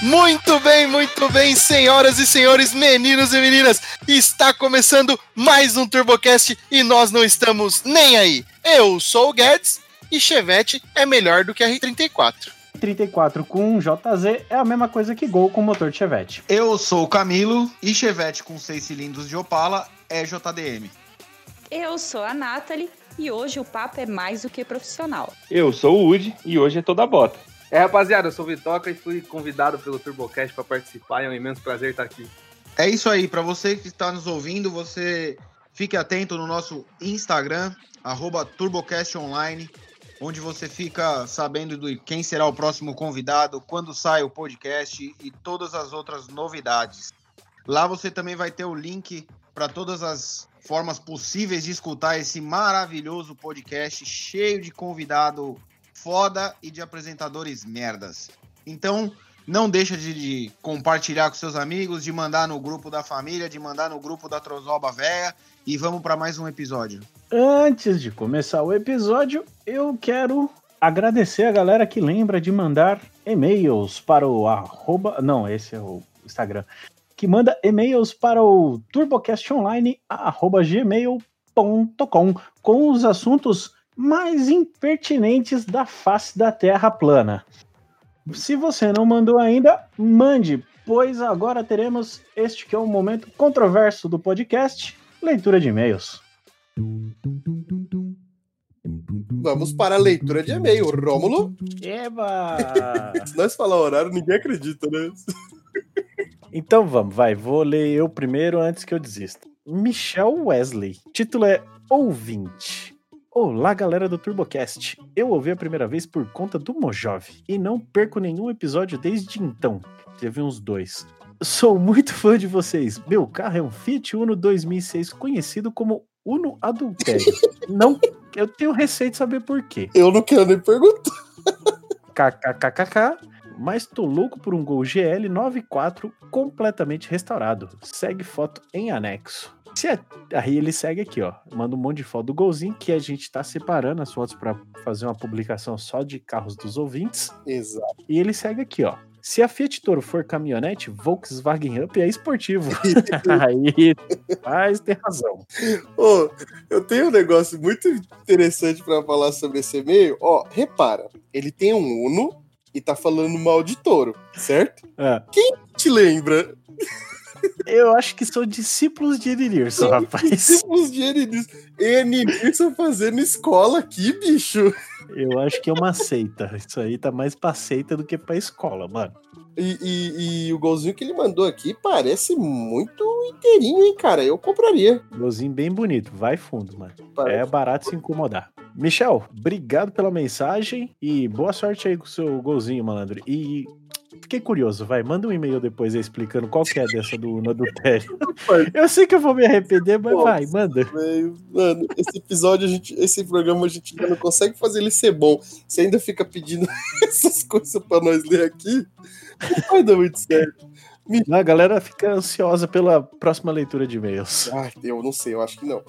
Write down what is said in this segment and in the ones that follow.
Muito bem, senhoras e senhores, meninos e meninas, está começando mais um TurboCast e nós não estamos nem aí. Eu sou o Guedes e Chevette é melhor do que a R34. 34 com JZ é a mesma coisa que Gol com motor de Chevette. Eu sou o Camilo e Chevette com 6 cilindros de Opala é JDM. Eu sou a Nathalie e hoje o papo é mais do que profissional. Eu sou o Woody e hoje é toda a bota. Rapaziada, eu sou o Vitoca e fui convidado pelo TurboCast para participar, é um imenso prazer estar aqui. É isso aí, para você que está nos ouvindo, você fique atento no nosso Instagram, @TurboCastOnline, onde você fica sabendo de quem será o próximo convidado, quando sai o podcast e todas as outras novidades. Lá você também vai ter o link para todas as formas possíveis de escutar esse maravilhoso podcast cheio de convidado foda e de apresentadores merdas. Então, não deixa de compartilhar com seus amigos, de mandar no grupo da família, de mandar no grupo da Trozoba Véia e vamos para mais um episódio. Antes de começar o episódio, eu quero agradecer a galera que lembra de mandar e-mails para o esse é o Instagram, que manda e-mails para o turbocastonline@gmail.com com os assuntos mais impertinentes da face da Terra plana. Se você não mandou ainda, mande, pois agora teremos este que é o momento controverso do podcast, leitura de e-mails. Vamos para a leitura de e-mail, Rômulo. Eba! Se nós falar horário, ninguém acredita, né? Então vamos, vou ler eu primeiro antes que eu desista. Michel Wesley, título é Ouvinte. Olá, galera do TurboCast. Eu ouvi a primeira vez por conta do Mojove e não perco nenhum episódio desde então. Teve uns 2. Sou muito fã de vocês. Meu carro é um Fiat Uno 2006, conhecido como Uno Adultério. Não, eu tenho receio de saber por quê. Eu não quero nem perguntar. KKKKK. Mas tô louco por um Gol GL 94 completamente restaurado. Segue foto em anexo. Aí ele segue aqui, ó. Manda um monte de foto do Golzinho, que a gente tá separando as fotos pra fazer uma publicação só de carros dos ouvintes. Exato. E ele segue aqui, ó. Se a Fiat Toro for caminhonete, Volkswagen Up é esportivo. Aí, mas tem razão. Eu tenho um negócio muito interessante pra falar sobre esse e-mail. Repara, ele tem um Uno e tá falando mal de Toro, certo? Quem te lembra? Eu acho que são discípulos de Enilson, rapaz. Discípulos de Enilson. Enilson fazendo escola aqui, bicho. Eu acho que é uma seita. Isso aí tá mais pra seita do que pra escola, mano. E o golzinho que ele mandou aqui parece muito inteirinho, hein, cara? Eu compraria. Golzinho bem bonito. Vai fundo, mano. Parece. É barato se incomodar. Michel, obrigado pela mensagem e boa sorte aí com o seu golzinho, malandro. E fiquei curioso, manda um e-mail depois aí explicando qual que é dessa do Uno Adultério. Eu sei que eu vou me arrepender, mas manda. Mano, esse programa a gente não consegue fazer ele ser bom. Você ainda fica pedindo essas coisas pra nós ler aqui. Não vai dar muito certo. A galera fica ansiosa pela próxima leitura de e-mails. Eu não sei, eu acho que não.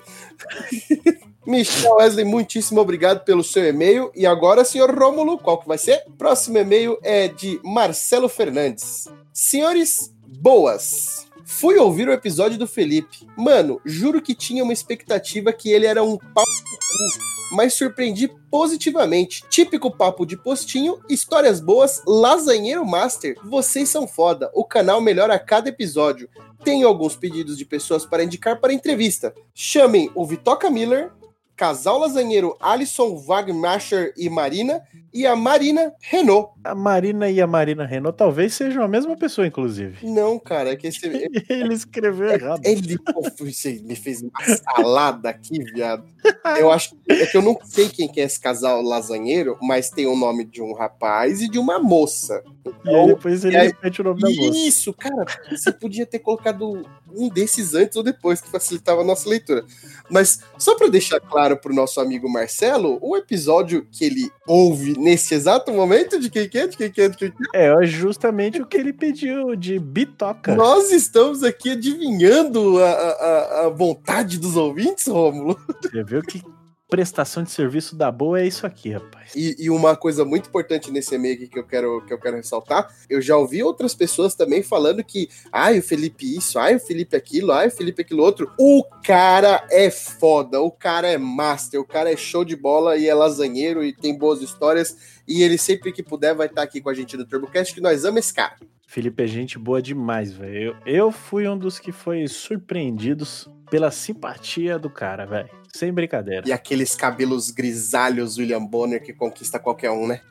Michel Wesley, muitíssimo obrigado pelo seu e-mail. E agora, senhor Rômulo, qual que vai ser? Próximo e-mail é de Marcelo Fernandes. Senhores, boas! Fui ouvir o episódio do Felipe. Mano, juro que tinha uma expectativa que ele era um pau no cu, mas surpreendi positivamente. Típico papo de postinho, histórias boas, lasanheiro master. Vocês são foda. O canal melhora a cada episódio. Tenho alguns pedidos de pessoas para indicar para entrevista. Chamem o Vitoca Miller, Casal Lasanheiro Alisson Wagmacher e Marina, e a Marina Renault. A Marina e a Marina Renault talvez sejam a mesma pessoa, inclusive. Não, cara, é que esse... Ele escreveu errado. Ele me fez uma salada aqui, viado. Eu acho que eu não sei quem que é esse casal lasanheiro, mas tem o nome de um rapaz e de uma moça. E aí depois ele repete o nome da moça. Isso, cara, você podia ter colocado um desses antes ou depois, que facilitava a nossa leitura. Mas, só para deixar claro pro nosso amigo Marcelo, o episódio que ele ouve nesse exato momento, de quem que é? É justamente o que ele pediu, de bitoca. Nós estamos aqui adivinhando a vontade dos ouvintes, Rômulo. Você viu que prestação de serviço da boa é isso aqui, rapaz. E uma coisa muito importante nesse e-mail aqui que eu quero ressaltar, eu já ouvi outras pessoas também falando que o Felipe isso, o Felipe aquilo, o Felipe aquilo outro. O cara é foda, o cara é master, o cara é show de bola e é lasanheiro e tem boas histórias e ele sempre que puder vai estar aqui com a gente no TurboCast, que nós amamos esse cara. Felipe é gente boa demais, velho. Eu fui um dos que foi surpreendidos pela simpatia do cara, velho. Sem brincadeira. E aqueles cabelos grisalhos William Bonner que conquista qualquer um, né?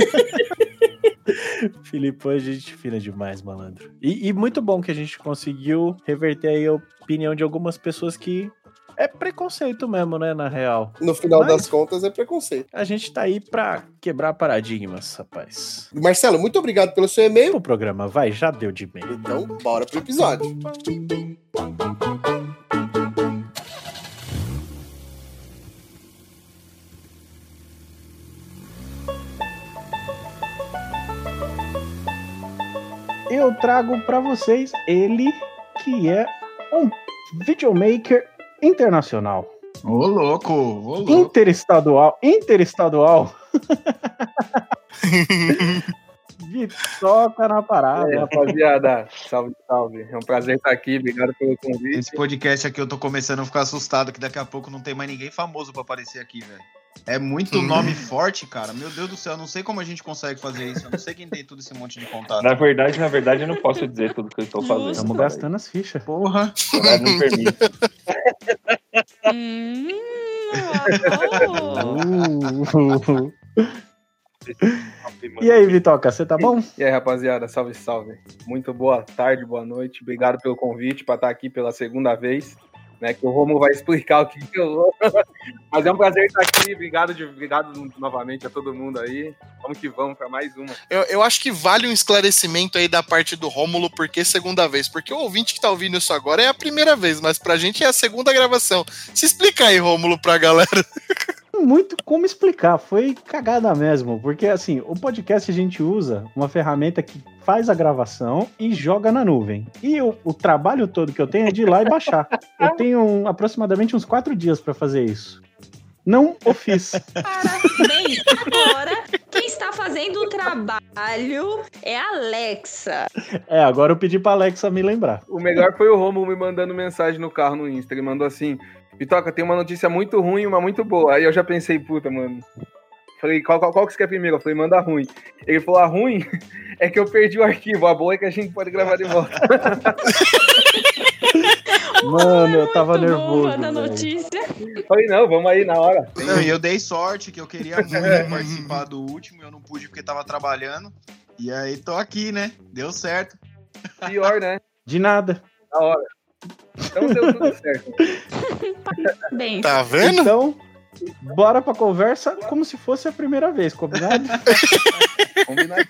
Filipão é gente fina demais, malandro. E muito bom que a gente conseguiu reverter aí a opinião de algumas pessoas que é preconceito mesmo, né, na real. No final das contas é preconceito. A gente tá aí pra quebrar paradigmas, rapaz. Marcelo, muito obrigado pelo seu e-mail. O programa já deu de e-mail. Então, bora pro episódio. Eu trago pra vocês ele que é um videomaker internacional. Ô, louco. Interestadual. Vitoca na parada. Rapaziada, salve. É um prazer estar aqui, obrigado pelo convite. Esse podcast aqui eu tô começando a ficar assustado que daqui a pouco não tem mais ninguém famoso pra aparecer aqui, velho. É muito nome forte, cara. Meu Deus do céu, eu não sei como a gente consegue fazer isso. Eu não sei quem tem todo esse monte de contato. Na verdade, eu não posso dizer tudo que eu estou fazendo. Estamos gastando as fichas. Porra. O horário não permite. E aí, Vitoca, você tá bom? E aí, rapaziada, salve. Muito boa tarde, boa noite. Obrigado pelo convite para estar aqui pela segunda vez. Né, que o Romulo vai explicar o que eu vou. Mas é um prazer estar aqui. Obrigado novamente a todo mundo aí. Vamos que vamos para mais uma. Eu acho que vale um esclarecimento aí da parte do Rômulo, porque segunda vez. Porque o ouvinte que tá ouvindo isso agora é a primeira vez, mas pra gente é a segunda gravação. Se explica aí, Rômulo, pra galera. Muito como explicar, foi cagada mesmo, porque assim, o podcast a gente usa uma ferramenta que faz a gravação e joga na nuvem. E o trabalho todo que eu tenho é de ir lá e baixar. Eu tenho aproximadamente uns 4 dias pra fazer isso. Não o fiz. Parabéns! Agora, quem está fazendo o trabalho é a Alexa. Agora eu pedi pra Alexa me lembrar. O melhor foi o Romulo me mandando mensagem no carro no Insta. Ele mandou assim: Vitoca, tem uma notícia muito ruim e uma muito boa. Aí eu já pensei, puta, mano. Falei, qual que você quer primeiro? Eu falei, manda ruim. Ele falou, a ruim é que eu perdi o arquivo. A boa é que a gente pode gravar de volta. Mano, eu tava nervoso. Manda notícia. Falei, não, vamos aí na hora. Não, e eu dei sorte que eu queria muito participar do último, eu não pude porque tava trabalhando. E aí tô aqui, né? Deu certo. Pior, né? De nada. Na hora. Então deu tudo certo. Bem, Tá vendo? Então, bora pra conversa como se fosse a primeira vez, combinado? Combinado.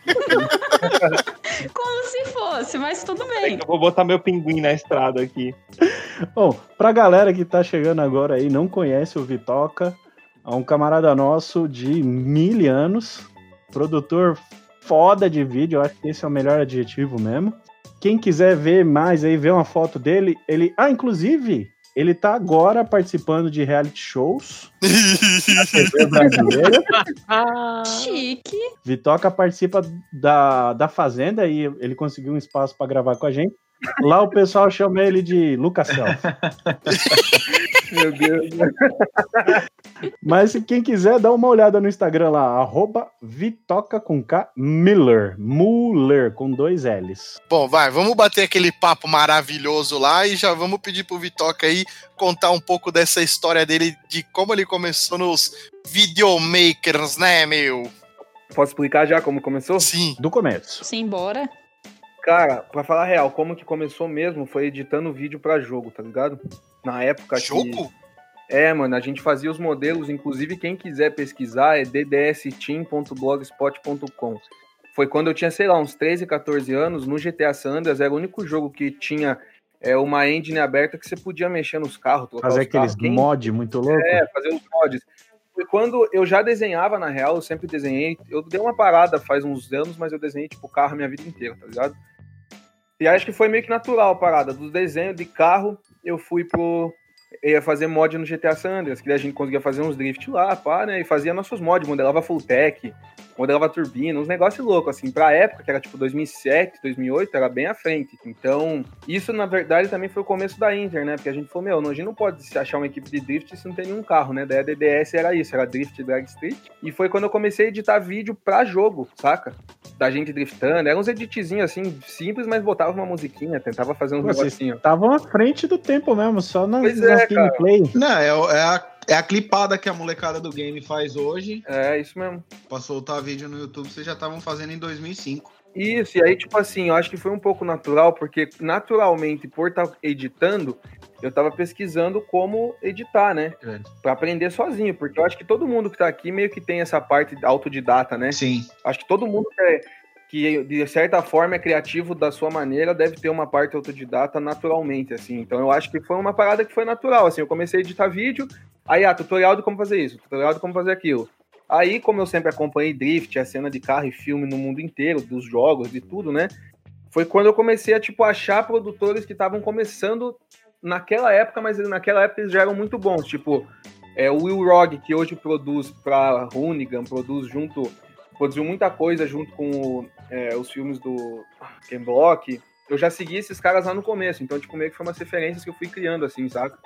como se fosse, mas tudo bem. Eu vou botar meu pinguim na estrada aqui. Bom, pra galera que tá chegando agora aí, não conhece o Vitoca, é um camarada nosso de 1000 anos, produtor foda de vídeo, eu acho que esse é o melhor adjetivo mesmo. Quem quiser ver mais aí, ver uma foto dele, inclusive, ele tá agora participando de reality shows na TV brasileira. Chique. Vitoca participa da Fazenda e ele conseguiu um espaço pra gravar com a gente. Lá o pessoal chama ele de Lucas Self. Meu Deus. Mas se quem quiser, dá uma olhada no Instagram lá, @Vitoca com K Miller, Muller com 2 L's. Bom, vamos bater aquele papo maravilhoso lá e já vamos pedir pro Vitoca aí contar um pouco dessa história dele, de como ele começou nos videomakers, né, meu? Posso explicar já como começou? Sim. Do começo. Simbora. Cara, pra falar a real, como que começou mesmo foi editando vídeo pra jogo, tá ligado? Na época Jogo? Mano, a gente fazia os modelos, inclusive quem quiser pesquisar é ddsteam.blogspot.com. Foi quando eu tinha, sei lá, uns 13, 14 anos, no GTA San Andreas, era o único jogo que tinha uma engine aberta que você podia mexer nos carros. Fazer aqueles mod muito louco? Fazer os mods. Foi quando eu já desenhava, na real, eu sempre desenhei. Eu dei uma parada faz uns anos, mas eu desenhei, tipo, carro a minha vida inteira, tá ligado? E acho que foi meio que natural a parada. Do desenho de carro, eu fui pro eu ia fazer mod no GTA San Andreas, que daí a gente conseguia fazer uns drift lá, pá, né? E fazia nossos mods, modelava full tech, modelava turbina, uns negócios loucos, assim. Pra época, que era tipo 2007, 2008, era bem à frente. Então, isso na verdade também foi o começo da Inter, né? Porque a gente falou, a gente não pode achar uma equipe de drift se não tem nenhum carro, né? Daí a DDS era isso, era Drift Drag Street. E foi quando eu comecei a editar vídeo pra jogo, saca? Da gente driftando, eram uns editzinhos assim, simples, mas botava uma musiquinha, tentava fazer uns Vocês negocinhos. estavam à frente do tempo mesmo, só nas Pois é, gameplay. Não, é a clipada que a molecada do game faz hoje. É, isso mesmo. Pra soltar vídeo no YouTube, vocês já estavam fazendo em 2005. Isso, e aí, tipo assim, eu acho que foi um pouco natural, porque naturalmente, por estar editando, eu tava pesquisando como editar, né? Pra aprender sozinho, porque eu acho que todo mundo que tá aqui meio que tem essa parte autodidata, né? Sim. Acho que todo mundo que de certa forma é criativo da sua maneira deve ter uma parte autodidata naturalmente, assim. Então eu acho que foi uma parada que foi natural, assim. Eu comecei a editar vídeo, aí, tutorial de como fazer isso, tutorial de como fazer aquilo. Aí, como eu sempre acompanhei drift, a cena de carro e filme no mundo inteiro, dos jogos, de tudo, né? Foi quando eu comecei a, tipo, achar produtores que estavam começando naquela época, mas naquela época eles já eram muito bons. Tipo, o Will Rogg, que hoje produz pra Hoonigan, produziu muita coisa junto com os filmes do Ken Block. Eu já segui esses caras lá no começo, então, tipo, meio que foi umas referências que eu fui criando, assim, saca?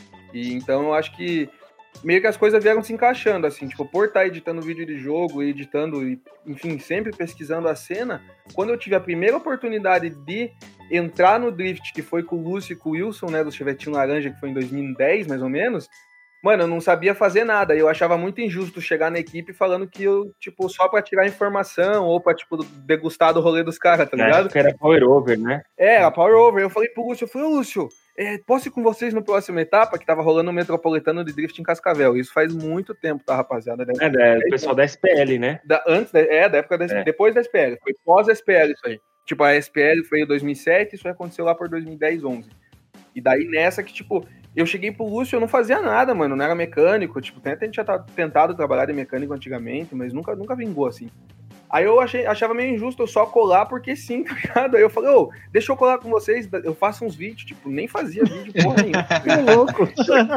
E então eu acho que meio que as coisas vieram se encaixando, assim, tipo, por estar editando vídeo de jogo, editando, e, enfim, sempre pesquisando a cena, quando eu tive a primeira oportunidade de entrar no Drift, que foi com o Lúcio e com o Wilson, né, do Chevetinho Laranja, que foi em 2010, mais ou menos, mano, eu não sabia fazer nada, eu achava muito injusto chegar na equipe falando que eu, tipo, só pra tirar informação, ou pra, tipo, degustar do rolê dos caras, tá ligado? Acho que era Power Over, né? A Power Over, eu falei pro Lúcio, Lúcio, posso ir com vocês no próximo etapa, que tava rolando o Metropolitano de Drift em Cascavel. Isso faz muito tempo, tá, rapaziada? O pessoal da SPL, né? Da época da depois da SPL. Foi pós-SPL isso aí. Tipo, a SPL foi em 2007, isso aconteceu lá por 2010, 11. E daí nessa que, tipo, eu cheguei pro Lúcio, eu não fazia nada, mano, não era mecânico. Tipo, até a gente já tentado trabalhar de mecânico antigamente, mas nunca vingou, assim. Aí eu achava meio injusto eu só colar porque sim, tá ligado? Aí eu falei, deixa eu colar com vocês, eu faço uns vídeos, tipo, nem fazia vídeo porra nenhuma. Que louco!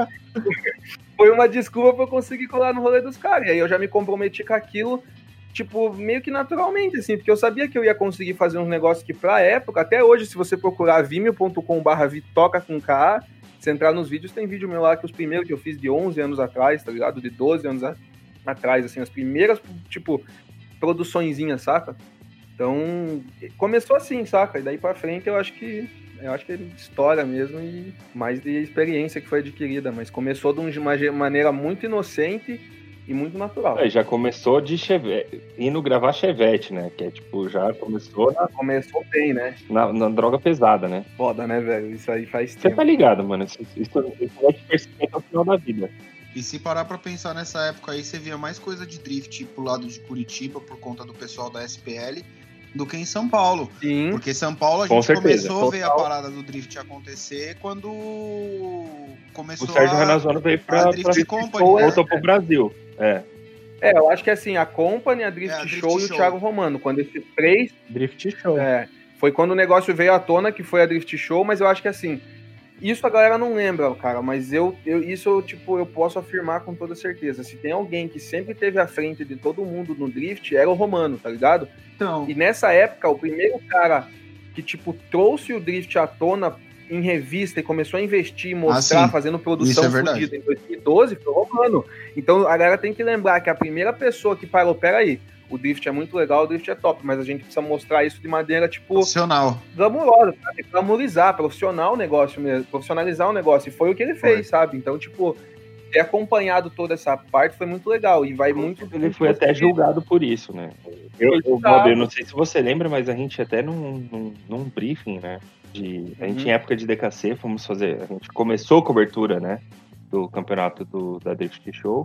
Foi uma desculpa pra eu conseguir colar no rolê dos caras. E aí eu já me comprometi com aquilo, tipo, meio que naturalmente, assim, porque eu sabia que eu ia conseguir fazer uns negócios que pra época, até hoje, se você procurar vimeo.com/vitoca com K, se entrar nos vídeos, tem vídeo meu lá que os primeiros que eu fiz de 11 anos atrás, tá ligado? De 12 anos atrás, assim, as primeiras, tipo, produçõezinhas, saca? Então, começou assim, saca? E daí pra frente eu acho que é história mesmo e mais de experiência que foi adquirida, mas começou de uma maneira muito inocente e muito natural. Já começou de Chevette, indo gravar Chevette, né? Que é tipo, já começou Começou bem, né? na droga pesada, né? Foda, né, velho? Isso aí faz Você tempo. tá ligado, mano? Isso vai te perseguir até o final da vida. E se parar pra pensar nessa época aí, você via mais coisa de drift pro lado de Curitiba, por conta do pessoal da SPL, do que em São Paulo. Sim. Porque em São Paulo a Com gente certeza, começou a ver a total. parada do drift acontecer quando começou O Sérgio Renazzano veio pra Drift Company, voltou pro Brasil. Eu acho que assim, a Company, a Drift a Drift Show e o Show. Thiago Romano, quando esses três Drift Show. foi quando o negócio veio à tona, que foi a Drift Show, mas eu acho que assim, isso a galera não lembra, cara, mas eu posso afirmar com toda certeza. Se tem alguém que sempre teve à frente de todo mundo no Drift, era o Romano, tá ligado? Então, E nessa época, o primeiro cara que, tipo, trouxe o Drift à tona em revista e começou a investir, mostrar, sim. fazendo Isso produção é verdade. fodida em 2012, foi o Romano. Então a galera tem que lembrar que a primeira pessoa que parou, peraí, o Drift é muito legal, o Drift é top, mas a gente precisa mostrar isso de maneira, tipo, profissional. glamurosa, sabe? Glamorizar, profissional o negócio mesmo, profissionalizar o negócio. E foi o que ele fez, sabe? Então, tipo, ter acompanhado toda essa parte foi muito legal. E vai muito. Ele foi até julgado por isso, né? Eu não sei se você lembra, mas a gente até num briefing, né? A gente em época de DKC, a gente começou a cobertura, né? Do campeonato da Drift Show.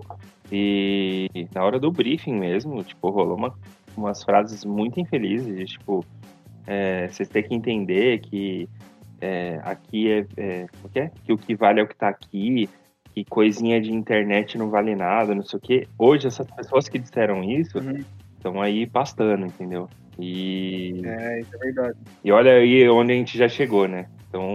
E na hora do briefing mesmo, tipo, rolou umas frases muito infelizes, tipo, vocês têm que entender que aqui que o que vale é o que tá aqui, que coisinha de internet não vale nada, não sei o quê. Hoje, essas pessoas que disseram isso estão aí pastando, entendeu? Isso é verdade. E olha aí onde a gente já chegou, né? Então,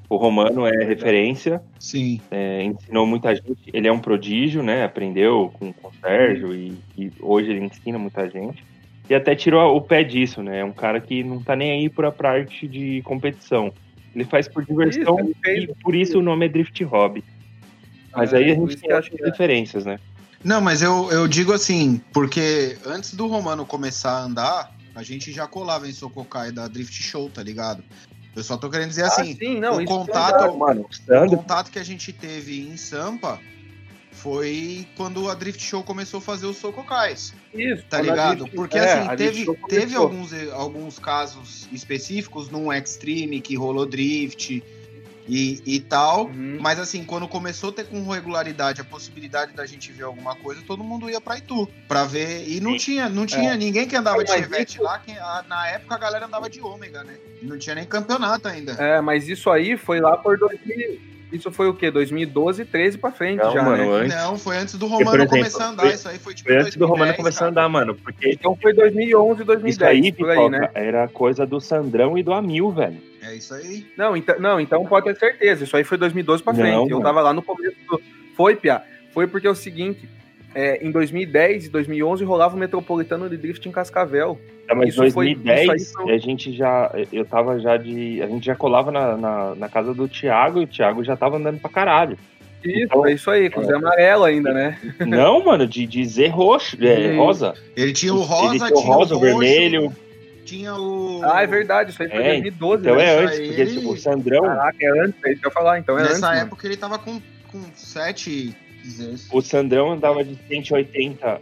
O Romano é referência, Sim. ensinou muita gente. Ele é um prodígio, né? Aprendeu com o Sérgio e hoje ele ensina muita gente. E até tirou o pé disso, né? É um cara que não tá nem aí pra parte de competição. Ele faz por diversão e por isso o nome é Drift Hobby. Mas aí a gente tem as diferenças, né? Não, mas eu digo assim, porque antes do Romano começar a andar, a gente já colava em Sokokai da Drift Show, tá ligado? Eu só tô querendo dizer assim, sim, não, o isso contato que a gente teve em Sampa foi quando a Drift Show começou a fazer os Sokokais. Isso, tá ligado? Porque assim, teve começou. alguns casos específicos num Extreme que rolou drift e tal, mas assim, quando começou a ter com regularidade a possibilidade da gente ver alguma coisa, todo mundo ia pra Itu pra ver, e não tinha ninguém que andava de Chevette lá, na época a galera andava de Ômega, né? Não tinha nem campeonato ainda. Mas isso aí foi lá por 2000. Isso foi o quê? 2012, 13 pra frente não, já, mano, né? Antes. Não, foi antes do Romano começar a andar. Isso aí foi tipo foi antes 2010, do Romano começar cara. a andar, mano. Porque então foi 2011, 2010. Isso aí, por aí, né? Era coisa do Sandrão e do Amil, velho. É isso aí. Então pode ter certeza. Isso aí foi 2012 pra frente. Eu tava lá no começo do... Foi, Pia. Foi porque é o seguinte... em 2010 e 2011 rolava o Metropolitano de Drift em Cascavel. Mas em 2010 a gente já... a gente já colava na casa do Thiago e o Thiago já tava andando pra caralho. Isso, então, é isso aí, com o Zé Amarelo ainda, né? Não, mano, de Zé roxo, rosa. Ele tinha o rosa, tinha o rosa, o vermelho. Tinha o... é verdade, isso aí foi 2012. Então né? Antes, porque tipo, o Sandrão... Caraca, é antes, é isso que eu ia falar, então é Nessa antes, época ele tava com 7... O Sandrão andava de 180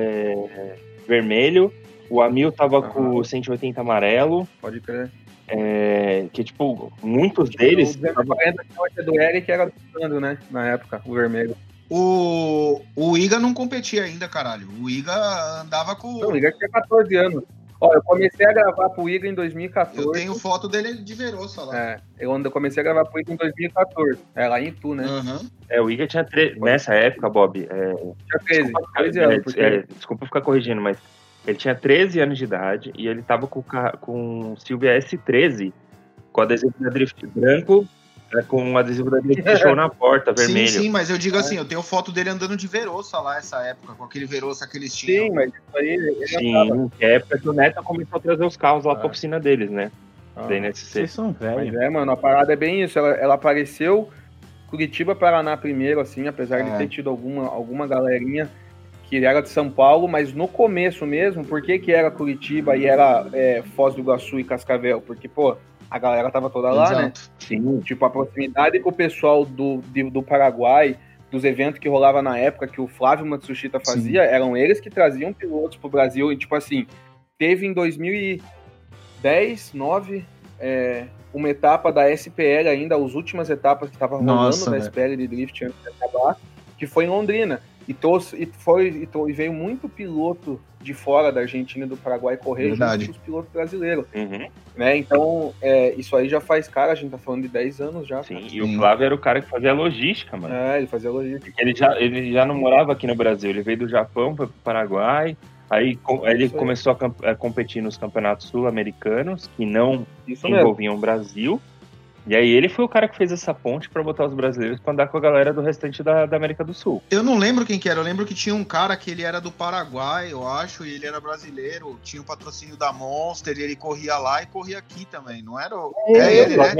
vermelho, o Amil tava com 180 amarelo. Pode crer. Que, tipo, muitos deles... O 240 que é do Eric era do Sandro, né? Na época, o vermelho. O Iga não competia ainda, caralho. O Iga andava com... Não, o Iga tinha 14 anos. Ó, eu comecei a gravar pro Iga em 2014. Eu tenho foto dele de Verossa lá. Eu comecei a gravar pro Iga em 2014. Lá em Itu, né? Uhum. O Iga tinha 13... Nessa época, Bob... tinha 13. 13 anos. Desculpa ficar corrigindo, mas ele tinha 13 anos de idade e ele tava com o Silvia S13, com adesivo da Drift branco, com o adesivo da Drift Show na porta, vermelho. Sim, mas eu digo assim, eu tenho foto dele andando de Verossa lá essa época, com aquele Verossa que eles tinham. Sim, mas isso aí... Sim, que é a época que o Neto começou a trazer os carros lá pra oficina deles, né? Da NSC. Vocês são velhos. Mas mano, a parada é bem isso. Ela apareceu Curitiba, Paraná primeiro, assim, apesar de ter tido alguma galerinha que era de São Paulo, mas no começo mesmo, por que era Curitiba e era Foz do Iguaçu e Cascavel? Porque, pô, a galera tava toda lá, né? Sim. Tipo, a proximidade com o pessoal do Paraguai, dos eventos que rolava na época que o Flávio Matsushita fazia, eram eles que traziam pilotos pro Brasil. E, tipo assim, teve em 2010, 2009, uma etapa da SPL ainda, as últimas etapas que estavam rolando da SPL de Drift antes de acabar, que foi em Londrina. E veio muito piloto de fora da Argentina e do Paraguai correr junto com os pilotos brasileiros. Né? Então, isso aí já faz, cara, a gente tá falando de 10 anos já. Sim, e o Flávio era o cara que fazia a logística, mano. Ele fazia a logística. Ele já não morava aqui no Brasil, ele veio do Japão para o Paraguai, aí ele começou a competir nos campeonatos sul-americanos, que não envolviam o Brasil. E aí ele foi o cara que fez essa ponte pra botar os brasileiros pra andar com a galera do restante da América do Sul. Eu não lembro quem que era, eu lembro que tinha um cara que ele era do Paraguai, eu acho, e ele era brasileiro, tinha o patrocínio da Monster, e ele corria lá e corria aqui também, não era o... ele, né?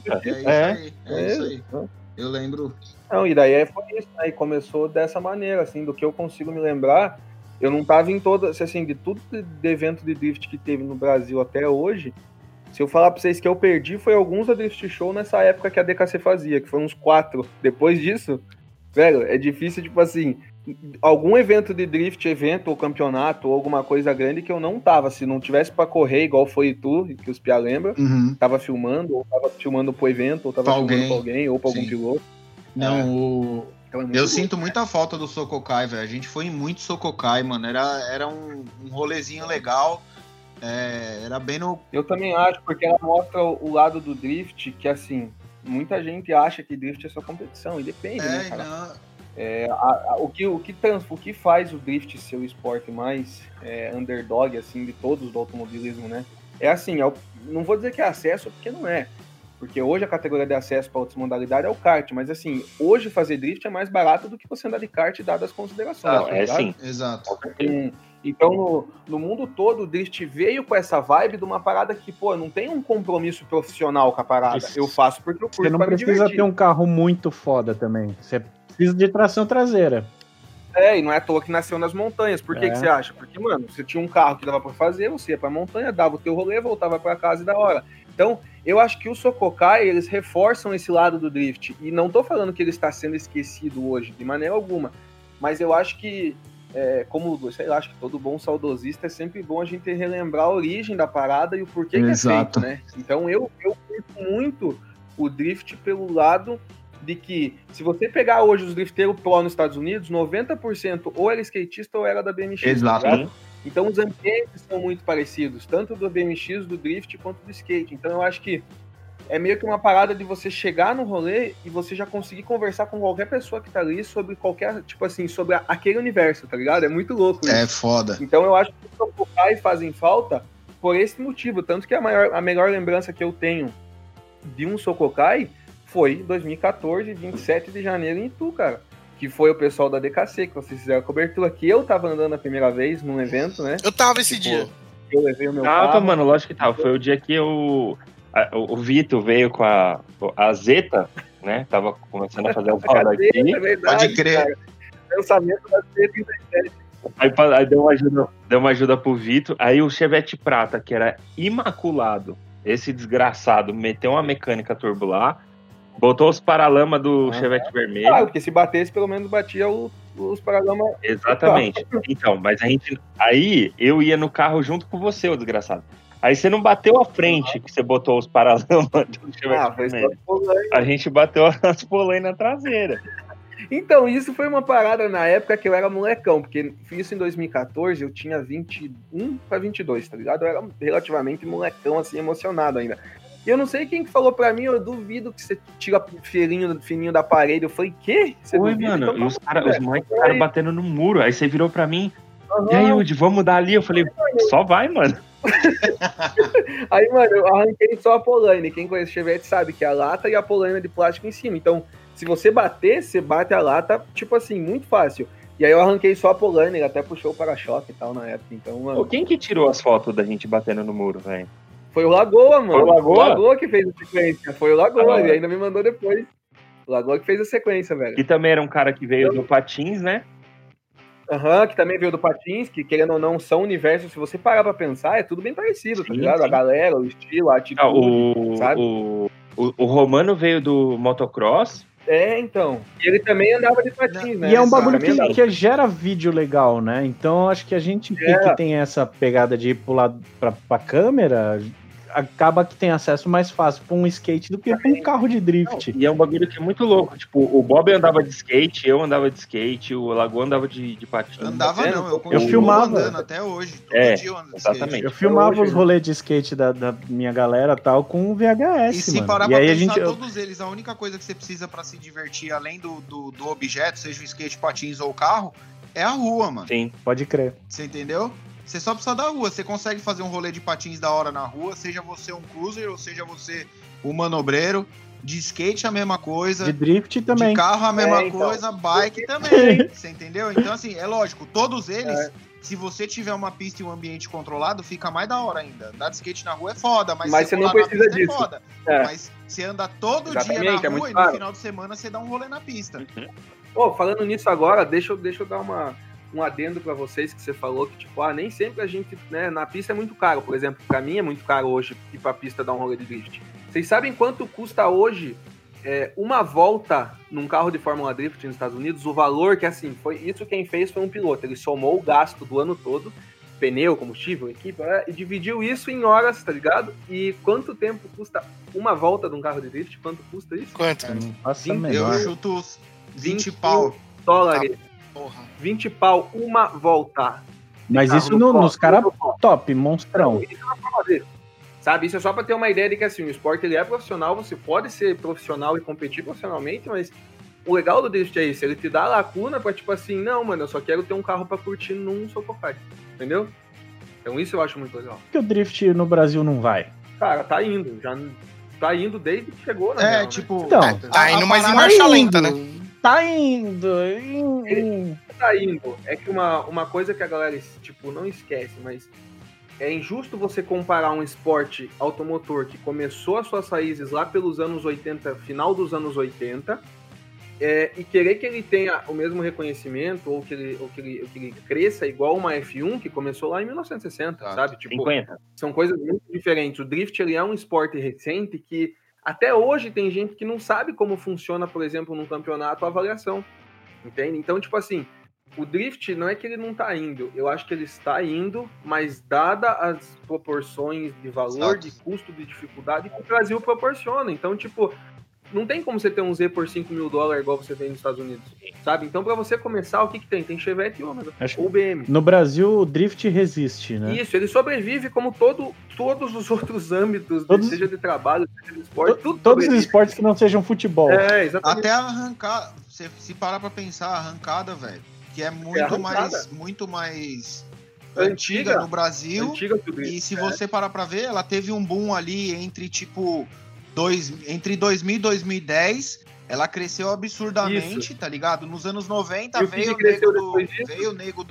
É isso aí. Eu lembro. Não, e daí foi isso, né? E começou dessa maneira, assim, do que eu consigo me lembrar, eu não tava em todas, assim, de tudo de evento de drift que teve no Brasil até hoje. Se eu falar pra vocês que eu perdi, foi alguns da Drift Show nessa época que a DKC fazia, que foi uns 4. Depois disso, velho, é difícil, tipo assim, algum evento de drift, ou campeonato, ou alguma coisa grande que eu não tava. Se não tivesse pra correr, igual foi tu, que os Pia lembra, tava filmando, ou tava filmando pro evento, ou tava filmando pra alguém, ou pra algum piloto. Não, eu sinto muita falta do Sokokai, velho. A gente foi em muito Sokokai, mano. Era um rolezinho legal. Era bem no... Eu também acho, porque ela mostra o lado do drift, que assim, muita gente acha que drift é só competição, e depende, né, cara? O que faz o drift ser o esporte mais underdog, assim, de todos do automobilismo, né? É assim, não vou dizer que é acesso, porque não é, Porque hoje a categoria de acesso para outras modalidades é o kart, mas assim, hoje fazer drift é mais barato do que você andar de kart, dadas as considerações. Não, é sim. Exato. Então, no mundo todo, o drift veio com essa vibe de uma parada que, pô, não tem um compromisso profissional com a parada. Isso. Eu faço porque eu curto Você não pra me precisa divertir. ter um carro muito foda também. Você precisa de tração traseira. E não é à toa que nasceu nas montanhas. Por que você acha? Porque, mano, você tinha um carro que dava pra fazer, você ia pra montanha, dava o teu rolê, voltava pra casa e da hora. Então, eu acho que o Sokokai, eles reforçam esse lado do drift. E não tô falando que ele está sendo esquecido hoje, de maneira alguma. Mas eu acho que, sei lá, acho que todo bom saudosista é sempre bom a gente relembrar a origem da parada e o porquê que é feito, né? Então, eu curto muito o drift pelo lado de que, se você pegar hoje os drifteiros pro nos Estados Unidos, 90% ou era skatista ou era da BMX. Exato. Tá? Então os ambientes são muito parecidos, tanto do BMX, do drift, quanto do skate. Então eu acho que é meio que uma parada de você chegar no rolê e você já conseguir conversar com qualquer pessoa que tá ali sobre qualquer, tipo assim, sobre aquele universo, tá ligado? É muito louco isso. É foda. Então eu acho que os Sokokai fazem falta por esse motivo, tanto que a melhor lembrança que eu tenho de um Sokokai foi em 2014, 27 de janeiro em Itu, cara. Que foi o pessoal da DKC, que vocês fizeram a cobertura, que eu tava andando a primeira vez num evento, né? Eu tava esse dia. Eu levei o meu carro. Mano, lógico que tava. Foi o dia que o Vitor veio com a Zeta, né? Tava começando a fazer o pau daqui. É verdade, Pode crer. cara. Lançamento da Z37. Aí deu uma ajuda pro Vitor. Aí o Chevette Prata, que era imaculado, esse desgraçado, meteu uma mecânica turbo lá, botou os paralamas do Chevette vermelho. Claro, porque se batesse, pelo menos batia os paralamas. Exatamente. Então, mas aí eu ia no carro junto com você, ô desgraçado. Aí você não bateu a frente que você botou os paralamas do Chevette vermelho. A gente bateu as polainas na traseira. Então, isso foi uma parada na época que eu era molecão, porque isso em 2014 eu tinha 21 para 22, tá ligado? Eu era relativamente molecão, assim, emocionado ainda. E eu não sei quem que falou pra mim, eu duvido que você tira fininho da parede. Eu falei, quê? Você Oi, duvida? mano, Então, e os moleques ficaram batendo no muro. Aí você virou pra mim, e aí, Udi, vamos dar ali? Eu falei, só vai, mano. Aí, mano, eu arranquei só a polaina. E quem conhece Chevette sabe que é a lata e a polaina de plástico em cima. Então, se você bater, você bate a lata, tipo assim, muito fácil. E aí eu arranquei só a polaina, ele até puxou o para-choque e tal na época. Então, mano... Pô, quem que tirou as fotos da gente batendo no muro, velho? Foi o Lagoa, mano. Foi o Lagoa? O Lagoa que fez a sequência. Foi o Lagoa, ele ainda me mandou depois. O Lagoa que fez a sequência, velho. Que também era um cara que veio do Patins, né? Que também veio do Patins, que querendo ou não, são universos, se você parar pra pensar, é tudo bem parecido, tá ligado? Sim. A galera, o estilo, a atitude, sabe? O Romano veio do motocross. Então. E ele também andava de patins, né? E é um bagulho Também que gera vídeo legal, né? Então acho que a gente que tem essa pegada de ir pular pra câmera, acaba que tem acesso mais fácil pra um skate do que pra um carro de drift. E é um bagulho que é muito louco. Tipo, o Bob andava de skate, eu andava de skate, o Lagoa andava de patins. Andava não, eu Eu filmava andando até hoje. Todo dia eu ando de exatamente. skate. Eu filmava os rolês de skate da minha galera tal com VHS, E se mano. parar E pra aí pensar, a gente todos eles, a única coisa que você precisa pra se divertir, além do objeto, seja o skate, patins ou o carro, é a rua, mano. Sim. Pode crer. Você entendeu? Você só precisa da rua. Você consegue fazer um rolê de patins da hora na rua, seja você um cruiser ou seja você um manobreiro. De skate a mesma coisa. De drift também. De carro a mesma então. coisa, bike também. Você entendeu? Então, assim, é lógico, todos eles, se você tiver uma pista e um ambiente controlado, fica mais da hora ainda. Andar de skate na rua é foda, mas você não pular na precisa pista disso. É foda. Mas você anda todo Exatamente, dia é na muito rua e no claro. final de semana você dá um rolê na pista. Pô, falando nisso agora, deixa eu dar um adendo pra vocês que você falou que, tipo, nem sempre a gente, né, na pista é muito caro. Por exemplo, pra mim é muito caro hoje ir pra pista dar um rolê de drift. Vocês sabem quanto custa hoje uma volta num carro de Fórmula Drift nos Estados Unidos? O valor que, assim, foi isso quem fez foi um piloto. Ele somou o gasto do ano todo, pneu, combustível, equipe, e dividiu isso em horas, tá ligado? E quanto tempo custa uma volta de um carro de drift? Quanto custa isso? Quanto? Não faço a 20 menor. Eu chuto os 20 pau. Dólares. Porra. 20 pau uma volta. Mas Carro isso no nos caras foco. top, monstrão. Isso é uma forma dele. Sabe, isso é só pra ter uma ideia de que, assim, o esporte ele é profissional, você pode ser profissional e competir profissionalmente, mas o legal do drift é isso, ele te dá a lacuna pra, tipo assim, não, mano, eu só quero ter um carro pra curtir num Sokokai, entendeu? Então isso eu acho muito legal. Por que o drift no Brasil não vai? Cara, tá indo, já tá indo desde que chegou, na real, né? tipo... Então, Tá indo mais em parada- marcha lenta, né? Tá indo. Tá indo. É que uma coisa que a galera, tipo, não esquece, mas é injusto você comparar um esporte automotor que começou as suas raízes lá pelos anos 80, final dos anos 80, e querer que ele tenha o mesmo reconhecimento ou que ele cresça igual uma F1 que começou lá em 1960, sabe? Tipo, 50. são coisas muito diferentes. O drift, ele é um esporte recente que até hoje tem gente que não sabe como funciona, por exemplo, num campeonato a avaliação, entende? Então, tipo assim, o drift não é que ele não tá indo, eu acho que ele está indo, mas dada as proporções de valor, Exato. de custo, de dificuldade que o Brasil proporciona. Então, tipo, não tem como você ter um Z por $5 mil igual você tem nos Estados Unidos, sabe? Então, pra você começar, o que tem? Tem Chevette e Ômega, ou BM. No Brasil, o drift resiste, né? Isso, ele sobrevive como todos os outros âmbitos, seja de trabalho, seja de esporte, tudo Todos os sobrevive. esportes que não sejam futebol. É, exatamente. Até a arrancada, se parar pra pensar, a arrancada, velho, que é muito mais antiga no Brasil, Antiga tudo isso. e se você parar pra ver, ela teve um boom ali entre, tipo, entre 2000 e 2010, ela cresceu absurdamente, tá ligado? Nos anos 90 E o veio que o nego, cresceu depois disso? o nego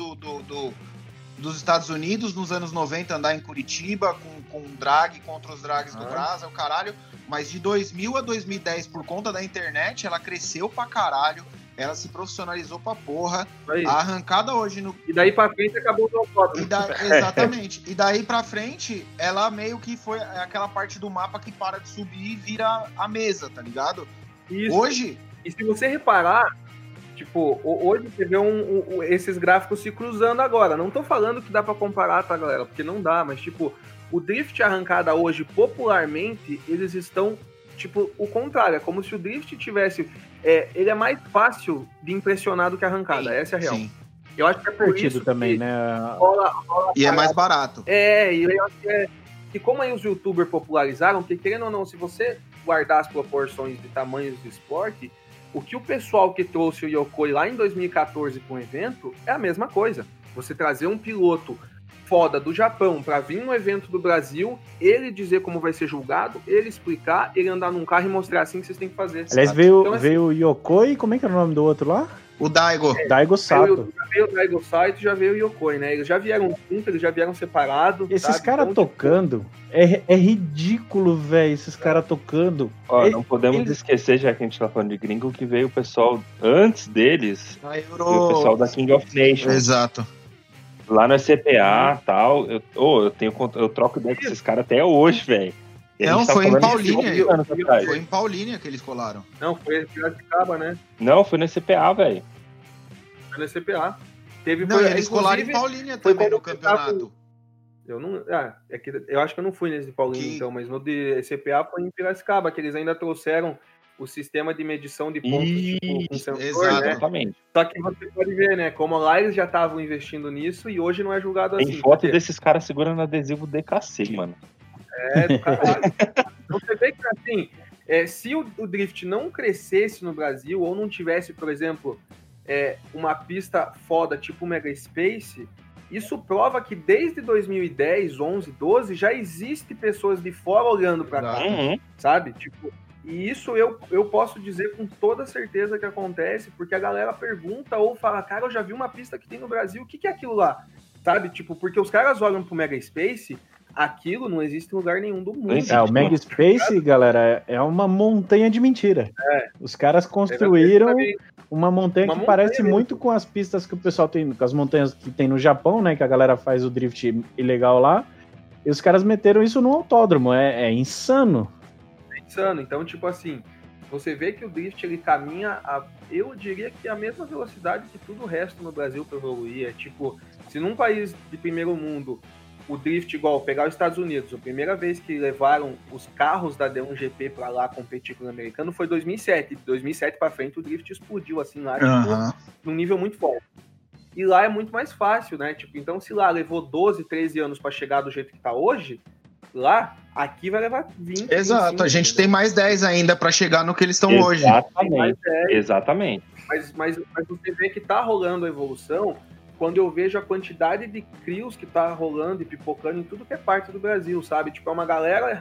dos Estados Unidos, nos anos 90, andar em Curitiba, com drag, contra os drags do Brasa, o caralho. Mas de 2000 a 2010, por conta da internet, ela cresceu pra caralho, ela se profissionalizou pra porra. Aí. A arrancada hoje no... E daí pra frente acabou o autódromo. Exatamente. E daí pra frente, ela meio que foi aquela parte do mapa que para de subir e vira a mesa, tá ligado? Isso. Hoje... E se você reparar, tipo, hoje você vê esses gráficos se cruzando agora. Não tô falando que dá pra comparar, tá, galera? Porque não dá, mas, tipo, o drift e a arrancada hoje, popularmente, eles estão, tipo, o contrário. É como se o drift tivesse... ele é mais fácil de impressionar do que a arrancada. Essa é a real. Sim. Eu acho que é por Divertido isso também, que né? rola E é mais barato. e eu acho que como aí os youtubers popularizaram, porque querendo ou não, se você guardar as proporções de tamanhos do esporte, o que o pessoal que trouxe o Yokoi lá em 2014 para um evento é a mesma coisa. Você trazer um piloto foda do Japão para vir num evento do Brasil, ele dizer como vai ser julgado, ele explicar, ele andar num carro e mostrar assim que vocês têm que fazer. Aliás, veio o Yokoi, como é que era o nome do outro lá? O Daigo. Daigo Sato. Já veio o Daigo Saito e já veio o Yokoi, né? Eles já vieram juntos, eles já vieram separados. Esses caras tocando, é ridículo, velho, esses caras tocando. Ó, não podemos esquecer, já que a gente tá falando de gringo, que veio o pessoal antes deles, veio o pessoal da King of Nations. Exato. Lá no CPA e tal. Eu troco ideia com esses caras até hoje, velho. Não, foi em Paulínia. Foi Foi em Paulínia que eles colaram. Não, foi em Piracicaba, né? Não, foi no CPA, velho. Foi no CPA. Eles colaram em Paulínia também no campeonato. Eu não. Eu acho que eu não fui nesse de Paulínia, então, mas no de CPA foi em Piracicaba, que eles ainda trouxeram o sistema de medição de pontos tipo, com sensor, né? Exatamente. Só que você pode ver, né? Como lá eles já estavam investindo nisso e hoje não é julgado Tem assim. foto porque... desses caras segurando adesivo DKC, mano. Do caralho. Então você vê que assim, se o drift não crescesse no Brasil, ou não tivesse, por exemplo, uma pista foda tipo o Mega Space, isso prova que desde 2010, 11, 12, já existe pessoas de fora olhando pra cá, sabe? Tipo, e isso eu posso dizer com toda certeza que acontece, porque a galera pergunta ou fala, cara, eu já vi uma pista que tem no Brasil, o que é aquilo lá? Sabe? Tipo, porque os caras olham pro Mega Space, aquilo não existe em lugar nenhum do mundo. O Mega Space, galera, é uma montanha de mentira. Os caras construíram uma montanha que parece muito com as pistas que o pessoal tem, com as montanhas que tem no Japão, né? Que a galera faz o drift ilegal lá. E os caras meteram isso no autódromo. É insano. É insano. Então, tipo assim, você vê que o drift ele caminha eu diria que a mesma velocidade que tudo o resto no Brasil para evoluir. É tipo, se num país de primeiro mundo o drift, igual pegar os Estados Unidos, a primeira vez que levaram os carros da D1GP para lá competir com o americano foi 2007. De 2007 para frente o drift explodiu assim lá, tipo, num nível muito forte. E lá é muito mais fácil, né? Tipo, então se lá levou 12, 13 anos para chegar do jeito que tá hoje, lá, aqui vai levar 20. Exato, 25, a gente tem mais 10 ainda para chegar no que eles estão hoje. Exatamente. Mas você vê que tá rolando a evolução quando eu vejo a quantidade de crios que tá rolando e pipocando em tudo que é parte do Brasil, sabe? Tipo, é uma galera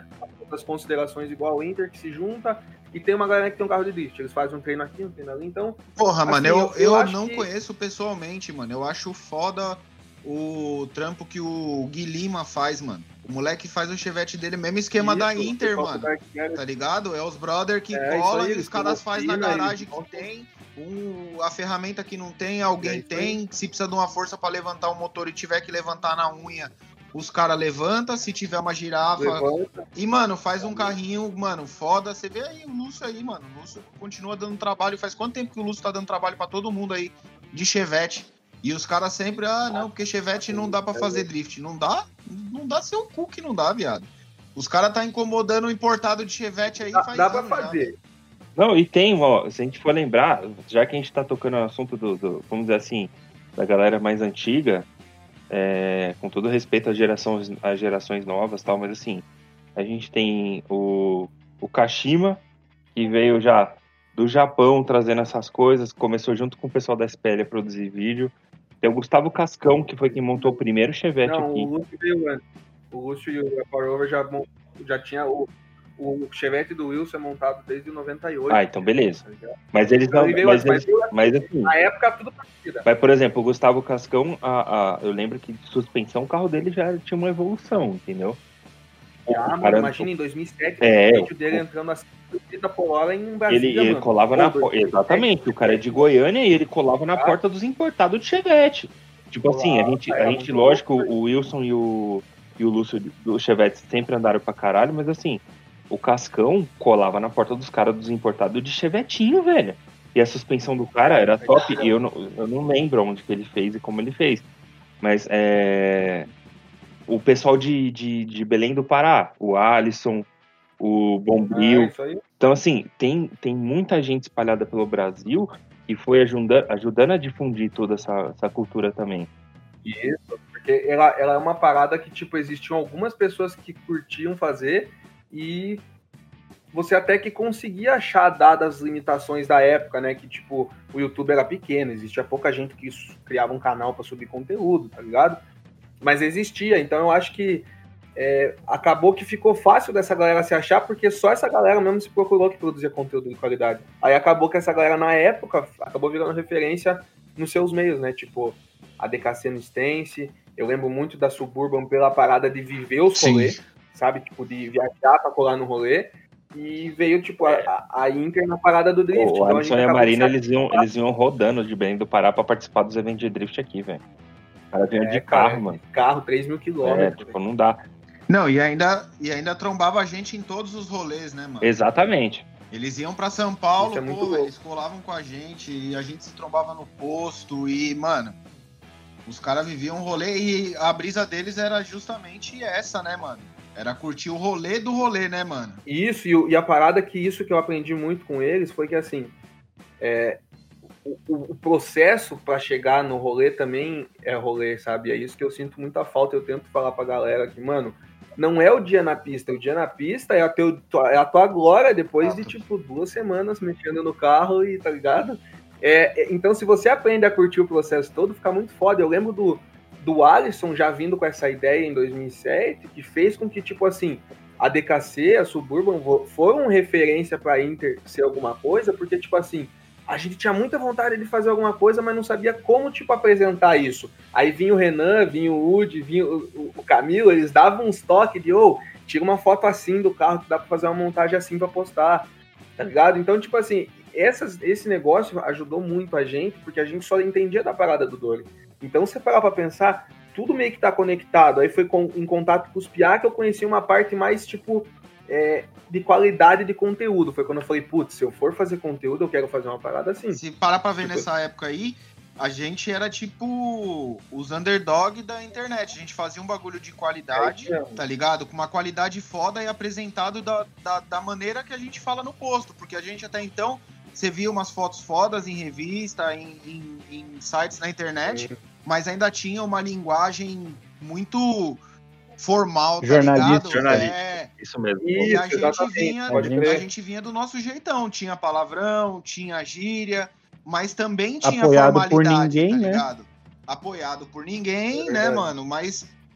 outras considerações igual ao Inter, que se junta, e tem uma galera que tem um carro de drift. Eles fazem um treino aqui, um treino ali, então... Porra, assim, mano, eu não que... conheço pessoalmente, mano. Eu acho foda o trampo que o Gui Lima faz, mano. O moleque faz o Chevette dele, mesmo esquema da Inter, mano. Tá ligado? É os brother que cola e os caras fazem na garagem que tem. A ferramenta que não tem, alguém tem. Se precisa de uma força pra levantar o motor e tiver que levantar na unha, os caras levantam. Se tiver uma girafa... Levanta. E, mano, faz um carrinho, mano, foda. Você vê aí o Lúcio aí, mano. O Lúcio continua dando trabalho. Faz quanto tempo que o Lúcio tá dando trabalho pra todo mundo aí de Chevette? E os caras sempre, não, porque Chevette não dá pra fazer drift. Não dá? Não dá seu cu que não dá, viado. Os caras tá incomodando o importado de Chevette aí faz dá pra fazer. Não, e tem, ó, se a gente for lembrar, já que a gente tá tocando no assunto vamos dizer assim, da galera mais antiga, com todo respeito às gerações novas e tal, mas assim, a gente tem o Kashima, que veio já do Japão trazendo essas coisas, começou junto com o pessoal da SPL a produzir vídeo. Tem o Gustavo Cascão, que foi quem montou o primeiro Chevette aqui. O Lúcio veio antes. O Lúcio e o Power Over já tinha o Chevette do Wilson é montado desde 98. Então beleza. Mas eles não... Mas assim... Na época, tudo partida. Mas, por exemplo, o Gustavo Cascão, eu lembro que de suspensão o carro dele já tinha uma evolução, entendeu? Mano, imagina em 2007, o vídeo dele entrando assim, da Polola em Brasília, ele colava na porta. Exatamente, o cara é de Goiânia e ele colava na porta dos importados de Chevette. Tipo assim, a gente lógico, o Wilson e o Lúcio do Chevette sempre andaram pra caralho, mas assim, o Cascão colava na porta dos caras dos importados de Chevetinho, velho. E a suspensão do cara era top. E eu não lembro onde que ele fez e como ele fez. Mas o pessoal de Belém do Pará, o Alisson, o Bombril. Então, assim, tem muita gente espalhada pelo Brasil que foi ajudando a difundir toda essa cultura também. Isso, porque ela é uma parada que, tipo, existiam algumas pessoas que curtiam fazer e você até que conseguia achar, dadas as limitações da época, né, que, tipo, o YouTube era pequeno, existia pouca gente que criava um canal pra subir conteúdo, tá ligado? Mas existia, então eu acho que acabou que ficou fácil dessa galera se achar, porque só essa galera mesmo se procurou que produzia conteúdo de qualidade. Aí acabou que essa galera, na época, acabou virando referência nos seus meios, né? Tipo, a DKC no Stance, eu lembro muito da Suburban pela parada de viver os rolês, sabe? Tipo, de viajar pra colar no rolê. E veio, tipo, a Inter na parada do drift. O Alisson e a Marina, eles iam rodando de Belém do Pará pra participar dos eventos de drift aqui, velho. O cara vinha de carro, mano. De carro, 3 mil quilômetros. Tipo, não dá. Não, e ainda trombava a gente em todos os rolês, né, mano? Exatamente. Eles iam pra São Paulo, eles colavam com a gente e a gente se trombava no posto e, mano, os caras viviam um rolê e a brisa deles era justamente essa, né, mano? Era curtir o rolê do rolê, né, mano? Isso, e a parada que eu aprendi muito com eles foi que, assim, o processo pra chegar no rolê também é rolê, sabe? É isso que eu sinto muita falta, eu tento falar pra galera que, mano, não é o dia na pista, o dia na pista é a tua glória depois de, tipo, 2 semanas mexendo no carro e, tá ligado? Então, se você aprende a curtir o processo todo, fica muito foda. Eu lembro do Alisson já vindo com essa ideia em 2007, que fez com que, tipo assim, a DKC, a Suburban, foram referência pra Inter ser alguma coisa, porque, tipo assim, a gente tinha muita vontade de fazer alguma coisa, mas não sabia como, tipo, apresentar isso. Aí vinha o Renan, vinha o Woody, vinha o Camilo, eles davam uns toques de, tira uma foto assim do carro, que dá pra fazer uma montagem assim pra postar, tá ligado? Então, tipo assim, esse negócio ajudou muito a gente, porque a gente só entendia da parada do Dory. Então, se você parar pra pensar, tudo meio que tá conectado. Aí foi em contato com os Piá que eu conheci uma parte mais, tipo, de qualidade de conteúdo. Foi quando eu falei, putz, se eu for fazer conteúdo, eu quero fazer uma parada assim. Se parar pra ver nessa época aí, a gente era tipo os underdog da internet. A gente fazia um bagulho de qualidade, tá ligado? Com uma qualidade foda e apresentado da maneira que a gente fala no posto. Porque a gente até então, você via umas fotos fodas em revista, em sites na internet, mas ainda tinha uma linguagem muito formal, tá ligado? Jornalista. Isso mesmo. E a gente vinha do nosso jeitão. Tinha palavrão, tinha gíria, mas também tinha apoiado formalidade, por ninguém, tá né? ligado? Apoiado por ninguém, né, mano? Mas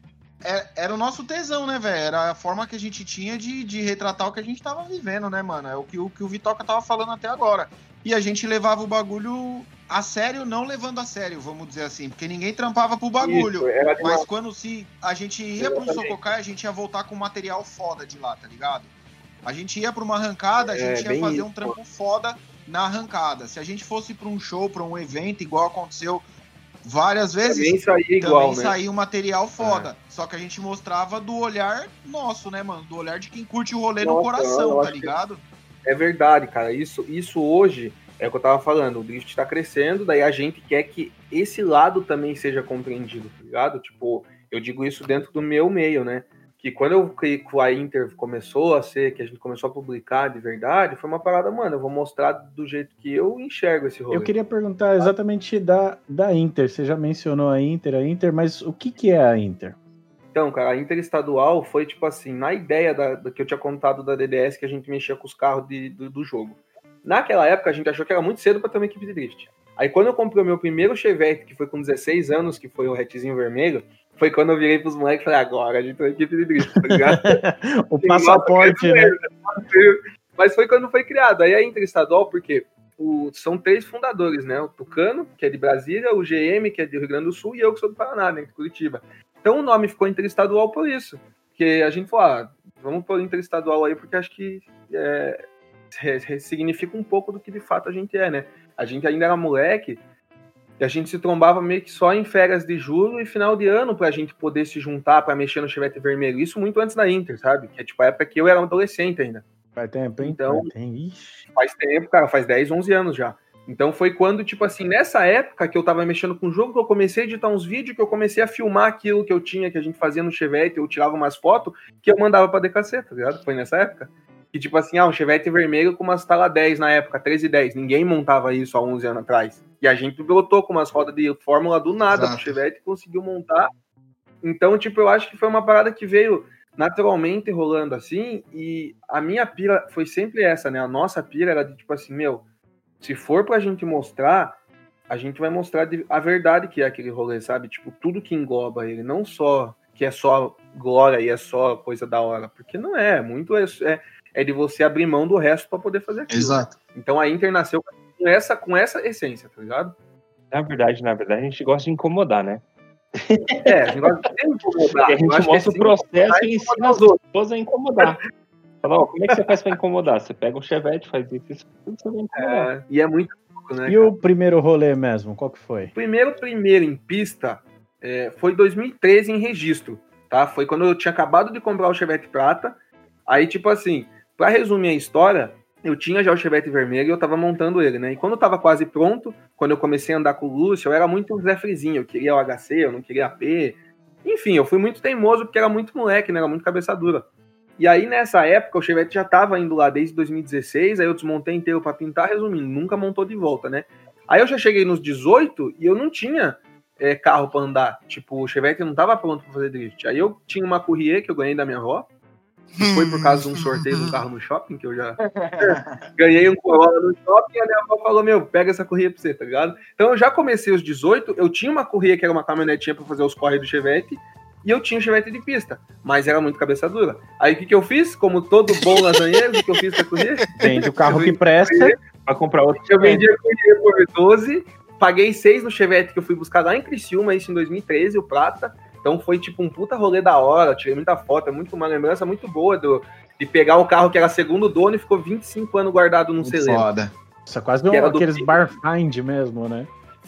era o nosso tesão, né, velho? Era a forma que a gente tinha de retratar o que a gente tava vivendo, né, mano? É o que o Vitoca tava falando até agora. E a gente levava o bagulho a sério, não levando a sério, vamos dizer assim, porque ninguém trampava pro bagulho. Isso, mas quando a gente ia pro Sococar, a gente ia voltar com material foda de lá, tá ligado? A gente ia pra uma arrancada, a gente ia fazer um trampo foda na arrancada. Se a gente fosse pra um show, pra um evento, igual aconteceu várias vezes, também saía um material foda. Só que a gente mostrava do olhar nosso, né, mano? Do olhar de quem curte o rolê no coração, tá ligado? É verdade, cara. Isso hoje é o que eu tava falando. O drift tá crescendo, daí a gente quer que esse lado também seja compreendido, tá ligado? Tipo, eu digo isso dentro do meu meio, né? Que quando a Inter começou a ser, que a gente começou a publicar de verdade, foi uma parada, mano, eu vou mostrar do jeito que eu enxergo esse rolê. Eu queria perguntar exatamente da Inter. Você já mencionou a Inter, mas o que é a Inter? Então, cara, a Interestadual foi, tipo assim, na ideia da que eu tinha contado da DDS, que a gente mexia com os carros do jogo. Naquela época, a gente achou que era muito cedo pra ter uma equipe de drift. Aí, quando eu comprei o meu primeiro Chevette, que foi com 16 anos, que foi o hatchzinho vermelho, foi quando eu virei pros moleques e falei, agora a gente tem uma equipe de drift, tá ligado? O passaporte, né? Mas foi quando foi criado. Aí a Interestadual, porque são 3 fundadores, né? O Tucano, que é de Brasília, o GM, que é do Rio Grande do Sul, e eu, que sou do Paraná, né? De Curitiba. Então o nome ficou Interestadual por isso. Porque a gente falou, vamos pôr Interestadual aí, porque acho que significa um pouco do que de fato a gente é, né? A gente ainda era moleque, e a gente se trombava meio que só em férias de julho e final de ano pra gente poder se juntar pra mexer no Chevette vermelho. Isso muito antes da Inter, sabe? Que é tipo a época que eu era um adolescente ainda. Faz tempo, hein? Então, faz tempo, cara, faz 10, 11 anos já. Então foi quando, tipo assim, nessa época que eu tava mexendo com o jogo, que eu comecei a editar uns vídeos, que eu comecei a filmar aquilo que eu tinha, que a gente fazia no Chevette, eu tirava umas fotos, que eu mandava pra DKC, tá ligado? Foi nessa época. Que tipo assim, um Chevette vermelho com umas Tala 10 na época, 1310. Ninguém montava isso há 11 anos atrás. E a gente brotou com umas rodas de Fórmula do nada pro Chevette e conseguiu montar. Então, tipo, eu acho que foi uma parada que veio naturalmente rolando assim, e a minha pira foi sempre essa, né? A nossa pira era de tipo assim, se for pra gente mostrar, a gente vai mostrar a verdade que é aquele rolê, sabe? Tipo, tudo que engloba ele, não só que é só glória e é só coisa da hora, porque não é, muito é de você abrir mão do resto pra poder fazer aquilo. Exato. Então a Inter nasceu com essa essência, tá ligado? Na verdade, a gente gosta de incomodar, né? A gente gosta de incomodar. A gente mostra o processo e ensina as pessoas a incomodar. Fala, como é que você faz pra incomodar? Você pega um Chevette, faz isso, você vai incomodar. E é muito louco, né? E o primeiro rolê mesmo, qual que foi? Primeiro em pista foi 2013 em registro, tá? Foi quando eu tinha acabado de comprar o Chevette Prata. Aí, tipo assim, pra resumir a história, eu tinha já o Chevette vermelho e eu tava montando ele, né? E quando eu tava quase pronto, quando eu comecei a andar com o Lúcio, eu era muito Zé Frizinho, eu queria o HC, eu não queria AP. Enfim, eu fui muito teimoso porque era muito moleque, né? Era muito cabeça dura. E aí, nessa época, o Chevette já tava indo lá desde 2016, aí eu desmontei inteiro pra pintar, resumindo, nunca montou de volta, né? Aí eu já cheguei nos 18 e eu não tinha carro pra andar. Tipo, o Chevette não tava pronto pra fazer drift. Aí eu tinha uma Courier que eu ganhei da minha avó, que foi por causa de um sorteio de um carro no shopping, que eu já ganhei um Corolla no shopping, e a minha avó falou, pega essa Courier pra você, tá ligado? Então eu já comecei os 18, eu tinha uma Courier que era uma caminhonetinha pra fazer os corre do Chevette, e eu tinha o Chevette de pista, mas era muito cabeça dura. Aí o que eu fiz? Como todo bom lasanheiro, o que eu fiz com a Courier? Vende o carro que presta pra comprar outro. Eu vendi a Courier por 12, paguei 6 no Chevette que eu fui buscar lá em Criciúma, isso em 2013, o Prata. Então foi tipo um puta rolê da hora, tirei muita foto, uma lembrança muito boa de pegar um carro que era segundo dono e ficou 25 anos guardado num celeiro. Foda. Isso é quase aqueles bar find mesmo, né?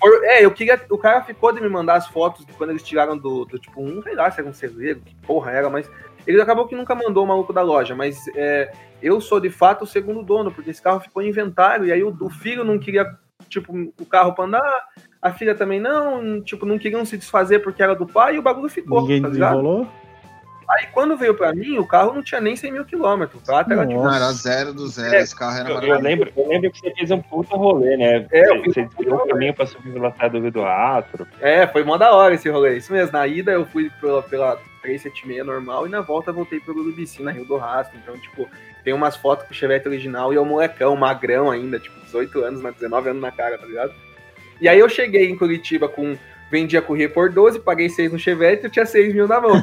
O cara ficou de me mandar as fotos de quando eles tiraram do tipo, sei lá se era um celeiro, que porra era, mas ele acabou que nunca mandou o maluco da loja, mas eu sou de fato o segundo dono, porque esse carro ficou em inventário, e aí o filho não queria, tipo, o carro pra andar, a filha também não, tipo, não queriam se desfazer porque era do pai, e o bagulho ficou. Ninguém desenrolou? Aí quando veio pra mim, o carro não tinha nem 100 mil quilômetros, tá? Era 0 do 0, esse carro era maravilhoso. Eu lembro que você fez um puta rolê, né? Você desviou o caminho pra subir velocidade do Rio do Rastro. Foi mó da hora esse rolê, isso mesmo. Na ida eu fui pela 376 normal e na volta eu voltei pelo Urubici, na Rio do Rastro. Então, tipo, tem umas fotos com o Chevette original e eu molecão, magrão ainda, tipo, 18 anos, 19 anos na cara, tá ligado? E aí eu cheguei em Curitiba com Vendi a Courier por 12, paguei 6 no Chevette, eu tinha 6 mil na mão.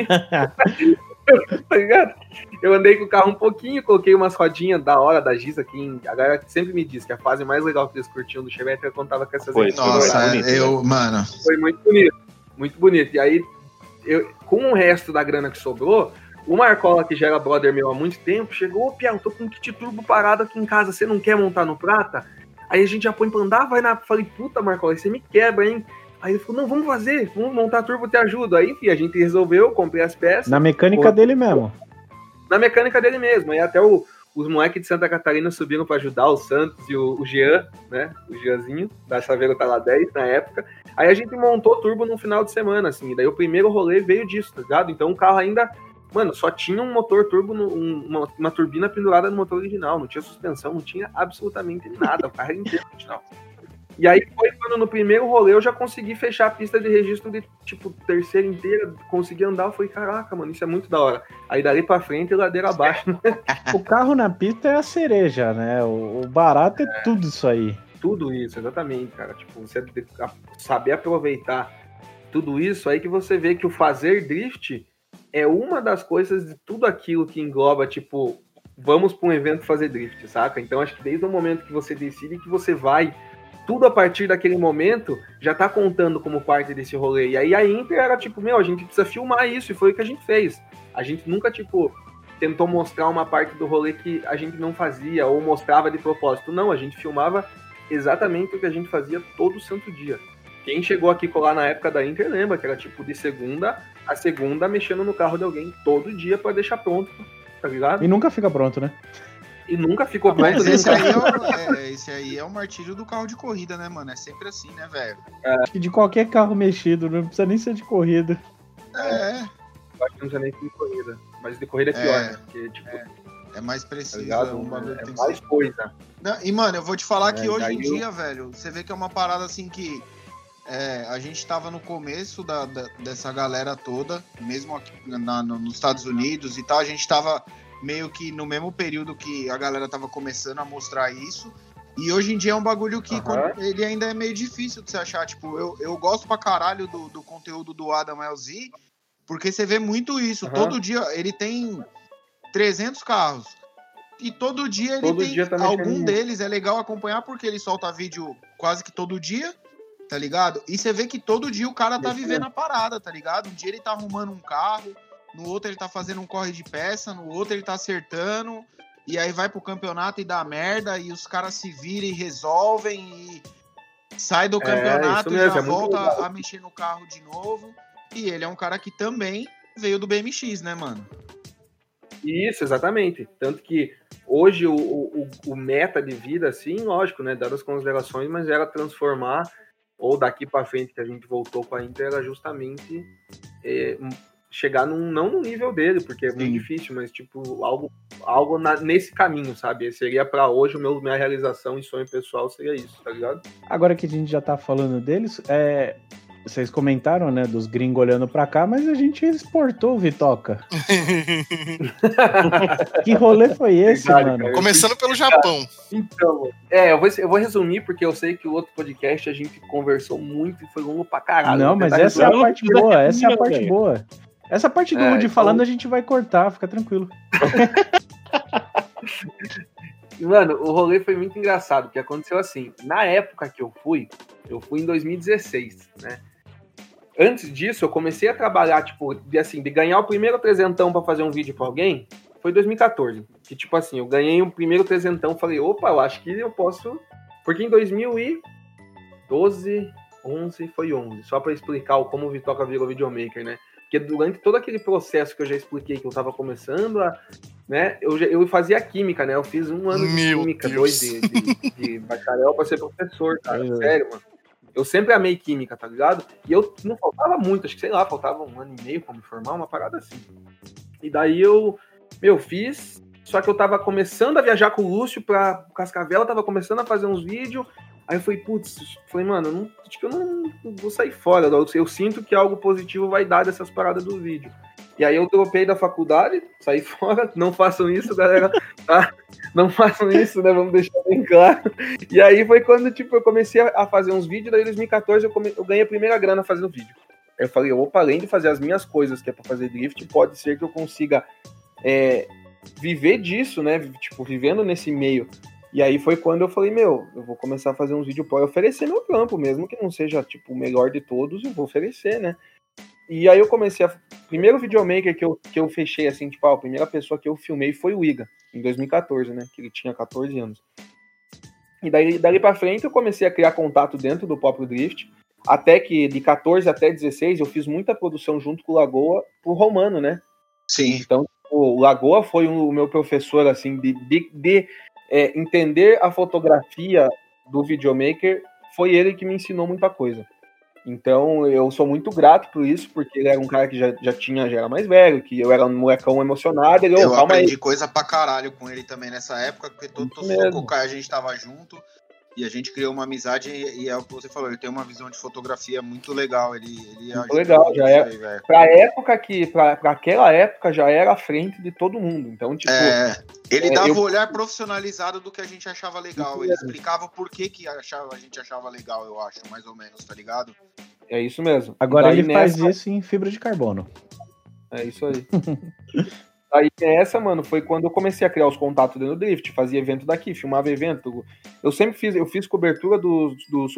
Tá ligado? Eu andei com o carro um pouquinho, coloquei umas rodinhas da hora da Giza, que a galera sempre me diz que a fase mais legal que eles curtiam do Chevette era quando tava com essas Mano. Foi muito bonito, muito bonito. E aí, com o resto da grana que sobrou, o Marcola, que já era brother meu há muito tempo, chegou, ô Piau, tô com um kit turbo parado aqui em casa, você não quer montar no Prata? Aí a gente já põe pra andar, vai na... Falei, puta, Marcola, você me quebra, hein? Aí ele falou, não, vamos fazer, vamos montar turbo, te ajudo. Aí, enfim, a gente resolveu, comprei as peças. Na mecânica dele mesmo. Na mecânica dele mesmo. Aí até os moleques de Santa Catarina subiram pra ajudar, o Santos e o Jean, né? O Jeanzinho, da Saveiro Tala 10, na época. Aí a gente montou turbo no final de semana, assim. E daí o primeiro rolê veio disso, tá ligado? Então o carro ainda... Mano, só tinha um motor turbo, uma turbina pendurada no motor original. Não tinha suspensão, não tinha absolutamente nada. O carro era inteiro original. E aí foi quando no primeiro rolê eu já consegui fechar a pista de registro de, tipo, terceira inteira, consegui andar, eu falei, caraca, mano, isso é muito da hora. Aí dali pra frente, ladeira abaixo. O carro na pista é a cereja, né? O barato é tudo isso aí. Tudo isso, exatamente, cara. Tipo, você saber aproveitar tudo isso, aí que você vê que o fazer drift é uma das coisas de tudo aquilo que engloba, tipo, vamos pra um evento fazer drift, saca? Então acho que desde o momento que você decide que você vai, tudo a partir daquele momento já tá contando como parte desse rolê. E aí a Inter era tipo, a gente precisa filmar isso, e foi o que a gente fez. A gente nunca, tipo, tentou mostrar uma parte do rolê que a gente não fazia, ou mostrava de propósito. Não, a gente filmava exatamente o que a gente fazia todo santo dia. Quem chegou aqui colar na época da Inter lembra que era tipo de segunda a segunda mexendo no carro de alguém todo dia pra deixar pronto, tá ligado? E nunca fica pronto, né? E nunca ficou pronto. Mas esse aí é o martírio do carro de corrida, né, mano? É sempre assim, né, velho? Acho que de qualquer carro mexido, não precisa nem ser de corrida. É. Eu acho que não precisa nem ser de corrida. Mas de corrida é pior, né? Porque, tipo... É mais preciso. Tá é mais coisa. Não, e, mano, eu vou te falar que hoje em daí dia, velho, você vê que é uma parada assim que a gente tava no começo dessa galera toda, mesmo aqui nos Estados Unidos e tal, a gente tava meio que no mesmo período que a galera tava começando a mostrar isso. E hoje em dia é um bagulho que ele ainda é meio difícil de se achar. Tipo, eu gosto pra caralho do conteúdo do Adam LZ, porque você vê muito isso. Todo dia ele tem 300 carros. E todo dia ele tem algum deles. É legal acompanhar porque ele solta vídeo quase que todo dia, tá ligado? E você vê que todo dia o cara tá vivendo a parada, tá ligado? Um dia ele tá arrumando um carro, no outro ele tá fazendo um corre de peça, no outro ele tá acertando, e aí vai pro campeonato e dá merda, e os caras se viram e resolvem, e sai do campeonato e já volta a mexer no carro de novo. E ele é um cara que também veio do BMX, né, mano? Isso, exatamente. Tanto que hoje o meta de vida, assim, lógico, né, dadas as considerações, mas era transformar, ou daqui pra frente que a gente voltou com a Inter, era justamente chegar não no nível dele, porque é muito difícil, mas tipo, algo nesse caminho, sabe? Seria pra hoje, minha realização e sonho pessoal seria isso, tá ligado? Agora que a gente já tá falando deles, vocês comentaram, né, dos gringos olhando pra cá, mas a gente exportou o Vitoca. Que rolê foi esse, mano? Cara, começando pelo Japão. Então, eu vou resumir, porque eu sei que o outro podcast a gente conversou muito e foi longo pra caralho. Não, mas essa é a parte boa, essa é a parte boa. Essa parte do Woody falando a gente vai cortar, fica tranquilo. Mano, o rolê foi muito engraçado, porque aconteceu assim, na época que eu fui em 2016, né? Antes disso, eu comecei a trabalhar, tipo, de ganhar o primeiro trezentão pra fazer um vídeo pra alguém, foi em 2014. Que, tipo assim, eu ganhei o primeiro trezentão, falei, opa, eu acho que eu posso... Porque em 2012, 11, foi 11, só pra explicar como o Vitoca virou videomaker, né? Porque durante todo aquele processo que eu já expliquei, que eu tava começando a... Né, eu fazia química, né? Eu fiz um ano de química, 2 de bacharel pra ser professor, cara. Sério, mano. Eu sempre amei química, tá ligado? E eu não faltava muito, acho que, sei lá, faltava 1 ano e meio pra me formar, uma parada assim. E daí eu fiz, só que eu tava começando a viajar com o Lúcio pra Cascavel, tava começando a fazer uns vídeos, aí eu falei, mano, acho que eu não vou sair fora, eu sinto que algo positivo vai dar dessas paradas do vídeo. E aí eu dropei da faculdade, saí fora. Não façam isso, galera, tá? Não façam isso, né? Vamos deixar bem claro. E aí foi quando, tipo, eu comecei a fazer uns vídeos. Daí em 2014 eu ganhei a primeira grana fazendo vídeo. Aí eu falei, opa, além de fazer as minhas coisas, que é pra fazer drift, pode ser que eu consiga viver disso, né? Tipo, vivendo nesse meio. E aí foi quando eu falei, eu vou começar a fazer uns vídeos para oferecer meu trampo, mesmo que não seja, tipo, o melhor de todos, eu vou oferecer, né? E aí eu comecei o primeiro videomaker que eu fechei, assim, tipo, a primeira pessoa que eu filmei foi o Iga, em 2014, né? Que ele tinha 14 anos. E dali pra frente eu comecei a criar contato dentro do próprio Drift, até que de 14 até 16 eu fiz muita produção junto com o Lagoa pro Romano, né? Sim. Então, o Lagoa foi o meu professor, assim, de entender a fotografia do videomaker, foi ele que me ensinou muita coisa. Então, eu sou muito grato por isso, porque ele era um cara que já era mais velho, que eu era um molecão emocionado. Eu aprendi coisa pra caralho com ele também nessa época, porque todo o Caio a gente tava junto, e a gente criou uma amizade, e é o que você falou, ele tem uma visão de fotografia muito legal. Ele muito legal, já é. Pra aquela época já era à frente de todo mundo. Então, tipo. Ele dava o olhar profissionalizado do que a gente achava legal. Ele explicava por que a gente achava legal, eu acho, mais ou menos, tá ligado? É isso mesmo. Agora ele faz isso em fibra de carbono. É isso aí. Aí essa, mano, foi quando eu comecei a criar os contatos dentro do Drift, fazia evento daqui, filmava evento. Eu fiz cobertura do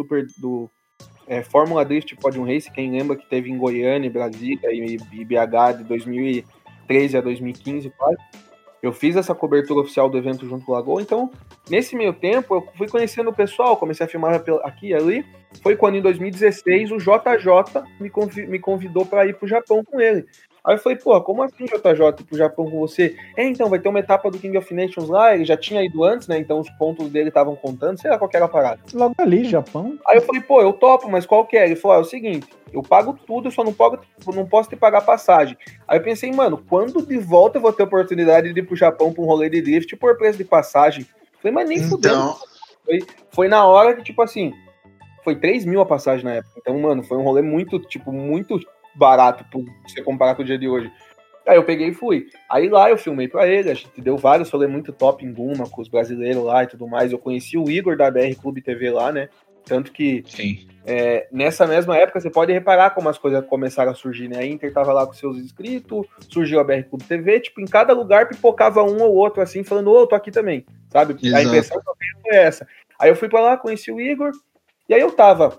Fórmula Drift Podium Race, quem lembra que teve em Goiânia, Brasília e BH de 2013 a 2015, quase. Eu fiz essa cobertura oficial do evento junto com o Lagoa, então, nesse meio tempo, eu fui conhecendo o pessoal, comecei a filmar aqui e ali. Foi quando, em 2016, o JJ me convidou para ir pro Japão com ele. Aí eu falei, pô, como assim, JJ, ir pro Japão com você? Então, vai ter uma etapa do King of Nations lá, ele já tinha ido antes, né, então os pontos dele estavam contando, sei lá qual que era a parada. Logo ali, Japão. Aí eu falei, pô, eu topo, mas qual que é? Ele falou, é o seguinte, eu pago tudo, eu só não posso te pagar passagem. Aí eu pensei, mano, quando de volta eu vou ter oportunidade de ir pro Japão pra um rolê de drift por preço de passagem? Eu falei, mas nem fudendo. Foi na hora que, tipo assim, foi 3 mil a passagem na época. Então, mano, foi um rolê muito barato pra você comparar com o dia de hoje. Aí eu peguei e fui. Aí lá eu filmei pra ele, a gente deu vários rolês muito top em Guma, com os brasileiros lá e tudo mais. Eu conheci o Igor da BR Clube TV lá, né? Tanto que nessa mesma época você pode reparar como as coisas começaram a surgir, né? A Inter tava lá com seus inscritos, surgiu a BR Clube TV, tipo, em cada lugar pipocava um ou outro assim, falando, ô, tô aqui também, sabe? Exato. A impressão que eu fiz foi essa. Aí eu fui pra lá, conheci o Igor, e aí eu tava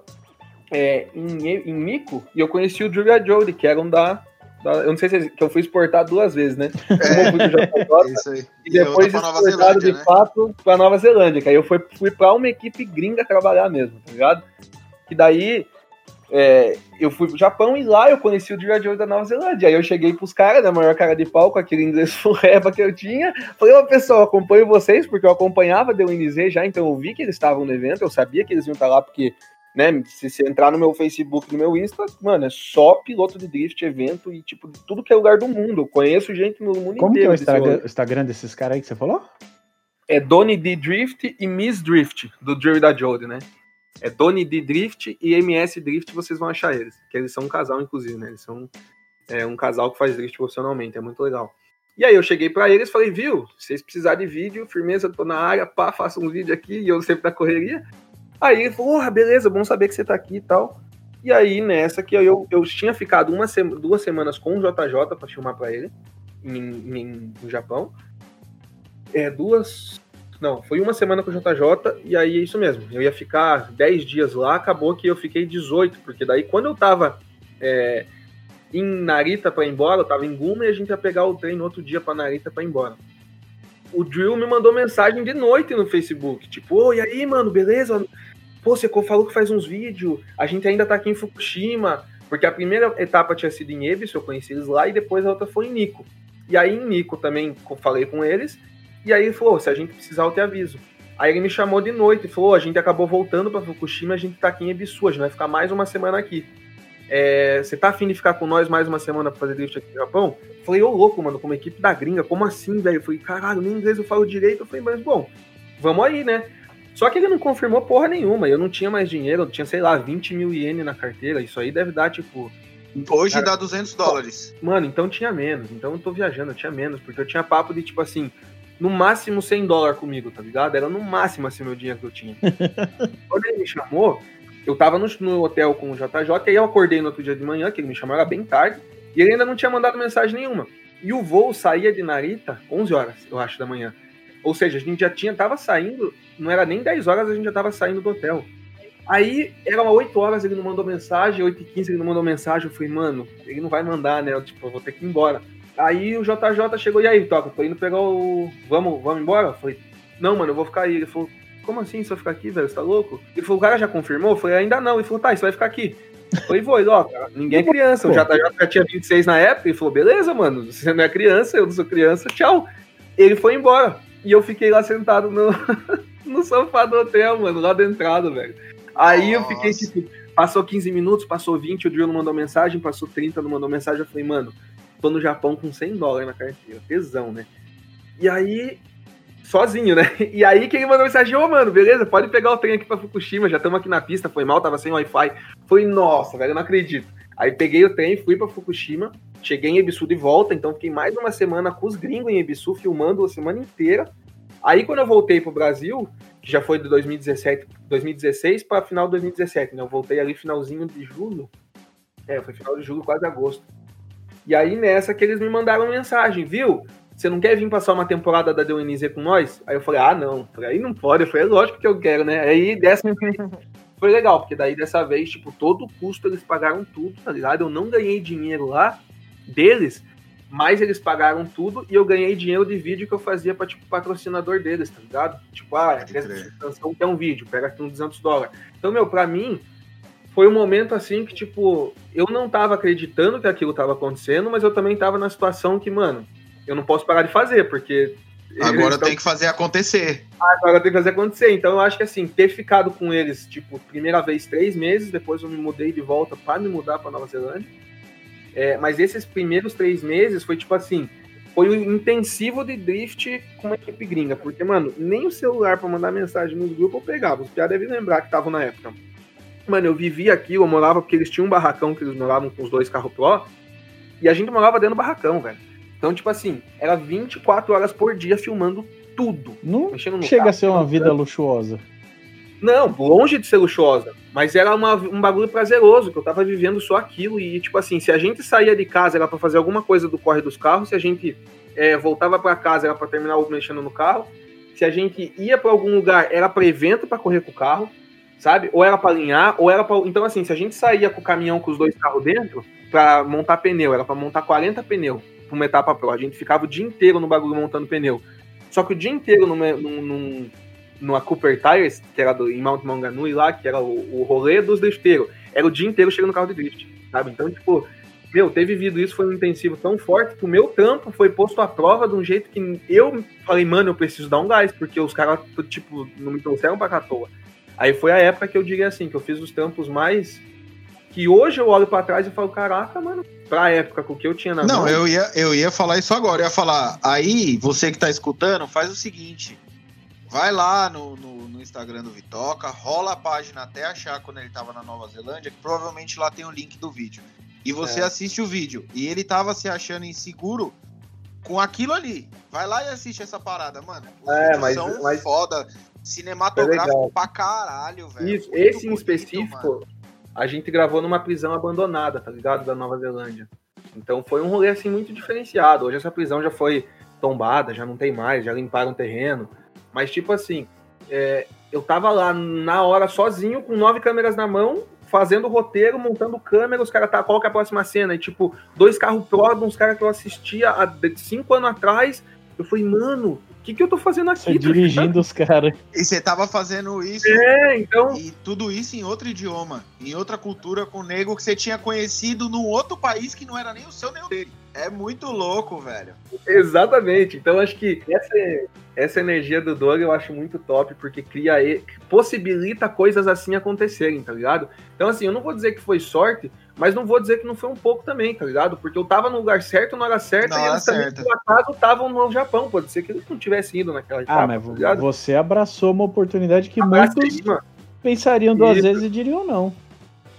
em Mico, e eu conheci o Julia Jody, que era um eu não sei se que eu fui exportar 2 vezes, né? Uma fui pro JJ, isso aí. e depois exportado de fato pra Nova Zelândia, que aí eu fui pra uma equipe gringa trabalhar mesmo, tá ligado? Que daí eu fui pro Japão e lá eu conheci o Julia Jody da Nova Zelândia. Aí eu cheguei pros caras, na maior cara de pau, com aquele inglês furreba que eu tinha. Falei, ô pessoal, acompanho vocês, porque eu acompanhava a DWNZ já, então eu vi que eles estavam no evento, eu sabia que eles iam estar lá, porque, né, se você entrar no meu Facebook, no meu Insta, mano, é só piloto de drift, evento e, tipo, tudo que é lugar do mundo. Eu conheço gente no mundo Como inteiro. Como que é o Instagram desses caras aí que você falou? É Donnie D Drift e Miss Drift, do Jerry da Jody, né? É Donnie D Drift e MS Drift, vocês vão achar eles. Que eles são um casal, inclusive, né? Eles são um casal que faz drift profissionalmente, é muito legal. E aí eu cheguei pra eles e falei, viu, se vocês precisarem de vídeo, firmeza, tô na área, pá, faço um vídeo aqui, e eu sempre na correria. Aí ele falou, beleza, bom saber que você tá aqui e tal. E aí, nessa que eu tinha ficado 2 semanas com o JJ pra filmar pra ele, no Japão. Foi 1 semana com o JJ, e aí é isso mesmo. Eu ia ficar 10 dias lá, acabou que eu fiquei 18, porque daí quando eu tava em Narita pra ir embora, eu tava em Guma e a gente ia pegar o trem no outro dia pra Narita pra ir embora. O Drill me mandou mensagem de noite no Facebook, tipo, e aí, mano, beleza? Pô, você falou que faz uns vídeos, a gente ainda tá aqui em Fukushima, porque a primeira etapa tinha sido em Ebisu, eu conheci eles lá, e depois a outra foi em Nikko. E aí em Nikko também falei com eles, e aí ele falou, se a gente precisar eu te aviso. Aí ele me chamou de noite e falou, a gente acabou voltando pra Fukushima, a gente tá aqui em Ebisu, a gente vai ficar mais 1 semana aqui. Você tá afim de ficar com nós mais 1 semana pra fazer drift aqui no Japão? Falei, ô louco, mano, como equipe da gringa, como assim, velho? Falei, caralho, nem inglês eu falo direito. Eu falei, mas bom, vamos aí, né? Só que ele não confirmou porra nenhuma, eu não tinha mais dinheiro, eu tinha, sei lá, 20 mil iene na carteira, isso aí deve dar, tipo, Hoje Cara, dá $200. Mano, então tinha menos. Então eu tô viajando, eu tinha menos. Porque eu tinha papo de, tipo assim, no máximo $100 comigo, tá ligado? Era no máximo, assim, meu dinheiro que eu tinha. Quando ele me chamou, eu tava no hotel com o JJ, e aí eu acordei no outro dia de manhã, que ele me chamou, era bem tarde, e ele ainda não tinha mandado mensagem nenhuma. E o voo saía de Narita 11 horas, eu acho, da manhã. Ou seja, a gente já tava saindo, não era nem 10 horas, a gente já tava saindo do hotel. Aí, eram 8 horas, ele não mandou mensagem, 8h15 ele não mandou mensagem, eu falei, mano, ele não vai mandar, né? Eu vou ter que ir embora. Aí o JJ chegou, e aí, Toca, tô indo pegar o... Vamos embora? Eu falei, não, mano, eu vou ficar aí. Ele falou, como assim você vai ficar aqui, velho? Você tá louco? Ele falou, o cara já confirmou? Eu falei, ainda não. Ele falou, tá, você vai ficar aqui. Eu falei, vou, ele, ó, cara, ninguém é criança. O JJ já tinha 26 na época. Ele falou, beleza, mano, você não é criança, eu não sou criança, tchau. Ele foi embora. E eu fiquei lá sentado no sofá do hotel, mano, lá da entrada, velho. Aí eu fiquei, tipo, passou 15 minutos, passou 20, o Drill não mandou mensagem, passou 30, não mandou mensagem. Eu falei, mano, tô no Japão com $100 na carteira, tesão, né? E aí, sozinho, né? E aí que ele mandou mensagem, ô, mano, beleza, pode pegar o trem aqui pra Fukushima, já estamos aqui na pista, foi mal, tava sem Wi-Fi. Falei, nossa, velho, eu não acredito. Aí peguei o trem, fui pra Fukushima, cheguei em Ebisu de volta, então fiquei mais uma semana com os gringos em Ebisu, filmando a semana inteira. Aí quando eu voltei pro Brasil, que já foi de 2016 para final de 2017, né? Eu voltei ali finalzinho de julho. Foi final de julho, quase agosto. E aí nessa que eles me mandaram mensagem, viu? Você não quer vir passar uma temporada da DNZ com nós? Aí eu falei, não. Aí não pode. Eu falei, lógico que eu quero, né? Aí dessa foi legal, porque daí dessa vez, tipo, todo o custo eles pagaram tudo, tá ligado? Eu não ganhei dinheiro lá deles, mas eles pagaram tudo e eu ganhei dinheiro de vídeo que eu fazia pra, tipo, patrocinador deles, tá ligado? Tipo, que é um vídeo, pega aqui uns $200. Então, meu, pra mim, foi um momento assim que, tipo, eu não tava acreditando que aquilo tava acontecendo, mas eu também tava na situação que, mano, eu não posso parar de fazer, porque... Agora tem que fazer acontecer. Agora tem que fazer acontecer. Então eu acho que, assim, ter ficado com eles, tipo, primeira vez 3 meses, depois eu me mudei de volta pra me mudar pra Nova Zelândia. Mas esses primeiros 3 meses foi, tipo assim, foi um intensivo de drift com uma equipe gringa, porque, mano, nem o celular pra mandar mensagem nos grupos eu pegava. Os piadas devem lembrar que estavam na época. Mano, eu vivia aquilo, eu morava porque eles tinham um barracão que eles moravam com os 2 carros Pro, e a gente morava dentro do barracão, velho. Então, tipo assim, era 24 horas por dia filmando tudo. Não chega carro, a ser uma vida luxuosa. Não, longe de ser luxuosa. Mas era um bagulho prazeroso, que eu tava vivendo só aquilo. E, tipo assim, se a gente saía de casa era pra fazer alguma coisa do corre dos carros, se a gente voltava pra casa era pra terminar mexendo no carro, se a gente ia pra algum lugar era pra evento pra correr com o carro, sabe? Ou era pra alinhar, ou era pra... Então, assim, se a gente saía com o caminhão com os 2 carros dentro pra montar pneu, era pra montar 40 pneus pra uma etapa pro. A gente ficava o dia inteiro no bagulho montando pneu. Só que o dia inteiro numa Cooper Tires, que era em Mount Maunganui lá, que era o rolê dos drifteiros, era o dia inteiro chegando no carro de drift, sabe? Então, tipo, meu, ter vivido isso foi um intensivo tão forte que o meu trampo foi posto à prova de um jeito que eu falei, mano, eu preciso dar um gás, porque os caras, tipo, não me trouxeram pra cá à toa. Aí foi a época que eu diria assim, que eu fiz os trampos mais... que hoje eu olho pra trás e falo, caraca, mano, pra época com o que eu tinha na mão... Não, eu ia falar isso agora, eu ia falar, aí, você que tá escutando, faz o seguinte, vai lá no Instagram do Vitoca, rola a página até achar quando ele tava na Nova Zelândia, que provavelmente lá tem o link do vídeo, e você assiste o vídeo, e ele tava se achando inseguro com aquilo ali, vai lá e assiste essa parada, mano, mas foda, cinematográfico pra caralho, velho. Isso, esse em específico... Mano. A gente gravou numa prisão abandonada, tá ligado? Da Nova Zelândia. Então foi um rolê, assim, muito diferenciado. Hoje essa prisão já foi tombada, já não tem mais, já limparam o terreno. Mas, tipo assim, eu tava lá na hora sozinho, com 9 câmeras na mão, fazendo roteiro, montando câmera, os caras qual que é a próxima cena? E, tipo, 2 carros Pro, uns caras que eu assistia há 5 anos atrás. Eu falei, mano... O que eu tô fazendo aqui? Você dirigindo os caras. E você tava fazendo isso. Então... E tudo isso em outro idioma. Em outra cultura, com o nego que você tinha conhecido num outro país que não era nem o seu, nem o dele. É muito louco, velho. Exatamente. Então, acho que essa energia do Doug eu acho muito top, porque possibilita coisas assim acontecerem, tá ligado? Então, assim, eu não vou dizer que foi sorte, mas não vou dizer que não foi um pouco também, tá ligado? Porque eu tava no lugar certo, na hora certa, e eles também, por acaso, estavam no Japão. Pode ser que eles não tivessem ido naquela etapa, mas tá você abraçou uma oportunidade que muitos pensariam 2 vezes e diriam não.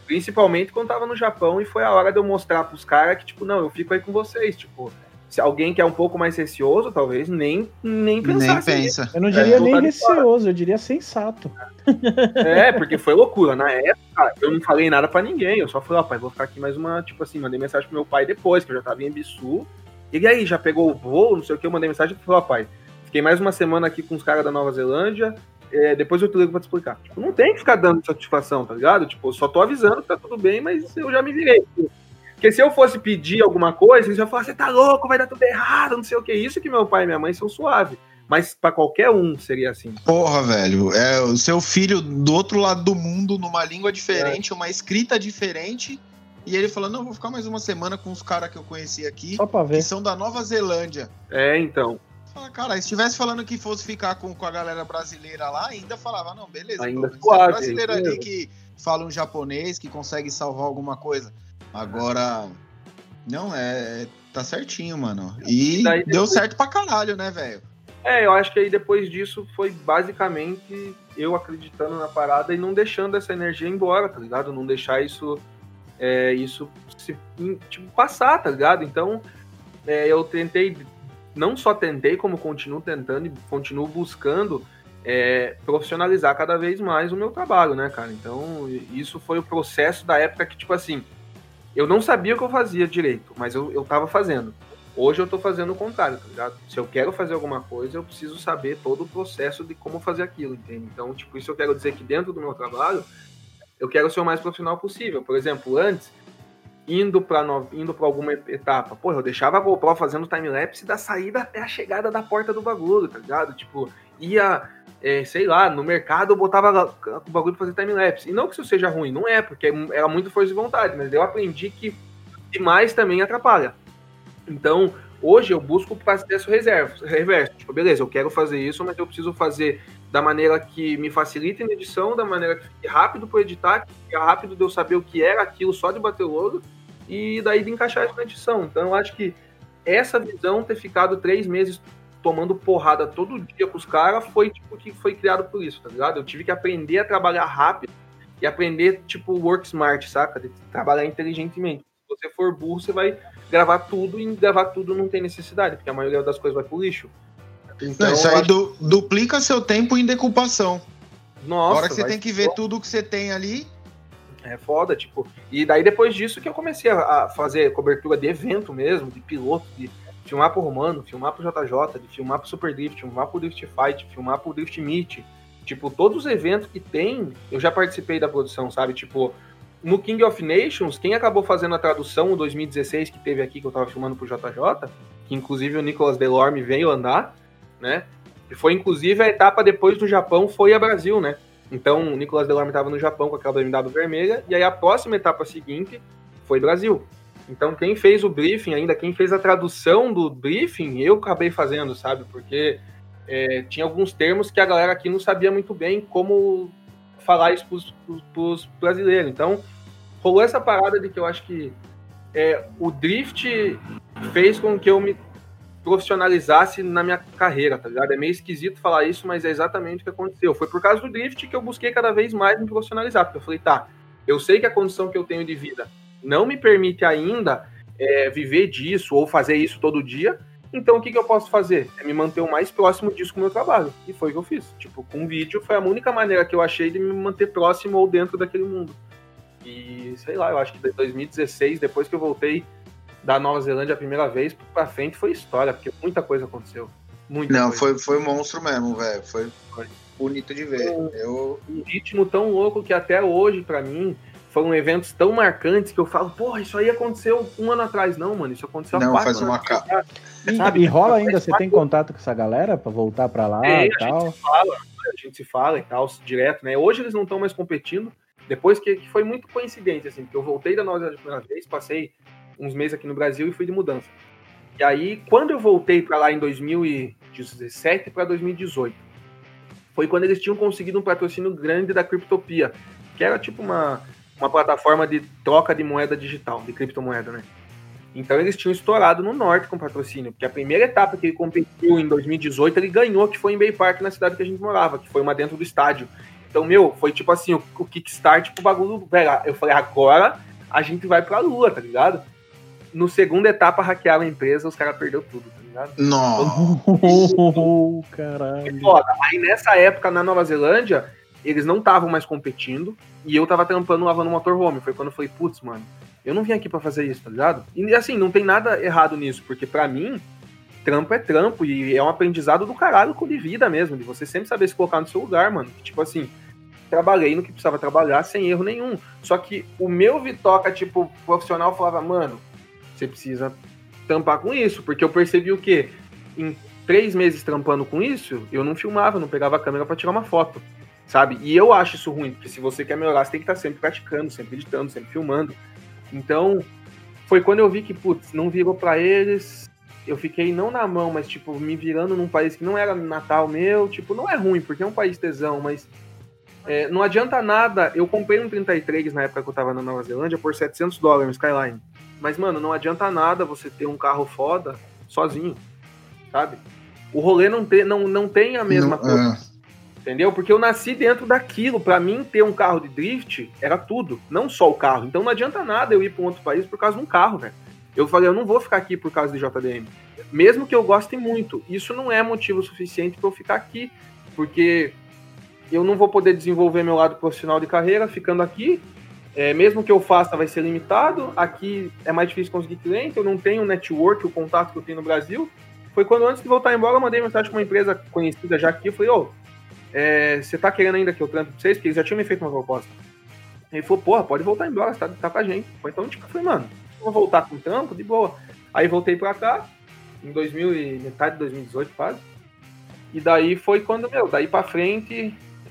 Principalmente quando tava no Japão e foi a hora de eu mostrar pros caras que, tipo, não, eu fico aí com vocês. Tipo, se alguém que é um pouco mais receoso, talvez nem pensasse Nem nisso. pensa. Eu não diria nem Tá de receoso, eu diria sensato. Porque foi loucura. Na época, eu não falei nada pra ninguém. Eu só falei, ó, pai, vou ficar aqui mais uma, tipo assim, mandei mensagem pro meu pai depois, que eu já tava em Ibiçu. E aí, já pegou o voo, não sei o que, eu mandei mensagem e falei, ó, pai, fiquei mais uma semana aqui com os caras da Nova Zelândia, depois eu te ligo pra te explicar. Tipo, não tem que ficar dando satisfação, tá ligado? Tipo, eu só tô avisando que tá tudo bem, mas eu já me virei. Porque se eu fosse pedir alguma coisa, eles iam falar, você tá louco, vai dar tudo errado, não sei o que. Isso que meu pai e minha mãe são suaves. Mas pra qualquer um seria assim. Porra, velho, é o seu filho do outro lado do mundo, numa língua diferente, uma escrita diferente, e ele falou, não, vou ficar mais uma semana com os caras que eu conheci aqui, Só pra ver. que são da Nova Zelândia. Então. Fala, cara, se estivesse falando que fosse ficar com a galera brasileira lá, ainda falava, não, beleza, Ainda pô, suave, brasileiro é ali mesmo. que fala um japonês, que consegue salvar alguma coisa. Agora, não, tá certinho, mano. E daí deu depois- certo pra caralho, né, velho? Eu acho que aí depois disso foi basicamente eu acreditando na parada e não deixando essa energia embora, tá ligado? Não deixar isso se, tipo, passar, tá ligado? Então, eu tentei, não só tentei, como continuo tentando e continuo buscando profissionalizar cada vez mais o meu trabalho, né, cara? Então, isso foi o processo da época que, tipo assim, eu não sabia o que eu fazia direito, mas eu tava fazendo. Hoje eu tô fazendo o contrário, tá ligado? Se eu quero fazer alguma coisa, eu preciso saber todo o processo de como fazer aquilo, entende? Então, tipo, isso eu quero dizer que dentro do meu trabalho, eu quero ser o mais profissional possível. Por exemplo, antes, indo pra alguma etapa, eu deixava a GoPro fazendo time-lapse da saída até a chegada da porta do bagulho, tá ligado? Tipo, ia, sei lá, no mercado eu botava o bagulho pra fazer time-lapse. E não que isso seja ruim, não é, porque era muito força de vontade, mas eu aprendi que demais também atrapalha. Então, hoje eu busco o processo reverso. Tipo, beleza, eu quero fazer isso, mas eu preciso fazer da maneira que me facilite na edição, da maneira que fique rápido para editar, que fique rápido de eu saber o que era aquilo só de bater o olho, e daí de encaixar isso na edição. Então, eu acho que essa visão, ter ficado 3 meses tomando porrada todo dia com os caras, foi tipo que foi criado por isso, tá ligado? Eu tive que aprender a trabalhar rápido e aprender, tipo, work smart, saca? De trabalhar inteligentemente. Se você for burro, você vai gravar tudo, e gravar tudo não tem necessidade, porque a maioria das coisas vai pro lixo. Então, Não, isso aí duplica seu tempo em decupação. Nossa, Na hora que você tem que ver tudo que você tem ali. É foda, tipo. E daí depois disso que eu comecei a fazer cobertura de evento mesmo, de piloto, de filmar pro Romano, filmar pro JJ, de filmar pro Super Drift, filmar pro Drift Fight, filmar pro Drift Meet. Tipo, todos os eventos que tem, eu já participei da produção, sabe? Tipo, no King of Nations, quem acabou fazendo a tradução em 2016, que teve aqui, que eu tava filmando pro JJ, que inclusive o Nicolas Delorme veio andar, né? E foi inclusive a etapa depois do Japão, foi a Brasil, né? Então o Nicolas Delorme tava no Japão com aquela BMW vermelha, e aí a próxima etapa seguinte foi Brasil. Então quem fez o briefing ainda, quem fez a tradução do briefing, eu acabei fazendo, sabe? Porque tinha alguns termos que a galera aqui não sabia muito bem como falar isso pros brasileiros. Então rolou essa parada de que eu acho que o drift fez com que eu me profissionalizasse na minha carreira, tá ligado? É meio esquisito falar isso, mas é exatamente o que aconteceu. Foi por causa do drift que eu busquei cada vez mais me profissionalizar, porque eu falei, tá, eu sei que a condição que eu tenho de vida não me permite ainda viver disso ou fazer isso todo dia, então o que eu posso fazer? É me manter o mais próximo disso com o meu trabalho. E foi o que eu fiz. Tipo, com vídeo foi a única maneira que eu achei de me manter próximo ou dentro daquele mundo. E, sei lá, eu acho que em 2016, depois que eu voltei da Nova Zelândia a primeira vez, pra frente foi história, porque muita coisa aconteceu. Não, foi monstro mesmo, velho. Foi bonito de ver. Um ritmo tão louco que até hoje, pra mim, foram eventos tão marcantes que eu falo, porra, isso aí aconteceu 1 ano atrás. Não, mano, isso aconteceu há 4 anos atrás. E rola ainda? Você tem contato com essa galera pra voltar pra lá e tal? A gente se fala e tal, direto, né? Hoje eles não estão mais competindo, depois que foi muito coincidente, assim, porque eu voltei da Nova Zelândia a primeira vez, passei uns meses aqui no Brasil e fui de mudança. E aí, quando eu voltei pra lá em 2017 para 2018, foi quando eles tinham conseguido um patrocínio grande da Cryptopia, que era tipo uma plataforma de troca de moeda digital, de criptomoeda, né? Então eles tinham estourado no norte com patrocínio, porque a primeira etapa que ele competiu em 2018, ele ganhou, que foi em Bay Park, na cidade que a gente morava, que foi uma dentro do estádio. Então, foi tipo assim, o kickstart pro bagulho, velho. Eu falei, agora a gente vai pra lua, tá ligado? No segunda etapa, hackearam a empresa, os caras perderam tudo, tá ligado? Nossa. Caralho. Foda. Aí nessa época, na Nova Zelândia, eles não estavam mais competindo, e eu tava trampando, lavando motorhome. Foi quando eu falei, putz, mano, eu não vim aqui pra fazer isso, tá ligado? E assim, não tem nada errado nisso, porque pra mim, trampo é trampo, e é um aprendizado do caralho de vida mesmo, de você sempre saber se colocar no seu lugar, mano. Tipo assim, trabalhei no que precisava trabalhar sem erro nenhum. Só que o meu Vitoca, tipo, profissional, falava, mano, você precisa tampar com isso, porque eu percebi o quê? Em 3 meses trampando com isso, eu não filmava, não pegava a câmera pra tirar uma foto, sabe? E eu acho isso ruim, porque se você quer melhorar, você tem que estar sempre praticando, sempre editando, sempre filmando. Então, foi quando eu vi que, putz, não virou pra eles, eu fiquei não na mão, mas, tipo, me virando num país que não era natal meu, tipo, não é ruim, porque é um país tesão, mas não adianta nada. Eu comprei um 33 na época que eu tava na Nova Zelândia por $700 no Skyline. Mas, mano, não adianta nada você ter um carro foda sozinho, sabe? O rolê não tem a mesma coisa, entendeu? Porque eu nasci dentro daquilo. Pra mim, ter um carro de drift era tudo, não só o carro. Então não adianta nada eu ir pra um outro país por causa de um carro, velho. Eu falei, eu não vou ficar aqui por causa de JDM. Mesmo que eu goste muito, isso não é motivo suficiente pra eu ficar aqui, porque eu não vou poder desenvolver meu lado profissional de carreira ficando aqui. Mesmo que eu faça, vai ser limitado. Aqui é mais difícil conseguir cliente. Eu não tenho o network, o contato que eu tenho no Brasil. Foi quando, antes de voltar embora, eu mandei mensagem para uma empresa conhecida já aqui. Eu falei, você tá querendo ainda que eu trampe pra vocês? Porque eles já tinham me feito uma proposta. Ele falou, porra, pode voltar embora, você tá com a gente. Então, tipo, eu falei, mano, vou voltar com o trampo, de boa. Aí voltei pra cá, em metade de 2018 quase. E daí foi quando, daí pra frente...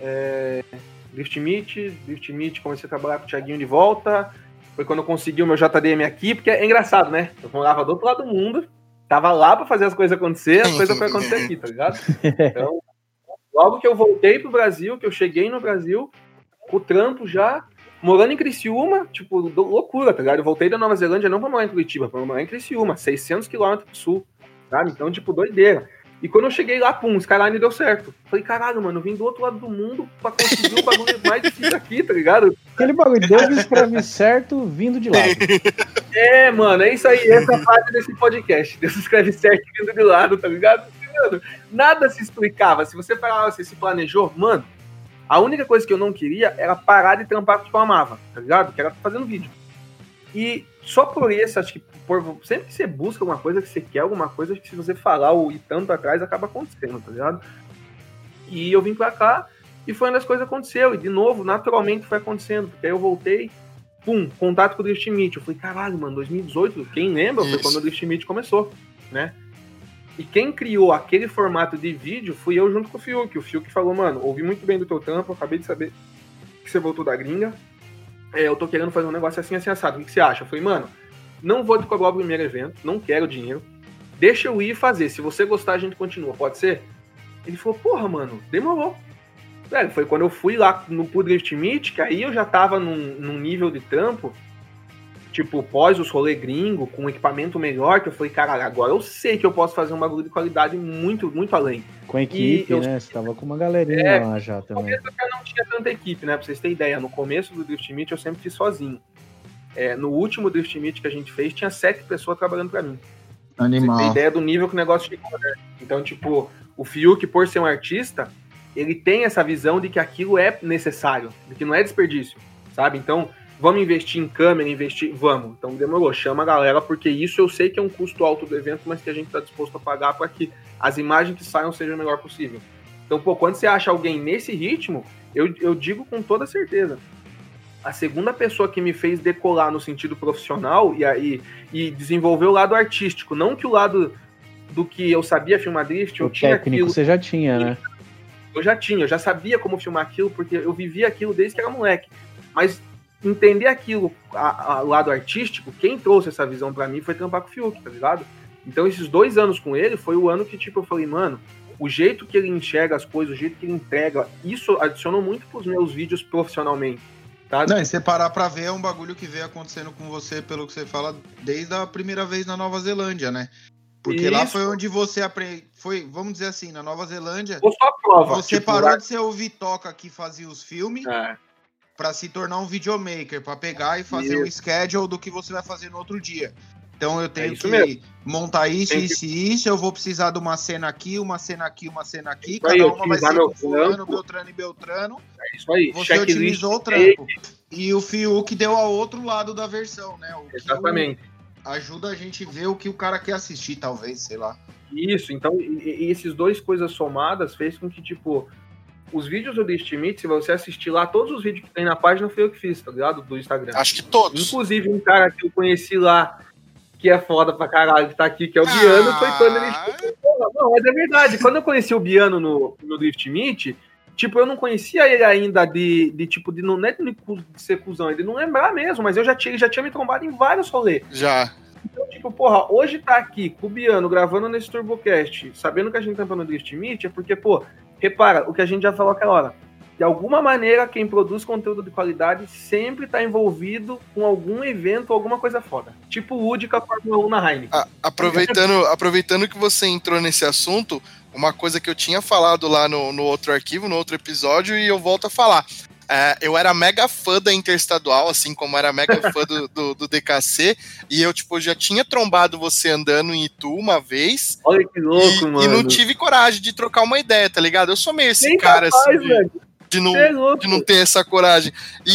Drift Meet, comecei a trabalhar com o Thiaguinho de volta. Foi quando eu consegui o meu JDM aqui, porque é engraçado, né? Eu morava do outro lado do mundo, tava lá pra fazer as coisas acontecer, as coisas foram acontecer aqui, tá ligado? Então, logo que eu voltei pro Brasil, que eu cheguei no Brasil, com o trampo já, morando em Criciúma, tipo, loucura, tá ligado? Eu voltei da Nova Zelândia não pra morar em Curitiba, pra morar em Criciúma, 600 km pro sul, sabe? Então, tipo, doideira. E quando eu cheguei lá, pum, Skyline deu certo. Falei, caralho, mano, eu vim do outro lado do mundo pra conseguir o bagulho mais difícil aqui, tá ligado? Aquele bagulho, Deus escreve certo vindo de lado. Mano, é isso aí, essa parte desse podcast. Deus escreve certo vindo de lado, tá ligado? Mano, nada se explicava. Se você falava, você se planejou, mano, a única coisa que eu não queria era parar de trampar com o que eu amava, tá ligado? Que era fazendo vídeo. E só por isso, acho que sempre que você busca alguma coisa, que você quer alguma coisa, acho que se você falar ou ir tanto atrás, acaba acontecendo, tá ligado? E eu vim pra cá e foi onde as coisas aconteceram. E de novo, naturalmente foi acontecendo, porque aí eu voltei, pum, contato com o Drift Meet. Eu falei, caralho, mano, 2018, quem lembra, foi quando o Drift Meet começou, né? E quem criou aquele formato de vídeo fui eu junto com o Fiuk. O Fiuk falou, mano, ouvi muito bem do teu trampo, acabei de saber que você voltou da gringa. Eu tô querendo fazer um negócio assim, assim, assado. O que você acha? Eu falei, mano, não vou te cobrar o primeiro evento, não quero dinheiro. Deixa eu ir e fazer. Se você gostar, a gente continua. Pode ser? Ele falou, porra, mano, demorou. Velho, foi quando eu fui lá pro Drift Meet, que aí eu já tava num nível de trampo, tipo, pós os rolê gringo, com um equipamento melhor, que eu falei, caralho, agora eu sei que eu posso fazer um bagulho de qualidade muito, muito além. Com equipe, né? Você tava com uma galerinha lá já também. No começo eu não tinha tanta equipe, né? Pra vocês terem ideia, no começo do Drift Meet eu sempre fiz sozinho. No último Drift Meet que a gente fez, tinha 7 pessoas trabalhando pra mim. Animal. Você tem ideia do nível que o negócio chegou, né? Então, tipo, o Fiuk, por ser um artista, ele tem essa visão de que aquilo é necessário, de que não é desperdício, sabe? Então, vamos investir em câmera, vamos. Então, demorou, chama a galera, porque isso eu sei que é um custo alto do evento, mas que a gente tá disposto a pagar para que as imagens que saiam sejam o melhor possível. Então, pô, quando você acha alguém nesse ritmo, eu digo com toda certeza, a segunda pessoa que me fez decolar no sentido profissional e desenvolver o lado artístico, não que o lado do que eu sabia filmar drift, eu tinha técnico aquilo. Você já tinha, né? Eu já sabia como filmar aquilo, porque eu vivia aquilo desde que era moleque. Mas entender aquilo, o lado artístico, quem trouxe essa visão pra mim foi trampar com o Fiuk, tá ligado? Então esses 2 anos com ele foi o ano que, tipo, eu falei, mano, o jeito que ele enxerga as coisas, o jeito que ele entrega, isso adicionou muito pros meus vídeos profissionalmente. Tá? Não, e você parar pra ver é um bagulho que veio acontecendo com você, pelo que você fala, desde a primeira vez na Nova Zelândia, né? Porque lá Isso. foi onde você aprendeu. Foi, vamos dizer assim, na Nova Zelândia, Ou só prova. você tipo, parou lá- de ser o Vitoca que fazia os filmes É, pra se tornar um videomaker, pra pegar e fazer um schedule do que você vai fazer no outro dia. Então eu tenho isso que mesmo. montar isso, Tem que- isso e isso, eu vou precisar de uma cena aqui, uma cena aqui, uma cena aqui, Isso aí, cada uma vai otimizar ser meu com fulano, trampo. Beltrano e Beltrano. É isso aí. Você Checklist otimizou o feita. trampo. E o Fiuk deu ao outro lado da versão, né? O que Exatamente. ajuda a gente a ver o que o cara quer assistir, talvez, sei lá. Isso, então, e esses dois coisas somadas fez com que, tipo, os vídeos do Drift Meet, se você assistir lá, todos os vídeos que tem na página foi eu que fiz, tá ligado? Do Instagram. Acho que todos. Inclusive, um cara que eu conheci lá, que é foda pra caralho, que tá aqui, que é o Biano, foi quando ele... Não, mas é verdade, quando eu conheci o Biano no Drift Meet, tipo, eu não conhecia ele ainda tipo, de não é de ser cuzão, ele não lembrar mesmo, mas ele já tinha me trombado em vários rolês. Já. Então, tipo, porra, hoje tá aqui com o Biano gravando nesse TurboCast, sabendo que a gente tampa no Drift Meet, é porque, pô, repara, o que a gente já falou aquela hora. De alguma maneira, quem produz conteúdo de qualidade sempre tá envolvido com algum evento, alguma coisa foda. Tipo o Woody com a Fórmula 1 na Heineken. Aproveitando que você entrou nesse assunto, uma coisa que eu tinha falado lá no outro arquivo, no outro episódio, e eu volto a falar. Eu era mega fã da Interestadual, assim como era mega fã do DKC, e eu, tipo, já tinha trombado você andando em Itu uma vez. Olha que louco, mano. E não tive coragem de trocar uma ideia, tá ligado? Eu sou meio esse Nem cara, capaz, assim, velho. de não, Cê é louco. de não ter essa coragem.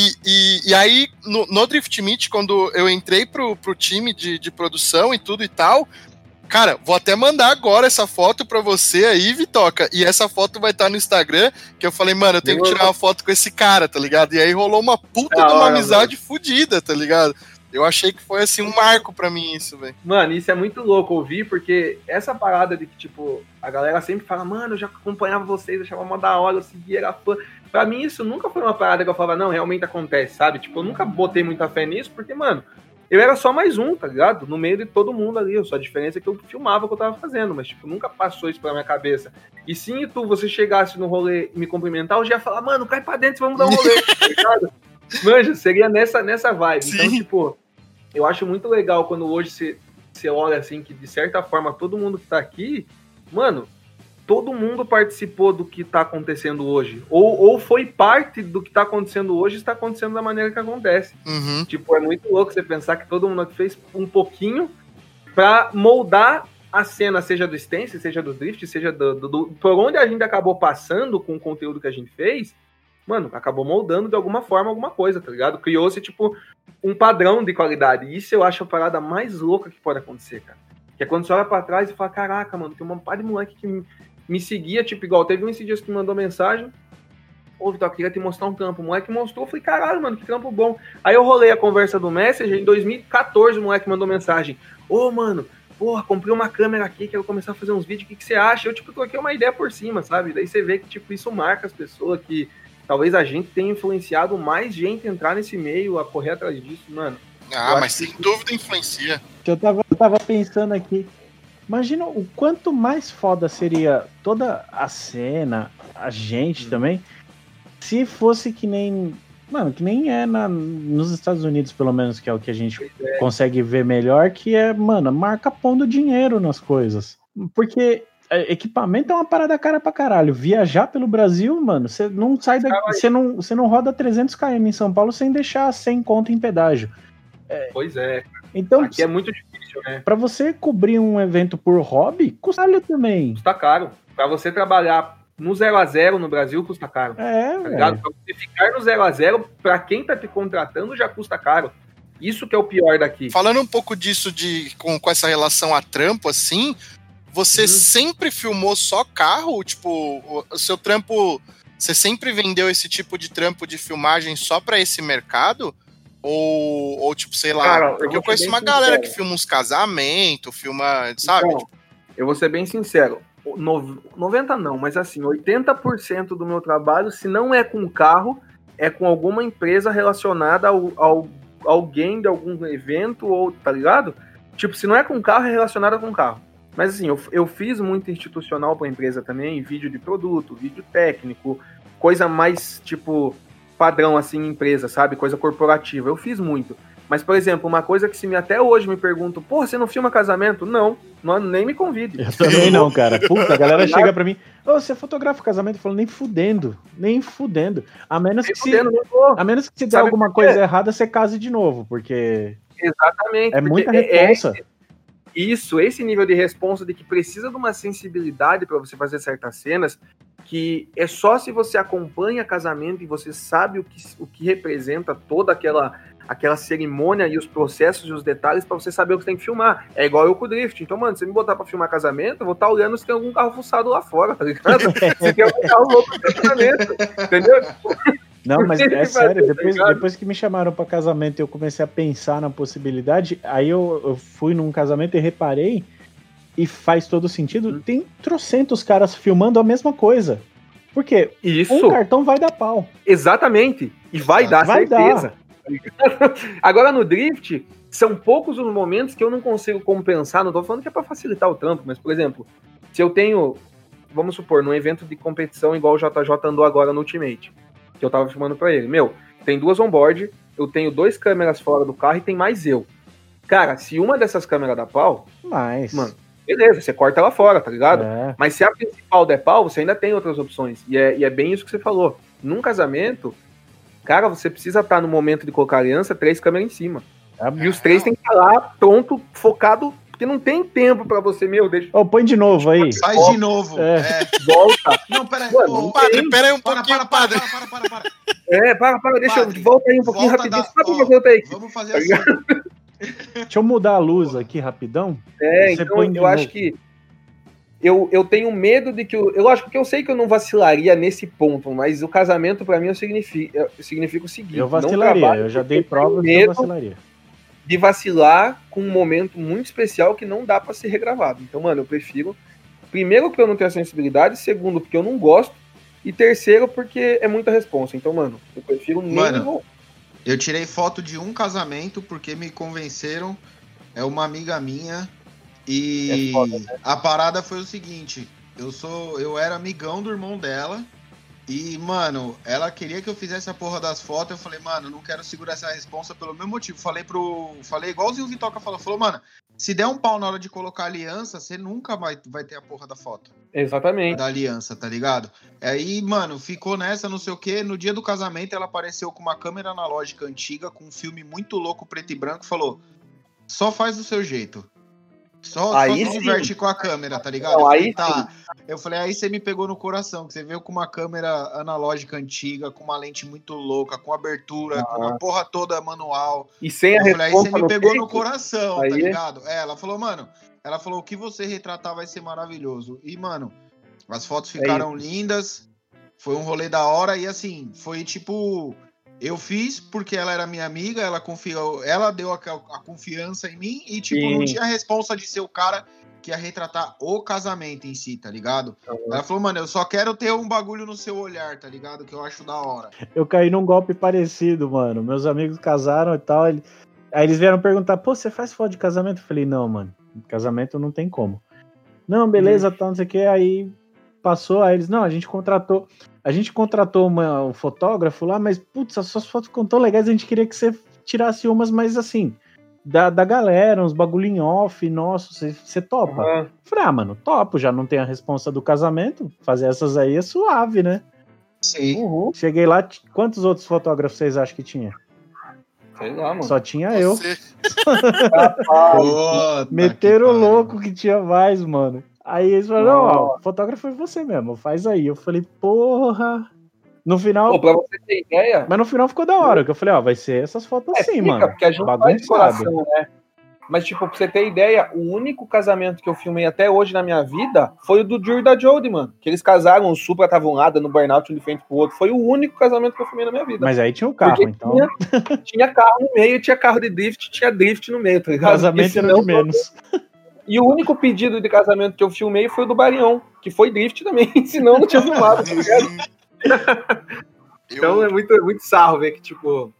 E aí, no Drift Meet, quando eu entrei pro time de produção e tudo e tal, cara, vou até mandar agora essa foto pra você aí, Vitoca, e essa foto vai estar no Instagram, que eu falei, mano, eu tenho que tirar uma foto com esse cara, tá ligado? E aí rolou uma puta de uma amizade fodida, tá ligado? Eu achei que foi, assim, um marco pra mim isso, velho. Mano, isso é muito louco ouvir, porque essa parada de que, tipo, a galera sempre fala, mano, eu já acompanhava vocês, achava mó da hora, eu seguia, era fã. Pra mim, isso nunca foi uma parada que eu falava, não, realmente acontece, sabe? Tipo, eu nunca botei muita fé nisso, porque, mano, eu era só mais um, tá ligado? No meio de todo mundo ali, só a diferença é que eu filmava o que eu tava fazendo, mas, tipo, nunca passou isso pela minha cabeça. E se você chegasse no rolê e me cumprimentar, eu já ia falar, mano, cai pra dentro, vamos dar um rolê, tá ligado? Manja, seria nessa vibe. Sim. Então, tipo, eu acho muito legal quando hoje você olha, assim, que de certa forma todo mundo que tá aqui, mano, todo mundo participou do que tá acontecendo hoje. Ou foi parte do que tá acontecendo hoje e está acontecendo da maneira que acontece. Uhum. Tipo, é muito louco você pensar que todo mundo aqui fez um pouquinho pra moldar a cena, seja do Stance, seja do Drift, seja por onde a gente acabou passando com o conteúdo que a gente fez, mano, acabou moldando de alguma forma alguma coisa, tá ligado? Criou-se, tipo, um padrão de qualidade. E isso eu acho a parada mais louca que pode acontecer, cara. Que é quando você olha pra trás e fala, caraca, mano, tem uma par de moleque que me seguia, tipo, igual, teve um esses dias que mandou mensagem, ô, Vitor, eu queria te mostrar um trampo. O moleque mostrou, eu falei, caralho, mano, que trampo bom. Aí eu rolei a conversa do Messenger, em 2014 o moleque mandou mensagem, ô, mano, porra, comprei uma câmera aqui, quero começar a fazer uns vídeos, o que você acha? Eu, tipo, troquei uma ideia por cima, sabe? Daí você vê que, tipo, isso marca as pessoas, que talvez a gente tenha influenciado mais gente a entrar nesse meio, a correr atrás disso, mano. Mas sem dúvida influencia. Eu tava pensando aqui, imagina o quanto mais foda seria toda a cena, a gente também, se fosse que nem... Mano, que nem é nos Estados Unidos, pelo menos, que é o que a gente consegue ver melhor, que é, mano, marca pondo dinheiro nas coisas. Porque equipamento é uma parada cara pra caralho. Viajar pelo Brasil, mano, você não sai daqui, você não roda 300 km em São Paulo sem deixar 100 conto em pedágio. Pois é. Então, aqui é muito difícil, né? Pra você cobrir um evento por hobby, custa caro também. Custa caro. Pra você trabalhar no 0x0 no Brasil, custa caro. Tá ligado? Pra você ficar no 0x0, pra quem tá te contratando, já custa caro. Isso que é o pior daqui. Falando um pouco disso com essa relação a trampo, assim, você sempre filmou só carro? Tipo, o seu trampo, você sempre vendeu esse tipo de trampo de filmagem só pra esse mercado? Ou tipo, sei lá, cara, porque eu conheço uma galera que filma uns casamentos, filma, sabe? Então, eu vou ser bem sincero, 90 não, mas assim, 80% do meu trabalho, se não é com carro, é com alguma empresa relacionada ao alguém de algum evento, ou tá ligado? Tipo, se não é com carro, é relacionada com carro. Mas assim, eu fiz muito institucional pra empresa também, vídeo de produto, vídeo técnico, coisa mais, tipo, padrão, assim, empresa, sabe? Coisa corporativa. Eu fiz muito. Mas, por exemplo, uma coisa que se até hoje me perguntam, porra, você não filma casamento? Não, nem me convide. Eu também não, cara. Puta, a galera chega pra mim, você fotografa o casamento? Eu falo, nem fudendo. A menos que se der alguma coisa errada, você case de novo, porque... Exatamente. É muita responsa. Esse nível de responsa de que precisa de uma sensibilidade para você fazer certas cenas, que é só se você acompanha casamento e você sabe o que representa toda aquela cerimônia e os processos e os detalhes para você saber o que você tem que filmar. É igual eu com o drift. Então, mano, se você me botar para filmar casamento, eu vou estar olhando se tem algum carro fuçado lá fora, tá ligado? Se tem algum carro louco no casamento, entendeu? Não, mas é sério, depois que me chamaram pra casamento e eu comecei a pensar na possibilidade, aí eu fui num casamento e reparei, e faz todo sentido, tem trocentos caras filmando a mesma coisa. Por quê? Um cartão vai dar pau. Exatamente, e vai dar certeza. Agora no drift, são poucos os momentos que eu não consigo compensar, não tô falando que é pra facilitar o trampo, mas, por exemplo, se eu tenho, vamos supor, num evento de competição igual o JJ andou agora no Ultimate, que eu tava filmando pra ele. Tem 2 on-board, eu tenho 2 câmeras fora do carro e tem mais eu. Cara, se uma dessas câmeras dá pau, mano, beleza, você corta ela fora, tá ligado? É. Mas se a principal der pau, você ainda tem outras opções. E é bem isso que você falou. Num casamento, cara, você precisa estar no momento de colocar a aliança, 3 câmeras em cima. E os 3 tem que estar lá, pronto, focado, porque não tem tempo pra você, deixa... põe de novo aí. Faz de novo. Volta. Não, peraí. Pera aí um pouquinho, padre. Para, deixa eu... Volta aí um pouquinho rapidinho. Vamos fazer assim. Deixa eu mudar a luz aqui rapidão. Então eu acho que eu tenho medo de que... Lógico que eu sei que eu não vacilaria nesse ponto, mas o casamento pra mim significa o seguinte. Eu vacilaria, eu já dei prova que eu vacilaria. De vacilar com um momento muito especial que não dá pra ser regravado. Então, mano, eu prefiro... Primeiro, porque eu não tenho a sensibilidade. Segundo, porque eu não gosto. E terceiro, porque é muita responsa. Então, mano, eu prefiro nem... Eu tirei foto de um casamento porque me convenceram. É uma amiga minha. E foda, né? A parada foi o seguinte. Eu era amigão do irmão dela. E, mano, ela queria que eu fizesse a porra das fotos. Eu falei, mano, não quero segurar essa responsa pelo mesmo motivo. Falei igualzinho o Vitoca falou, mano, se der um pau na hora de colocar aliança, você nunca vai ter a porra da foto. Exatamente. Da aliança, tá ligado? Aí, mano, ficou nessa, não sei o quê. No dia do casamento, ela apareceu com uma câmera analógica antiga, com um filme muito louco, preto e branco, e falou, só faz do seu jeito. Só se diverte com a câmera, tá ligado? Não, Eu falei, aí você me pegou no coração, que você veio com uma câmera analógica antiga, com uma lente muito louca, com abertura, com a porra toda manual. E sem a resposta. Aí você me pegou no coração, tá ligado? Ela falou, mano, o que você retratar vai ser maravilhoso. E, mano, as fotos ficaram lindas, foi um rolê da hora, e assim, foi tipo... Eu fiz porque ela era minha amiga, ela confiou, ela deu a confiança em mim e, tipo, não tinha a responsa de ser o cara que ia retratar o casamento em si, tá ligado? Ela falou, mano, eu só quero ter um bagulho no seu olhar, tá ligado? Que eu acho da hora. Eu caí num golpe parecido, mano. Meus amigos casaram e tal, aí eles vieram perguntar, pô, você faz foto de casamento? Eu falei, não, mano, casamento não tem como. Não, beleza, tá, não sei o que, aí passou, aí eles, não, a gente contratou um fotógrafo lá, mas, putz, as suas fotos ficam tão legais, a gente queria que você tirasse umas, mas assim, da galera, uns bagulho em off, nossa, você topa? Uhum. Falei, mano, topo, já não tem a responsa do casamento, fazer essas aí é suave, né? Sim. Uhum. Cheguei lá, quantos outros fotógrafos vocês acham que tinha? Sei lá, mano. Só tinha eu. Puta Meteram o que louco que tinha mais, mano. Aí eles falaram, ó, fotógrafo é você mesmo, faz aí. Eu falei, porra. No final. Pô, pra você ter ideia. Mas no final ficou da hora, que eu falei, ó, vai ser essas fotos assim, mano. Porque a gente faz de coração, né? Mas, tipo, pra você ter ideia, o único casamento que eu filmei até hoje na minha vida foi o do Drew e da Jodie, mano. Que eles casaram, o Supra tava um lado, no burnout, um de frente pro outro. Foi o único casamento que eu filmei na minha vida. Mas aí tinha o carro, porque então. Tinha carro no meio, tinha carro de drift, tinha drift no meio, tá ligado? Casamento era de menos. E o único pedido de casamento que eu filmei foi o do Barião, que foi drift também, senão não tinha filmado, tá ligado? Então é muito sarro ver que, tipo,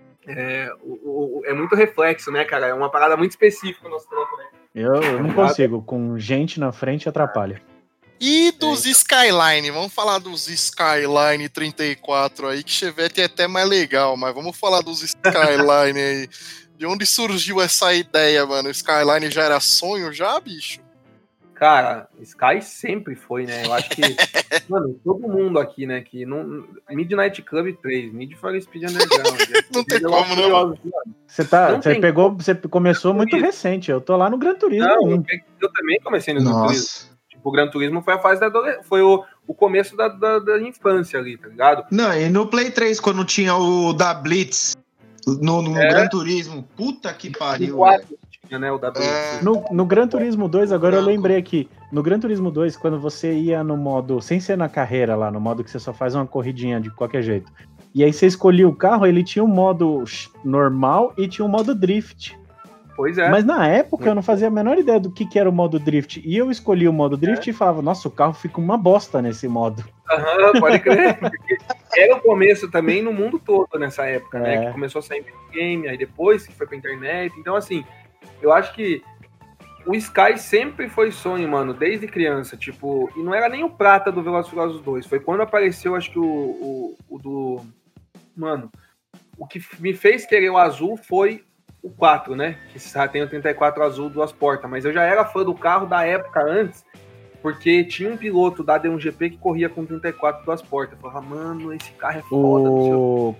é muito reflexo, né, cara? É uma parada muito específica o nosso trampo, né? Eu não consigo, com gente na frente atrapalha. E dos Skyline, vamos falar dos Skyline 34 aí, que Chevette é até mais legal, mas vamos falar dos Skyline aí. De onde surgiu essa ideia, mano? O Skyline já era sonho já, bicho? Cara, Sky sempre foi, né? Eu acho que, mano, todo mundo aqui, né? Que não. Midnight Club 3, Need for Speed Underground. Não tem como, não. Você começou muito recente. Eu tô lá no Gran Turismo 1. Eu também comecei no Gran Turismo. Tipo, o Gran Turismo foi a fase da adolescência. Foi o começo da infância ali, tá ligado? Não, e no Play 3, quando tinha o da Blitz no Gran Turismo, puta que pariu. Né, o da no Gran Turismo 2, agora eu lembrei aqui. No Gran Turismo 2, quando você ia no modo, sem ser na carreira lá, no modo que você só faz uma corridinha de qualquer jeito. E aí você escolhia o carro, ele tinha um modo normal e tinha um modo drift. Pois é. Mas na época eu não fazia a menor ideia do que era o modo drift. E eu escolhi o modo drift e falava, nossa, o carro fica uma bosta nesse modo. Pode crer. Porque era o começo também no mundo todo nessa época, né? Que começou a sair game, aí depois que foi pra internet. Então, assim, eu acho que o Sky sempre foi sonho, mano, desde criança, tipo, e não era nem o prata do Velozes e Furiosos 2, foi quando apareceu, acho que o do... Mano, o que me fez querer o azul foi o 4, né, que tem o 34 azul, 2 portas, mas eu já era fã do carro da época antes, porque tinha um piloto da D1GP que corria com 34 2 portas, eu falava, mano, esse carro é foda.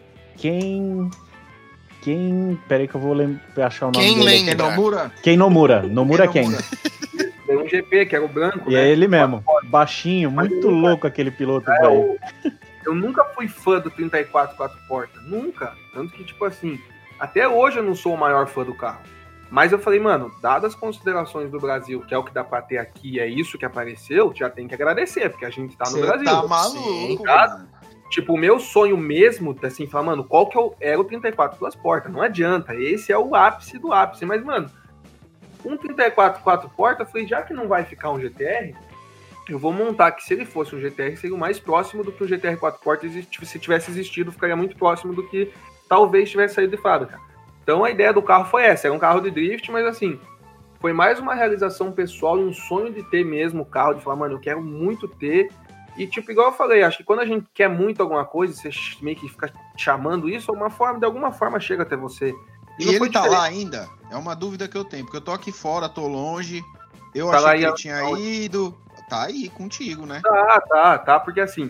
Peraí que eu vou achar o nome dele. Ken Nomura. Nomura Ken. Deu um GP, que era o branco, e né? É ele mesmo. Baixinho, muito louco aquele piloto, velho. Eu nunca fui fã do 34 4 portas. Nunca. Tanto que, tipo assim, até hoje eu não sou o maior fã do carro. Mas eu falei, mano, dadas as considerações do Brasil, que é o que dá pra ter aqui, é isso que apareceu, já tem que agradecer, porque a gente tá no Brasil. Tá maluco, Tipo, o meu sonho mesmo, assim, falar, mano, qual que era o 34 2 portas? Não adianta, esse é o ápice do ápice. Mas, mano, um 34 4 portas, eu falei, já que não vai ficar um GTR, eu vou montar que se ele fosse um GTR, seria o mais próximo do que o GTR 4 portas, se tivesse existido, ficaria muito próximo do que talvez tivesse saído de fábrica. Então a ideia do carro foi essa, era um carro de drift, mas assim, foi mais uma realização pessoal e um sonho de ter mesmo o carro, de falar, mano, eu quero muito ter. E, tipo, igual eu falei, acho que quando a gente quer muito alguma coisa, você meio que fica chamando isso, de alguma forma chega até você. E ele tá lá ainda? É uma dúvida que eu tenho, porque eu tô aqui fora, tô longe, eu achei que ele tinha ido, tá aí contigo, né? Tá, porque assim...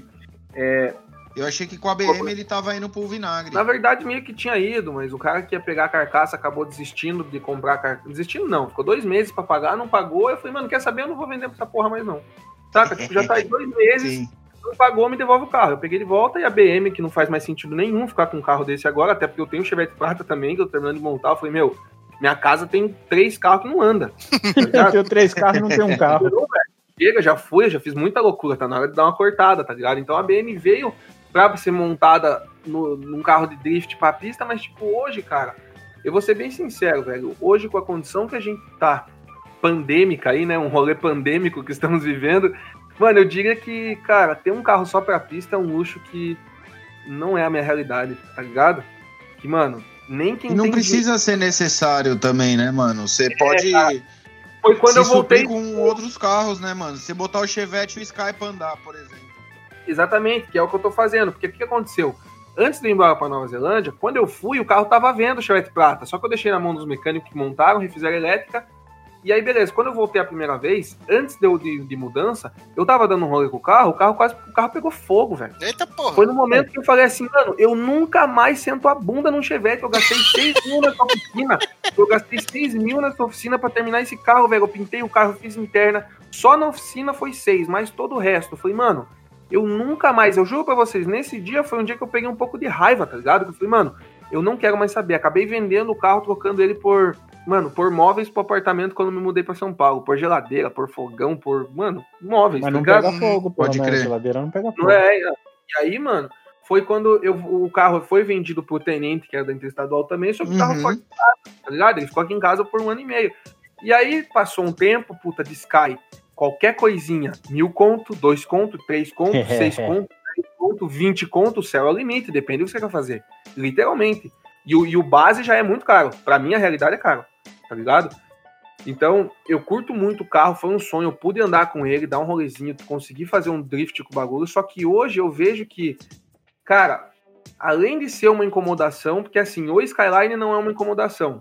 Eu achei que com a BM ele tava indo pro vinagre. Na verdade, meio que tinha ido, mas o cara que ia pegar a carcaça acabou desistindo de comprar a carcaça. Desistindo não, ficou 2 meses pra pagar, não pagou, eu falei, mano, quer saber? Eu não vou vender pra essa porra mais não. Saca? Tipo, já tá aí 2 meses, sim. Não pagou, me devolve o carro. Eu peguei de volta e a BM, que não faz mais sentido nenhum ficar com um carro desse agora, até porque eu tenho um Chevette Prata também, que eu tô terminando de montar. Eu falei, meu, minha casa tem 3 carros que não andam. Eu tenho 3 carros e não tenho um carro. Chega, já fiz muita loucura, tá na hora de dar uma cortada, tá ligado? Então a BM veio pra ser montada num carro de drift pra pista, mas tipo, hoje, cara, eu vou ser bem sincero, velho, hoje com a condição que a gente tá pandêmica aí, né, um rolê pandêmico que estamos vivendo, mano, eu diria que, cara, ter um carro só pra pista é um luxo que não é a minha realidade, tá ligado? Que, mano, nem quem não precisa ser necessário também, né, mano? Você pode... Cara, foi quando eu voltei com outros carros, né, mano? Você botar o Chevette e o Sky pra andar, por exemplo. Exatamente, que é o que eu tô fazendo. Porque o que aconteceu? Antes de ir embora pra Nova Zelândia, quando eu fui, o carro tava vendo o Chevette Prata. Só que eu deixei na mão dos mecânicos que montaram, refizeram elétrica. E aí, beleza. Quando eu voltei a primeira vez, antes de mudança, eu tava dando um rolê com o carro pegou fogo, velho. Eita porra. Foi no momento que eu falei assim, mano, eu nunca mais sento a bunda num Chevette. Eu gastei 6 mil nessa oficina. Eu gastei 6 mil nessa oficina pra terminar esse carro, velho. Eu pintei o carro, fiz interna. Só na oficina foi 6, mas todo o resto. Eu falei, mano... Eu nunca mais, eu juro pra vocês, nesse dia foi um dia que eu peguei um pouco de raiva, tá ligado? Que eu falei, mano, eu não quero mais saber. Acabei vendendo o carro, trocando ele por móveis pro apartamento quando me mudei pra São Paulo. Por geladeira, por fogão, móveis. Mas não tá pega fogo, pode crer. Geladeira não pega fogo. Não é, e aí, mano, foi quando o carro foi vendido pro tenente, que era da Interestadual também, só que o carro foi aqui em casa, tá ligado? Ele ficou aqui em casa por 1 ano e meio. E aí, passou um tempo, puta, de Sky... Qualquer coisinha, 1.000 conto, 2 conto, 3 conto, 6 conto, 10 conto, 20 conto, o céu é o limite, depende do que você quer fazer. Literalmente. E o base já é muito caro. Pra mim, a realidade é caro, tá ligado? Então, eu curto muito o carro, foi um sonho, eu pude andar com ele, dar um rolezinho, conseguir fazer um drift com o bagulho, só que hoje eu vejo que, cara, além de ser uma incomodação, porque assim, o Skyline não é uma incomodação,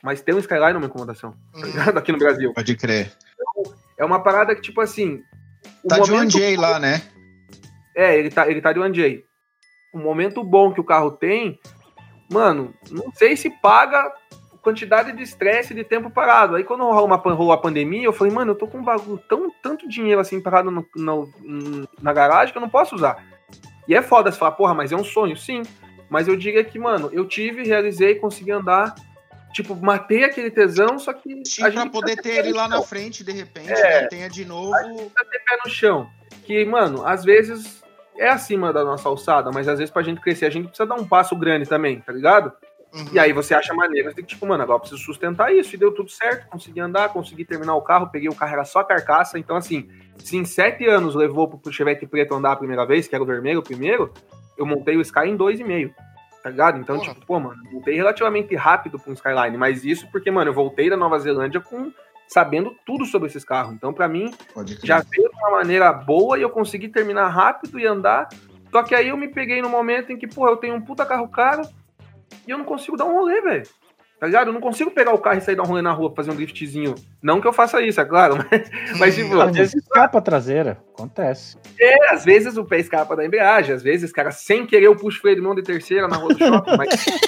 mas ter um Skyline é uma incomodação, tá ligado? Aqui no Brasil. Pode crer. É uma parada que, tipo assim... Tá de 1J lá, né? Ele tá de 1J. O momento bom que o carro tem, mano, não sei se paga quantidade de estresse de tempo parado. Aí quando rolou a pandemia, eu falei, mano, eu tô com um bagulho tanto dinheiro assim parado na garagem que eu não posso usar. E é foda você falar, porra, mas é um sonho, sim. Mas eu digo que, mano, eu realizei, consegui andar, tipo, matei aquele tesão, só que... A gente pra poder ter ele lá na frente, de repente, né, tenha de novo... A gente precisa ter pé no chão. Que, mano, às vezes é acima da nossa alçada, mas às vezes pra gente crescer, a gente precisa dar um passo grande também, tá ligado? E aí você acha maneiro, você tem que, tipo, mano, agora eu preciso sustentar isso, e deu tudo certo, consegui andar, consegui terminar o carro, peguei o carro, era só carcaça, então assim, se em 7 anos levou pro Chevette preto andar a primeira vez, que era o vermelho primeiro, eu montei o Sky em 2,5, tá ligado? Então, tipo, pô, mano, voltei relativamente rápido pra um Skyline, mas isso porque, mano, eu voltei da Nova Zelândia sabendo tudo sobre esses carros, então pra mim, já veio de uma maneira boa e eu consegui terminar rápido e andar, só que aí eu me peguei no momento em que, pô, eu tenho um puta carro caro, e eu não consigo dar um rolê, velho. Tá ligado? Eu não consigo pegar o carro e sair dar um rolê na rua pra fazer um driftzinho. Não que eu faça isso, é claro. Mas tipo... Às vezes escapa a traseira. Acontece. Às vezes o pé escapa da embreagem. Às vezes, cara, sem querer eu puxo o freio de mão de terceira na rua do shopping.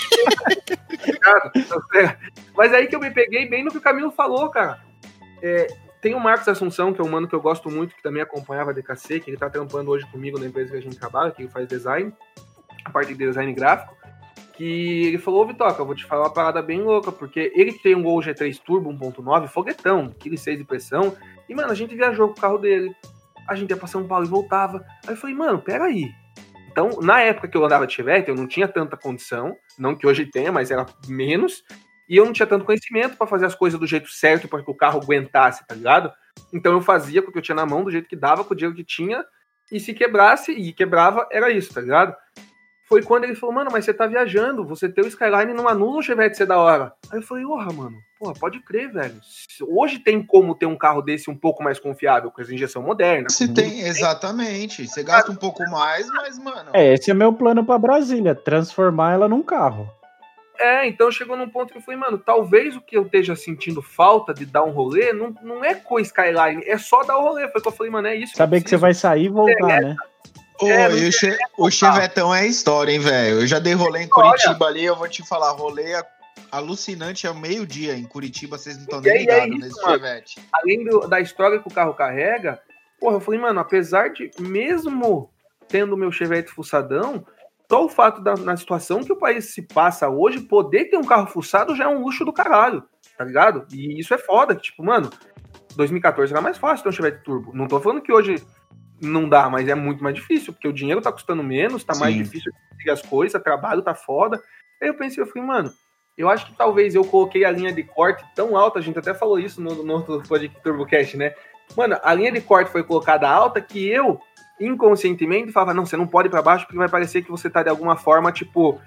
Mas aí que eu me peguei bem no que o Camilo falou, cara. Tem o Marcos Assunção, que é um mano que eu gosto muito, que também acompanhava a DKC, que ele tá trampando hoje comigo na empresa que a gente trabalha, que ele faz design, a parte de design gráfico. Que ele falou, Vitoca, eu vou te falar uma parada bem louca, porque ele tem um Gol G3 Turbo 1.9, foguetão, quilo 6 de pressão, e, mano, a gente viajou com o carro dele, a gente ia pra São Paulo e voltava. Aí eu falei, mano, peraí. Então, na época que eu andava de Chevette, eu não tinha tanta condição, não que hoje tenha, mas era menos, e eu não tinha tanto conhecimento pra fazer as coisas do jeito certo, para que o carro aguentasse, tá ligado? Então eu fazia com o que eu tinha na mão, do jeito que dava, com o dinheiro que tinha, e se quebrasse, e quebrava, era isso, tá ligado? Foi quando ele falou, mano, mas você tá viajando, você ter o Skyline não anula o Chevette ser da hora. Aí eu falei, mano, porra, pode crer, velho. Hoje tem como ter um carro desse um pouco mais confiável, com as injeção moderna. Você tem, exatamente. Você gasta um pouco mais, mas, mano... Esse é meu plano pra Brasília, transformar ela num carro. Então chegou num ponto que eu falei, mano, talvez o que eu esteja sentindo falta de dar um rolê, não é com o Skyline, é só dar o rolê. Foi que eu falei, mano, é isso. Saber que você vai sair e voltar, né? O Chevetão é história, hein, velho? Eu já dei rolê em Curitiba ali, eu vou te falar, rolê alucinante ao meio-dia em Curitiba, vocês não estão nem ligados nesse Chevette. Além da história que o carro carrega, porra, eu falei, mano, apesar de, mesmo tendo o meu Chevette fuçadão, só o fato na situação que o país se passa hoje, poder ter um carro fuçado já é um luxo do caralho, tá ligado? E isso é foda, tipo, mano, 2014 era mais fácil ter um Chevette Turbo. Não tô falando que hoje não dá, mas é muito mais difícil, porque o dinheiro tá custando menos, tá mais difícil de conseguir as coisas, trabalho tá foda. Aí eu falei, mano, eu acho que talvez eu coloquei a linha de corte tão alta, a gente até falou isso no outro podcast TurboCast, né? Mano, a linha de corte foi colocada alta que eu, inconscientemente, falava, não, você não pode ir pra baixo porque vai parecer que você tá de alguma forma, tipo,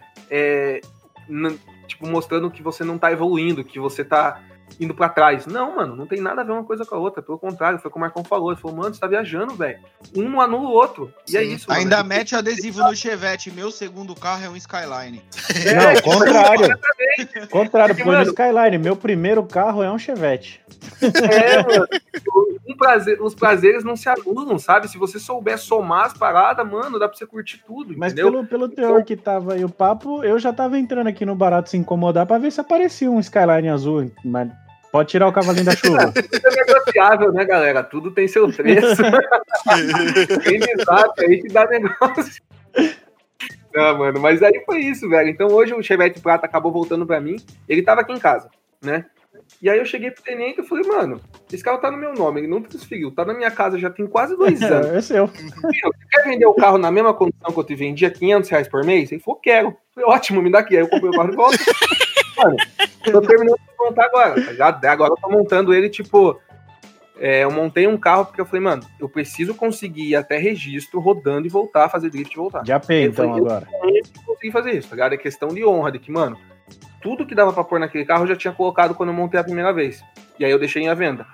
mostrando que você não tá evoluindo, que você tá indo pra trás. Não, mano, não tem nada a ver uma coisa com a outra. Pelo contrário, foi o que o Marcão falou. Ele falou, mano, você tá viajando, velho. Um não anula o outro. E é isso, mano. Ainda mete adesivo no Chevette. Meu segundo carro é um Skyline. Não, contrário. Contrário, põe no Skyline. Meu primeiro carro é um Chevette. Mano. Os prazeres não se anulam, sabe? Se você souber somar as paradas, mano, dá pra você curtir tudo, mas entendeu? Pelo teor que tava aí o papo, eu já tava entrando aqui no barato se incomodar pra ver se aparecia um Skyline azul, mas pode tirar o cavalinho da chuva. Tudo é negociável, né, galera? Tudo tem seu preço. Tem exato aí que dá negócio. Não, mano, mas aí foi isso, velho. Então hoje o Chevette Prata acabou voltando pra mim. Ele tava aqui em casa, né? E aí eu cheguei pro tenente e falei, mano, esse carro tá no meu nome, ele não transferiu, tá na minha casa já tem quase 2 anos. É seu. Você quer vender o carro na mesma condição que eu te vendia, R$500 por mês? Ele falou, quero. Eu falei, ótimo, me dá aqui. Aí eu comprei o carro de volta. Mano, tô terminando de montar agora, tá ligado? Agora eu tô montando ele, tipo... eu montei um carro porque eu falei, mano, eu preciso conseguir ir até registro, rodando e voltar, fazer drift e voltar. De AP, então, agora. Eu consegui fazer isso, tá ligado? É questão de honra, de que, mano, tudo que dava pra pôr naquele carro eu já tinha colocado quando eu montei a primeira vez. E aí eu deixei em à venda.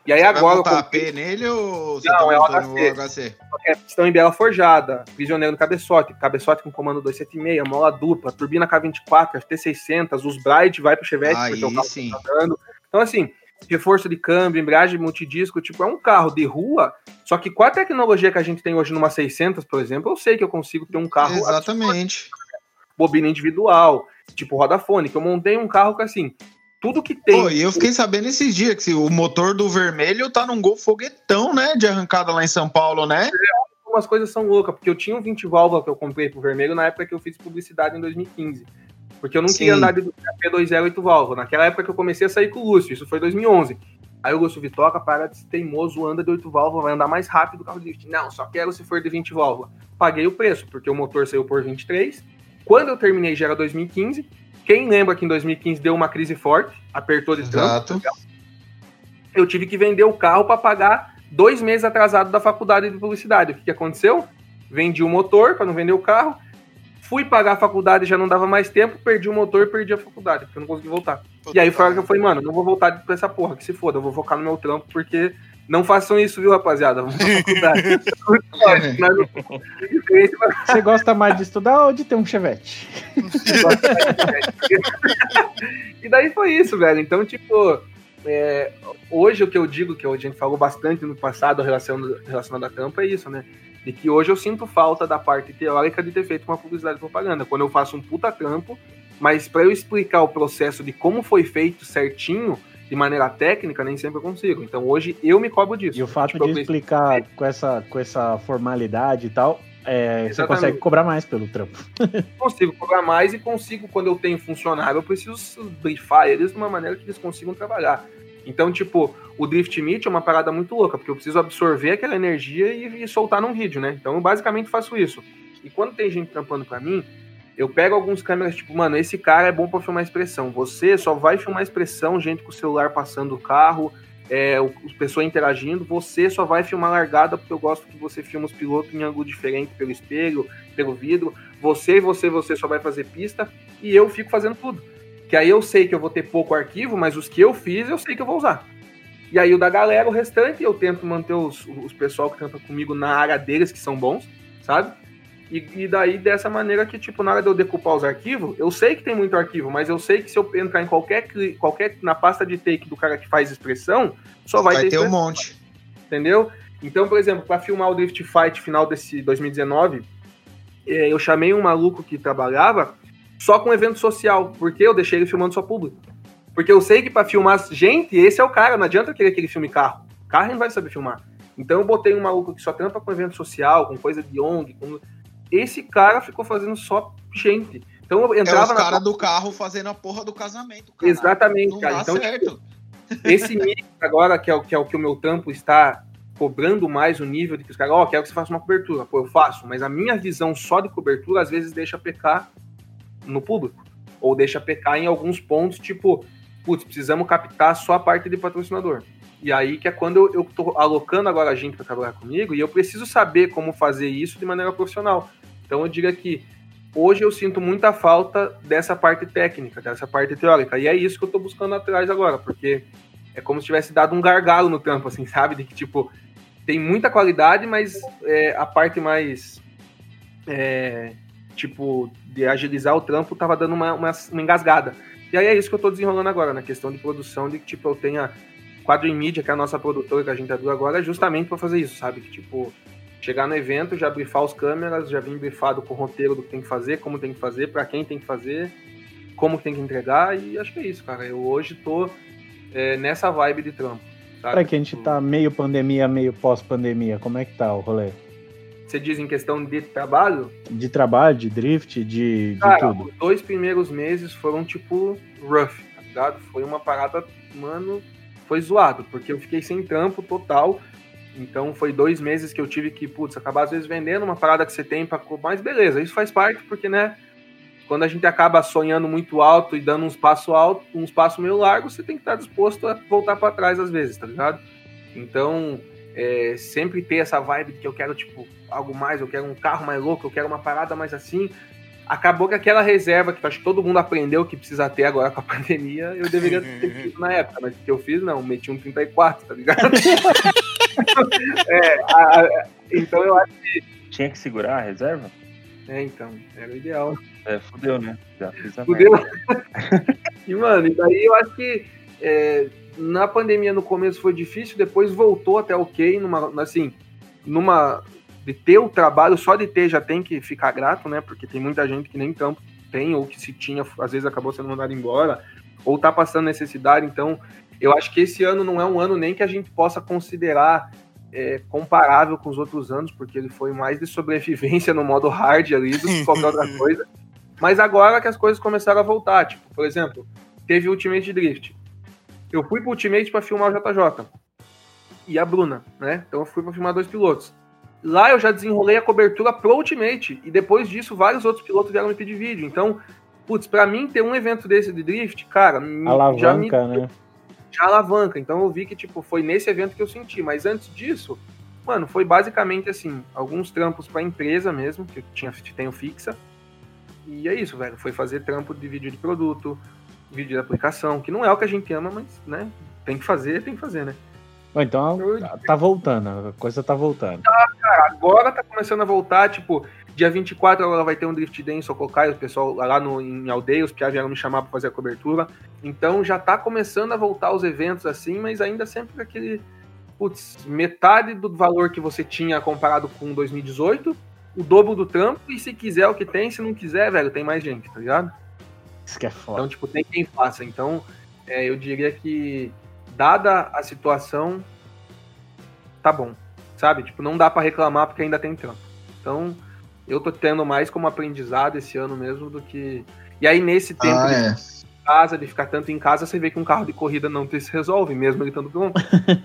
E aí Você agora vai eu botar comprei... AP nele ou você Não, tá é o montando o HC. HC? Pistão em biela forjada, prisioneiro no cabeçote com comando 276, mola dupla, turbina K24, FT600, os Bright vai pro Chevette, Aí porque o carro sim. tá dando. Então, assim, reforço de câmbio, embreagem multidisco, tipo, é um carro de rua, só que com a tecnologia que a gente tem hoje numa 600, por exemplo, eu sei que eu consigo ter um carro Exatamente. bobina individual, tipo roda fônica. Eu montei um carro que, assim, tudo que tem... Pô, e eu fiquei sabendo esses dias que o motor do vermelho tá num Gol foguetão, né? De arrancada lá em São Paulo, né? Umas coisas são loucas, porque eu tinha um 20 válvula que eu comprei pro vermelho na época que eu fiz publicidade em 2015. Porque eu não queria andar de P208 válvula. Naquela época que eu comecei a sair com o Lúcio, isso foi 2011. Aí o Lúcio Vitoca, para de ser teimoso, anda de 8 válvulas, vai andar mais rápido o carro de drift. Não, só quero se for de 20 válvulas. Paguei o preço, porque o motor saiu por 23. Quando eu terminei já era 2015. Quem lembra que em 2015 deu uma crise forte, apertou de trampo. Eu tive que vender o carro para pagar 2 meses atrasado da faculdade de publicidade. O que aconteceu? Vendi o motor para não vender o carro. Fui pagar a faculdade, já não dava mais tempo, perdi o motor, perdi a faculdade, porque eu não consegui voltar. E aí foi a hora que eu falei, mano, não vou voltar pra essa porra, que se foda, eu vou focar no meu trampo, porque não façam isso, viu, rapaziada? Vamos pra faculdade. Você gosta mais de estudar ou de ter um Chevette? E daí foi isso, velho. Então, tipo, hoje o que eu digo, que a gente falou bastante no passado relacionado à campo, é isso, né? De que hoje eu sinto falta da parte teórica de ter feito uma publicidade e propaganda. Quando eu faço um puta trampo, mas para eu explicar o processo de como foi feito certinho, de maneira técnica, nem sempre eu consigo. Então hoje eu me cobro disso. E o fato de explicar com essa formalidade e tal, você consegue cobrar mais pelo trampo. Consigo cobrar mais e consigo, quando eu tenho funcionário, eu preciso brifar eles de uma maneira que eles consigam trabalhar. Então, tipo, o Drift Meet é uma parada muito louca, porque eu preciso absorver aquela energia e soltar num vídeo, né? Então, eu basicamente faço isso. E quando tem gente trampando pra mim, eu pego alguns câmeras, tipo, mano, esse cara é bom pra filmar expressão. Você só vai filmar expressão, gente com o celular passando o carro, pessoas interagindo. Você só vai filmar largada, porque eu gosto que você filma os pilotos em ângulo diferente, pelo espelho, pelo vidro. Você só vai fazer pista, e eu fico fazendo tudo. Que aí eu sei que eu vou ter pouco arquivo, mas os que eu fiz, eu sei que eu vou usar. E aí o da galera, o restante, eu tento manter os pessoal que trampam comigo na área deles, que são bons, sabe? E daí, dessa maneira que, tipo, na hora de eu decupar os arquivos, eu sei que tem muito arquivo, mas eu sei que se eu entrar em qualquer na pasta de take do cara que faz expressão, só vai ter um monte. Entendeu? Então, por exemplo, para filmar o Drift Fight final desse 2019, eu chamei um maluco que trabalhava só com evento social, porque eu deixei ele filmando só público. Porque eu sei que pra filmar gente, esse é o cara, não adianta querer que ele filme carro. Carro ele não vai saber filmar. Então eu botei um maluco que só trampa com evento social, com coisa de ONG. Esse cara ficou fazendo só gente. Então eu entrava os caras do carro fazendo a porra do casamento. Caralho. Exatamente, não cara. Então, certo. Esse mix agora, que é o que o meu trampo está cobrando mais o nível de que os caras, quero que você faça uma cobertura. Pô, eu faço, mas a minha visão só de cobertura às vezes deixa pecar no público, ou deixa pecar em alguns pontos, tipo, putz, precisamos captar só a parte de patrocinador. E aí que é quando eu tô alocando agora a gente para trabalhar comigo, e eu preciso saber como fazer isso de maneira profissional. Então eu digo que hoje eu sinto muita falta dessa parte técnica, dessa parte teórica, e é isso que eu tô buscando atrás agora, porque é como se tivesse dado um gargalo no trampo, assim, sabe? De que, tipo, tem muita qualidade, mas a parte mais tipo, de agilizar o trampo, tava dando uma engasgada. E aí é isso que eu tô desenrolando agora, na questão de produção, de que, tipo, eu tenha Quadro em Mídia, que é a nossa produtora que a gente atua agora, justamente pra fazer isso, sabe? Que, tipo, chegar no evento, já brifar os câmeras, já vir brifado com o roteiro do que tem que fazer, como tem que fazer, pra quem tem que fazer, como tem que entregar, e acho que é isso, cara. Eu hoje tô nessa vibe de trampo, sabe? Pra que a gente tá meio pandemia, meio pós-pandemia, como é que tá o rolê? Você diz em questão de trabalho? De trabalho, de drift, de tudo. Os 2 primeiros meses foram, tipo, rough, tá ligado? Foi uma parada, mano, foi zoado, porque eu fiquei sem trampo total. Então foi 2 meses que eu tive que, acabar às vezes vendendo uma parada que você tem pra... Mas beleza, isso faz parte, porque, né, quando a gente acaba sonhando muito alto e dando uns passos meio largos, você tem que estar disposto a voltar pra trás às vezes, tá ligado? Então... sempre ter essa vibe que eu quero, tipo, algo mais, eu quero um carro mais louco, eu quero uma parada mais assim, acabou que aquela reserva que eu acho que todo mundo aprendeu que precisa ter agora com a pandemia, eu deveria ter feito na época, mas o que eu fiz, não, meti um 34, tá ligado? Então eu acho que... Tinha que segurar a reserva? Então, era o ideal. Fudeu, né? Já fiz a Fudeu. E, mano, e daí eu acho que na pandemia no começo foi difícil, depois voltou até ok, de ter o trabalho, só de ter já tem que ficar grato, né? Porque tem muita gente que nem trampo tem, ou que se tinha, às vezes acabou sendo mandado embora, ou tá passando necessidade. Então, eu acho que esse ano não é um ano nem que a gente possa considerar comparável com os outros anos, porque ele foi mais de sobrevivência no modo hard ali do que qualquer outra coisa. Mas agora que as coisas começaram a voltar, tipo, por exemplo, teve o Ultimate Drift. Eu fui pro Ultimate pra filmar o JJ e a Bruna, né? Então eu fui pra filmar 2 pilotos. Lá eu já desenrolei a cobertura pro Ultimate, e depois disso vários outros pilotos vieram me pedir vídeo. Então, putz, pra mim ter um evento desse de drift, cara, já alavanca. Então eu vi que, tipo, foi nesse evento que eu senti. Mas antes disso, mano, foi basicamente, assim, alguns trampos pra empresa mesmo, que eu tenho fixa. E é isso, velho. Foi fazer trampo de vídeo de produto, vídeo de aplicação, que não é o que a gente ama, mas, né, tem que fazer, né? Então tá voltando, a coisa tá voltando. Cara, agora tá começando a voltar, tipo, dia 24 agora vai ter um Drift Day em Socokai, o pessoal lá em Aldeia, os piá vieram me chamar pra fazer a cobertura. Então já tá começando a voltar os eventos assim, mas ainda sempre com aquele, putz, metade do valor que você tinha comparado com 2018, o dobro do trampo, e se quiser o que tem, se não quiser, velho, tem mais gente, tá ligado? Isso que é foda. Então, tipo, tem quem faça. Então, eu diria que, dada a situação, tá bom, sabe? Tipo, não dá pra reclamar porque ainda tem trampo. Então, eu tô tendo mais como aprendizado esse ano mesmo do que... E aí, nesse tempo de ficar tanto em casa, você vê que um carro de corrida não se resolve, mesmo ele estando pronto.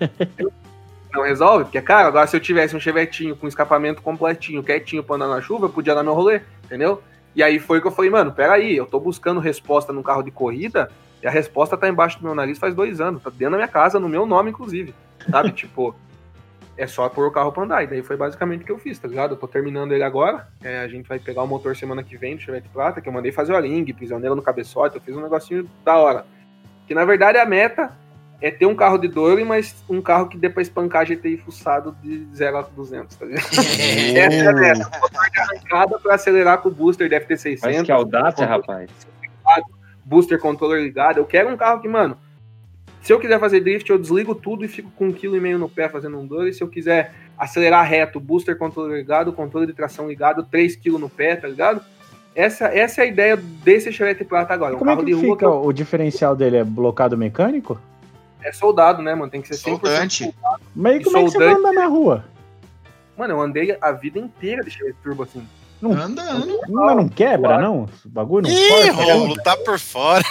Não resolve, porque, cara, agora se eu tivesse um chevetinho com escapamento completinho, quietinho pra andar na chuva, eu podia dar meu rolê, entendeu? E aí foi que eu falei, mano, peraí, eu tô buscando resposta num carro de corrida, e a resposta tá embaixo do meu nariz faz 2 anos, tá dentro da minha casa, no meu nome, inclusive, sabe? Tipo, é só pôr o carro pra andar, e daí foi basicamente o que eu fiz, tá ligado? Eu tô terminando ele agora, a gente vai pegar o motor semana que vem do Chevette Prata, que eu mandei fazer o ring, prisioneiro no cabeçote, eu fiz um negocinho da hora. Que na verdade a meta é ter um carro de Doyle, mas um carro que dê pra espancar GTI fuçado de 0 a 200, tá ligado? Essa é a meta. Motor de arrancada pra acelerar com o booster de FT600. Mas que audácia, rapaz. Booster controller ligado. Eu quero um carro que, mano, se eu quiser fazer drift, eu desligo tudo e fico com 1,5 kg no pé fazendo um Doyle. Se eu quiser acelerar reto, booster controller ligado, controle de tração ligado, 3 kg no pé, tá ligado? Essa é a ideia desse Chevette Prata agora. Como carro é que de rua fica o diferencial dele? É blocado mecânico? É soldado, né, mano? Tem que ser 100% Soldante. soldado. Mas como é que você vai andar na rua? Mano, eu andei a vida inteira de Chevette Turbo assim. Anda. Mas não quebra, não? O bagulho não Ih, corta? Rômulo, tá por fora.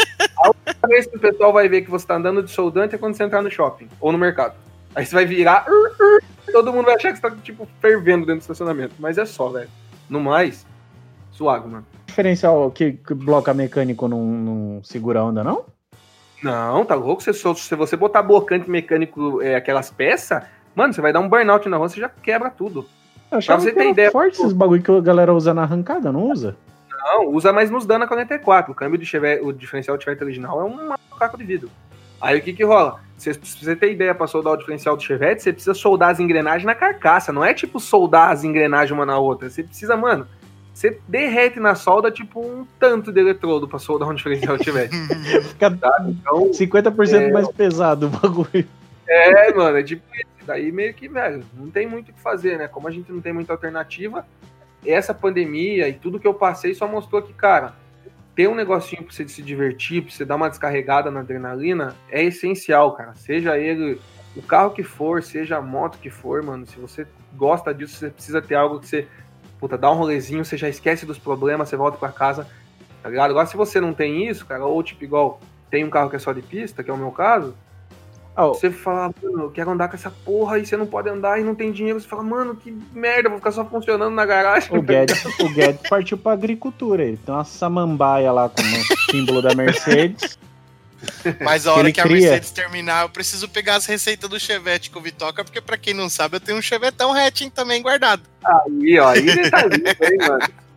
A vez que o pessoal vai ver que você tá andando de soldante é quando você entrar no shopping ou no mercado. Aí você vai virar, todo mundo vai achar que você tá, tipo, fervendo dentro do estacionamento. Mas é só, velho. No mais, suave, mano. Diferencial que bloca mecânico não segura a onda, não? Não, tá louco? Se você botar blocante mecânico, aquelas peças, mano, você vai dar um burnout na rua, você já quebra tudo. Eu achava você que ter era ideia, forte esses bagulho que a galera usa na arrancada, não usa? Não, usa mais nos dana 44. O câmbio de Chevette, o diferencial do Chevette original é um macaco de vidro. Aí o que rola? Se você ter ideia pra soldar o diferencial do Chevette, você precisa soldar as engrenagens na carcaça. Não é tipo soldar as engrenagens uma na outra. Você precisa, mano, você derrete na solda tipo um tanto de eletrodo pra soldar um diferencial do Chevette. Fica então, 50% mais pesado o bagulho. Mano, é tipo isso. Daí meio que, velho, não tem muito o que fazer, né? Como a gente não tem muita alternativa, essa pandemia e tudo que eu passei só mostrou que, cara, ter um negocinho pra você se divertir, pra você dar uma descarregada na adrenalina, é essencial, cara. Seja ele o carro que for, seja a moto que for, mano, se você gosta disso, você precisa ter algo que você, dá um rolezinho, você já esquece dos problemas, você volta pra casa, tá ligado? Agora, se você não tem isso, cara, ou tipo, igual, tem um carro que é só de pista, que é o meu caso, você fala, mano, eu quero andar com essa porra, e você não pode andar e não tem dinheiro, você fala, mano, que merda, vou ficar só funcionando na garagem. O Guedes partiu pra agricultura, ele tem uma samambaia lá com o símbolo da Mercedes. Mas a hora que a Mercedes terminar, eu preciso pegar as receitas do Chevette com o Vitoca, porque pra quem não sabe, eu tenho um Chevetão hatching também guardado. Aí tá lindo, hein, mano.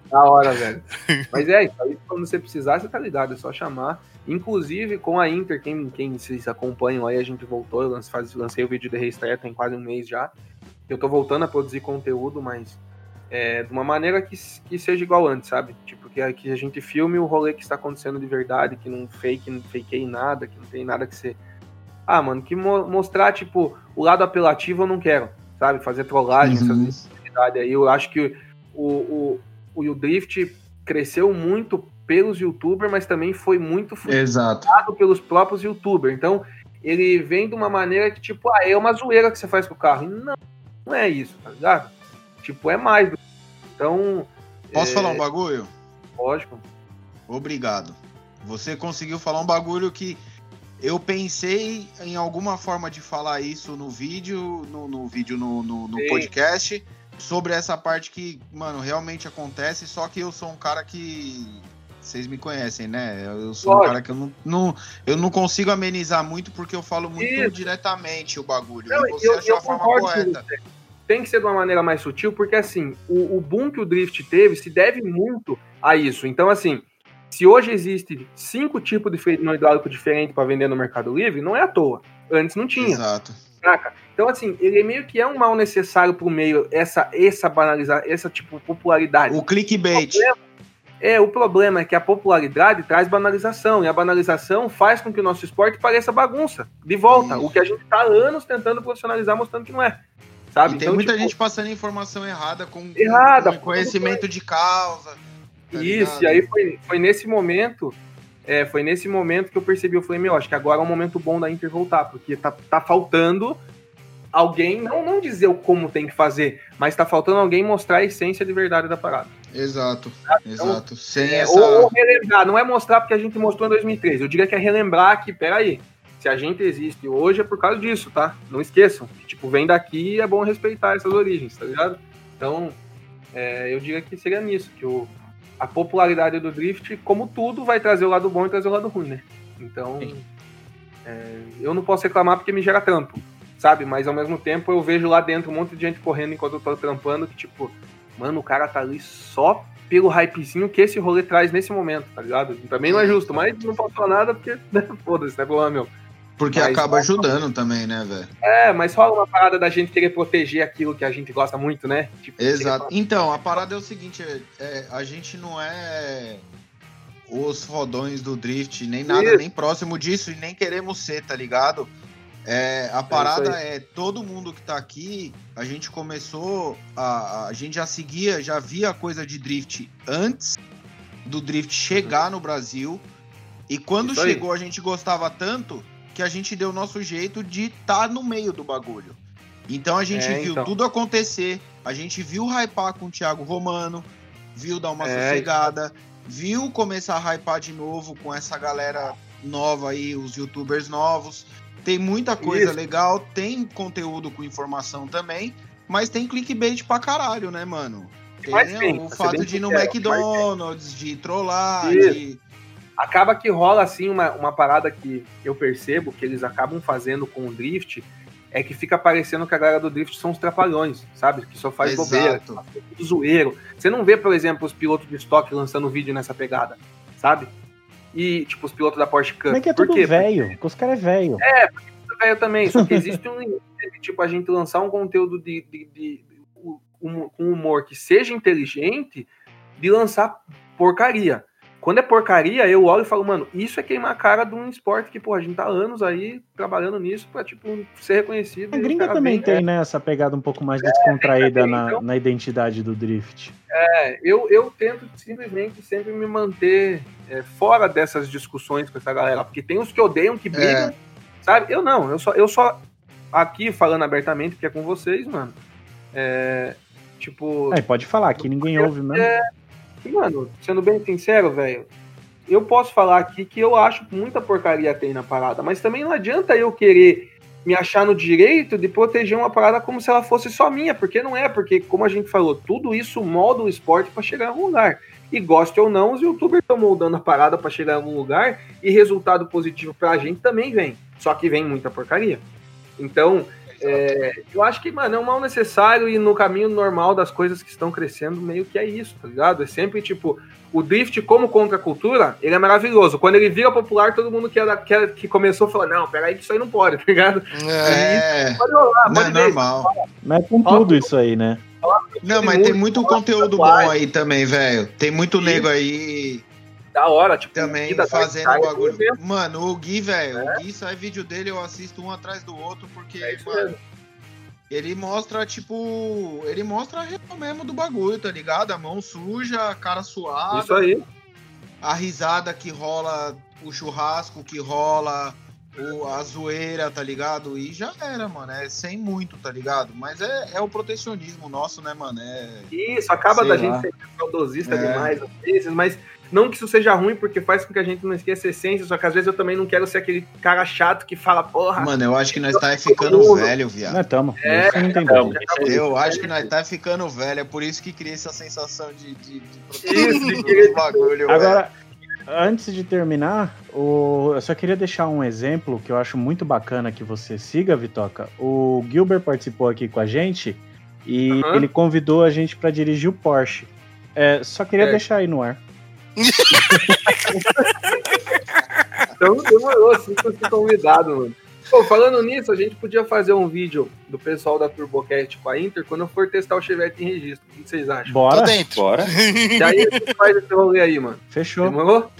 Da hora, velho. Mas isso aí, quando você precisar, você tá ligado, é só chamar. Inclusive, com a Inter, quem vocês acompanham aí, a gente voltou, eu lancei o vídeo de reestreia, tem quase um mês já. Eu tô voltando a produzir conteúdo, mas de uma maneira que seja igual antes, sabe? Tipo, que a gente filme o rolê que está acontecendo de verdade, que não fakeie nada, que não tem nada que ser... mano, que mostrar, tipo, o lado apelativo eu não quero, sabe? Fazer trollagem, essas necessidades aí. Eu acho que o Drift cresceu muito pelos youtubers, mas também foi muito frustrado pelos próprios youtubers. Então, ele vem de uma maneira que, tipo, é uma zoeira que você faz com o carro. Não é isso, tá ligado? Tipo, é mais. Então... Posso falar um bagulho? Lógico. Obrigado. Você conseguiu falar um bagulho que eu pensei em alguma forma de falar isso no vídeo, no podcast, sobre essa parte que, mano, realmente acontece, só que eu sou um cara que... Vocês me conhecem, né? Eu sou um cara que eu não consigo amenizar muito porque eu falo muito diretamente o bagulho. Não, e você achou a forma correta. Tem que ser de uma maneira mais sutil, porque assim, o boom que o Drift teve se deve muito a isso. Então, assim, se hoje existe 5 tipos de freio hidráulico diferentes para vender no Mercado Livre, não é à toa. Antes não tinha. Exato. Saca? Então, assim, ele meio que é um mal necessário pro meio, essa banalizar, essa, tipo, popularidade. O clickbait. O problema é que a popularidade traz banalização, e a banalização faz com que o nosso esporte pareça bagunça, de volta. O que a gente tá há anos tentando profissionalizar, mostrando que não é. Sabe? E tem então, muita gente passando informação errada com conhecimento de causa. Isso, ligado? E aí foi nesse momento que eu percebi, eu falei, acho que agora é um momento bom da Inter voltar, porque tá faltando alguém, não dizer o como tem que fazer, mas tá faltando alguém mostrar a essência de verdade da parada. Exato, então, exato. Ou relembrar, não é mostrar porque a gente mostrou em 2013, eu diria que é relembrar que, peraí, se a gente existe hoje é por causa disso, tá? Não esqueçam. Tipo, vem daqui e é bom respeitar essas origens, tá ligado? Então, eu diria que seria nisso, que a popularidade do Drift, como tudo, vai trazer o lado bom e trazer o lado ruim, né? Então, eu não posso reclamar porque me gera trampo, sabe? Mas, ao mesmo tempo, eu vejo lá dentro um monte de gente correndo enquanto eu tô trampando, que, tipo, mano, o cara tá ali só pelo hypezinho que esse rolê traz nesse momento, tá ligado? Também não é justo, mas não posso falar nada porque, foda-se, né, problema meu. Porque mas acaba ajudando também, né, velho? Mas rola uma parada da gente querer proteger aquilo que a gente gosta muito, né? Tipo, exato. Então, a parada é o seguinte, a gente não é os fodões do Drift, nem nada, nem próximo disso, e nem queremos ser, tá ligado? A parada todo mundo que tá aqui, a gente começou, a gente já via coisa de Drift antes do Drift chegar no Brasil, e quando chegou a gente gostava tanto que a gente deu o nosso jeito de estar no meio do bagulho. Então a gente viu tudo acontecer, a gente viu hypar com o Thiago Romano, viu dar uma sossegada, viu começar a hypar de novo com essa galera nova aí, os youtubers novos. Tem muita coisa legal, tem conteúdo com informação também, mas tem clickbait pra caralho, né, mano? Tem o fato de ir no McDonald's, de trollar, Acaba que rola, assim, uma parada que eu percebo que eles acabam fazendo com o Drift, é que fica parecendo que a galera do Drift são os trapalhões, sabe? Que só faz bobeira, zoeiro. Você não vê, por exemplo, os pilotos de estoque lançando vídeo nessa pegada, sabe? E, tipo, os pilotos da Porsche Cup. Como é que é tudo velho? Porque os caras é velho. Porque tudo velho também. Só que existe um limite de, tipo, a gente lançar um conteúdo com humor que seja inteligente, de lançar porcaria. Quando é porcaria, eu olho e falo, mano, isso é queimar a cara de um esporte que, pô, a gente tá há anos aí trabalhando nisso pra, tipo, ser reconhecido. A gringa também tem, né, essa pegada um pouco mais descontraída na identidade do Drift. Eu tento simplesmente sempre me manter fora dessas discussões com essa galera, porque tem os que odeiam, que brigam, sabe? Eu só aqui falando abertamente, porque é com vocês, mano. Pode falar, aqui ninguém ouve mesmo. Mano, sendo bem sincero, velho, eu posso falar aqui que eu acho que muita porcaria tem na parada, mas também não adianta eu querer me achar no direito de proteger uma parada como se ela fosse só minha, porque não é, porque, como a gente falou, tudo isso molda o esporte pra chegar em algum lugar. E goste ou não, os youtubers estão moldando a parada pra chegar em algum lugar, e resultado positivo pra gente também vem, só que vem muita porcaria. Então, Eu acho que, mano, é um mal necessário e no caminho normal das coisas que estão crescendo, meio que é isso, tá ligado? É sempre, tipo, o drift como contracultura, ele é maravilhoso. Quando ele vira popular, todo mundo que começou a falar, não, peraí que isso aí não pode, tá ligado? Pode rolar, não é normal. Mas é com tudo isso aí, né? Não, mas tem muito conteúdo bom aí também, velho. Tem muito nego aí da hora, tipo, também fazendo bagulho. Mano, o Gui, velho, o Gui sai vídeo dele, eu assisto um atrás do outro, porque, mano, ele mostra, tipo, ele mostra a real mesmo do bagulho, tá ligado? A mão suja, a cara suada. Isso aí. A risada que rola, o churrasco que rola, a zoeira, tá ligado? E já era, mano, é sem muito, tá ligado? Mas é o protecionismo nosso, né, mano? Isso, acaba da gente ser saudosista demais, às vezes, mas não que isso seja ruim, porque faz com que a gente não esqueça a essência, só que às vezes eu também não quero ser aquele cara chato que fala, porra... Mano, eu acho que nós tá ficando velho, viado. Nós estamos. Eu acho que nós tá ficando velho, é por isso que cria essa sensação de bagulho. Agora, antes de terminar, eu só queria deixar um exemplo que eu acho muito bacana que você siga, Vitoca. O Gilbert participou aqui com a gente e ele convidou a gente para dirigir o Porsche. Só queria deixar aí no ar. Então demorou, assim que você convidado, mano. Pô, falando nisso, a gente podia fazer um vídeo do pessoal da TurboCast com a Inter quando eu for testar o Chevette em registro. O que vocês acham? Bora. Tô dentro. Bora. E aí a gente faz esse rolê aí, mano. Fechou. Demorou?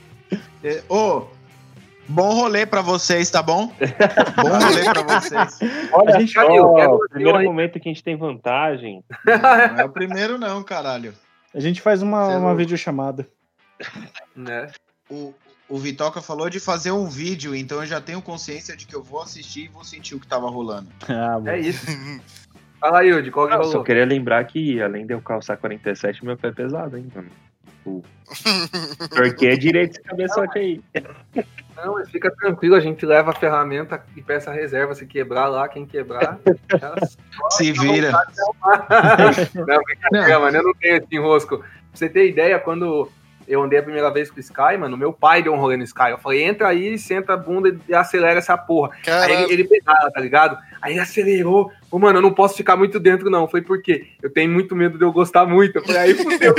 Bom rolê pra vocês, tá bom? Bom rolê pra vocês. Olha, A gente o primeiro momento que a gente tem vantagem. Não é o primeiro não, caralho. A gente faz uma videochamada. Né? O Vitoca falou de fazer um vídeo, então eu já tenho consciência de que eu vou assistir e vou sentir o que tava rolando. É isso. Fala aí, Yudi, qual que rolou? Só queria lembrar que, além de eu calçar 47, meu pé é pesado, hein, mano. Porque é direito esse cabeçote aí. Não, mas fica tranquilo, a gente leva a ferramenta e peça reserva. Se quebrar lá, quem quebrar, se vira. Não, brincadeira, mano, eu não tenho esse enrosco. Pra você ter ideia, quando eu andei a primeira vez com o Sky, mano, meu pai deu um rolê no Sky. Eu falei, entra aí, senta a bunda e acelera essa porra. Caramba. Aí ele pedala, tá ligado? Aí ele acelerou. Pô, mano, eu não posso ficar muito dentro, não. Eu falei, por quê? Eu tenho muito medo de eu gostar muito. Eu falei, aí fudeu.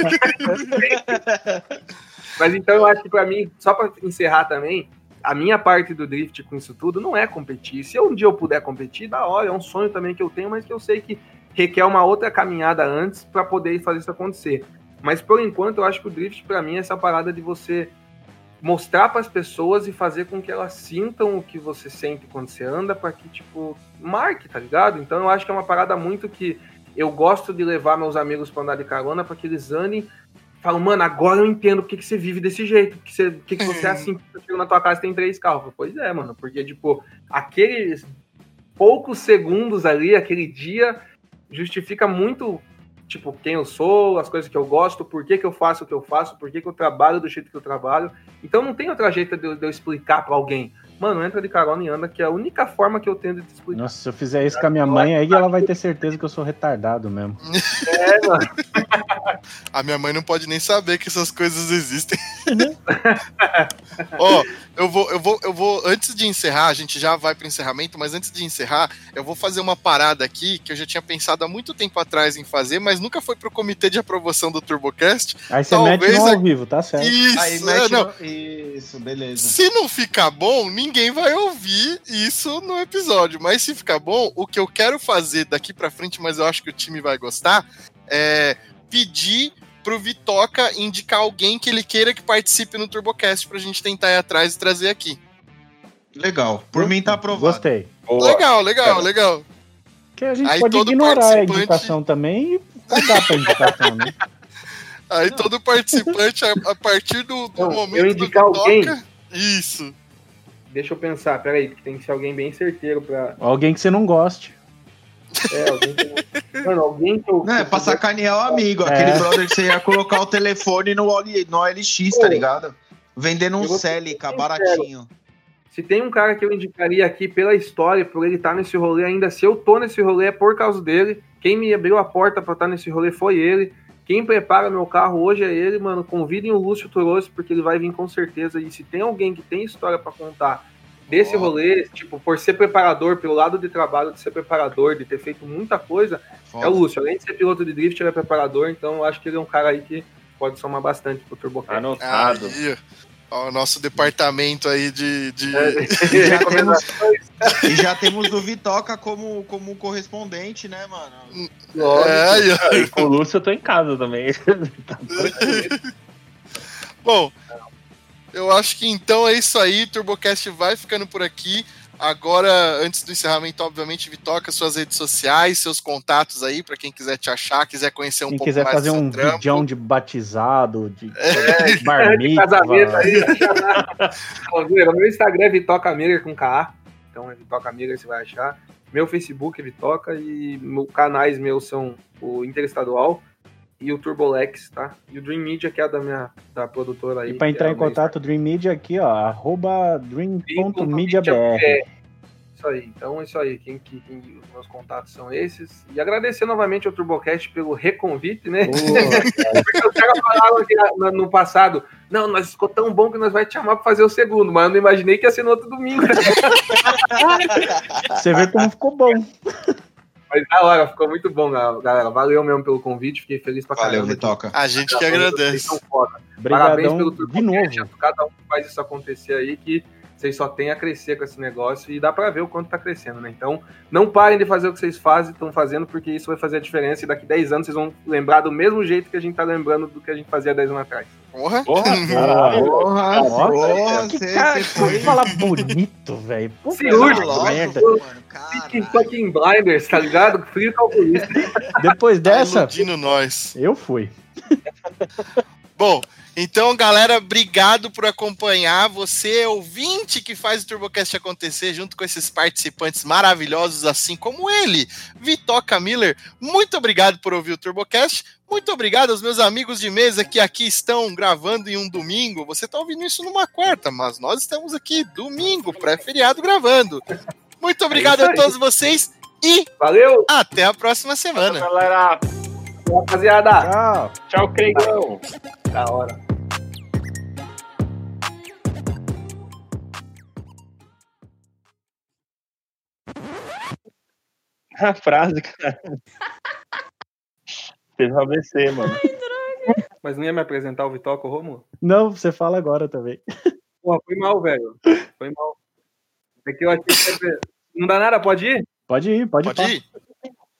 Mas então eu acho que pra mim, só pra encerrar também, a minha parte do drift com isso tudo não é competir. Se um dia eu puder competir, da hora, é um sonho também que eu tenho, mas que eu sei que requer uma outra caminhada antes pra poder fazer isso acontecer. Mas por enquanto eu acho que o drift pra mim é essa parada de você mostrar para as pessoas e fazer com que elas sintam o que você sente quando você anda, para que, tipo, marque, tá ligado? Então eu acho que é uma parada muito que eu gosto de levar meus amigos para andar de carona, para que eles andem, falam, mano, agora eu entendo porque que você vive desse jeito, porque que você é assim, porque você chega na tua casa e tem 3 carros. Falo, pois é, mano, porque, tipo, aqueles poucos segundos ali, aquele dia, justifica muito, tipo, quem eu sou, as coisas que eu gosto, por que eu faço o que eu faço, por que eu trabalho do jeito que eu trabalho. Então não tem outra jeito de eu explicar pra alguém. Mano, entra de carona e anda, que é a única forma que eu tenho de te explicar. Nossa, se eu fizer isso com a minha mãe, aí ela vai ter certeza que eu sou retardado mesmo. Mano. A minha mãe não pode nem saber que essas coisas existem. Ó, eu vou, antes de encerrar, a gente já vai pro encerramento, mas antes de encerrar, eu vou fazer uma parada aqui que eu já tinha pensado há muito tempo atrás em fazer, mas nunca foi pro comitê de aprovação do TurboCast. Aí você mete no ao vivo, tá certo. Isso, aí mete isso, beleza. Se não ficar bom, ninguém vai ouvir isso no episódio, mas se ficar bom, o que eu quero fazer daqui pra frente, mas eu acho que o time vai gostar, é pedir pro Vitoca indicar alguém que ele queira que participe no TurboCast pra gente tentar ir atrás e trazer aqui. Legal. Por mim tá aprovado. Gostei. Boa. Legal. Que a gente Aí pode todo ignorar a participante- indicação também e pagar pra indicação, né? Aí todo participante, a partir do Não, momento eu indicar do alguém? Vitoca... Isso. Deixa eu pensar, peraí, que tem que ser alguém bem certeiro pra... Alguém que você não goste. alguém que... Mano, alguém que eu... Não, é pra sacanear o amigo. É. Aquele brother que você ia colocar o telefone no OLX, tá ligado? Vendendo um Eu vou ser Celica sincero. baratinho. Se tem um cara que eu indicaria aqui pela história, por ele estar nesse rolê ainda, se eu tô nesse rolê é por causa dele. Quem me abriu a porta pra estar nesse rolê foi ele. Quem prepara meu carro hoje é ele, mano. Convidem o Lúcio Turosso, porque ele vai vir com certeza. E se tem alguém que tem história pra contar desse rolê, tipo, por ser preparador, pelo lado de trabalho de ser preparador, de ter feito muita coisa, é o Lúcio. Além de ser piloto de drift, ele é preparador, então eu acho que ele é um cara aí que pode somar bastante pro TurboCast. Anotado. Ó, o nosso departamento aí de... E já temos o Vitoca como correspondente, né, mano? E com o Lúcio eu tô em casa também. Bom, eu acho que então é isso aí. TurboCast vai ficando por aqui. Agora, antes do encerramento, obviamente, Vitoca, suas redes sociais, seus contatos aí, pra quem quiser te achar, quiser conhecer um pouco mais do seu trampo. Quem quiser fazer um vídeo de batizado, de bar mitzvah. De casamento aí. No meu Instagram é Vitoca Miller com KA. Então é Vitoca Miller, você vai achar. Meu Facebook é Vitoca e canais meus são o Interestadual e o Turbolex, tá? E o Dream Media, que é da produtora aí. E pra entrar em contato, Dream Media aqui, ó, @dream.mediabr. Isso aí, então é isso aí. Os meus contatos são esses. E agradecer novamente ao TurboCast pelo reconvite, né? Porque os caras falaram que no passado, não, nós ficou tão bom que nós vai te chamar pra fazer o segundo, mas eu não imaginei que ia ser no outro domingo. Você vê como ficou bom. Mas da hora, ficou muito bom, galera. Valeu mesmo pelo convite, fiquei feliz pra caramba. Valeu, Vitoca. A gente que agradece. Parabéns pelo de novo. Cada um que faz isso acontecer aí, que vocês só têm a crescer com esse negócio e dá pra ver o quanto tá crescendo, né? Então, não parem de fazer o que vocês estão fazendo, porque isso vai fazer a diferença e daqui 10 anos vocês vão lembrar do mesmo jeito que a gente tá lembrando do que a gente fazia 10 anos atrás. Porra! Você foi falar bonito, velho. Fucking blinders, tá ligado? Frio calculista. Depois dessa, iludindo nós. eu fui. Bom, então, galera, obrigado por acompanhar. Você, ouvinte, que faz o TurboCast acontecer junto com esses participantes maravilhosos, assim como ele, Vitoca Miller. Muito obrigado por ouvir o TurboCast. Muito obrigado aos meus amigos de mesa que aqui estão gravando em um domingo. Você está ouvindo isso numa quarta, mas nós estamos aqui domingo, pré-feriado, gravando. Muito obrigado a todos vocês e valeu! Até a próxima semana. Valeu, galera! Rapaziada! Tchau! Tchau, Creigão! Da hora! A frase, cara. Teve um ABC, mano. Mas não ia me apresentar o Vitoca, o Romulo? Não, você fala agora também. Porra, foi mal, velho. Foi mal. É que eu achei que... Não dá nada, pode ir? Pode ir. Pode ir?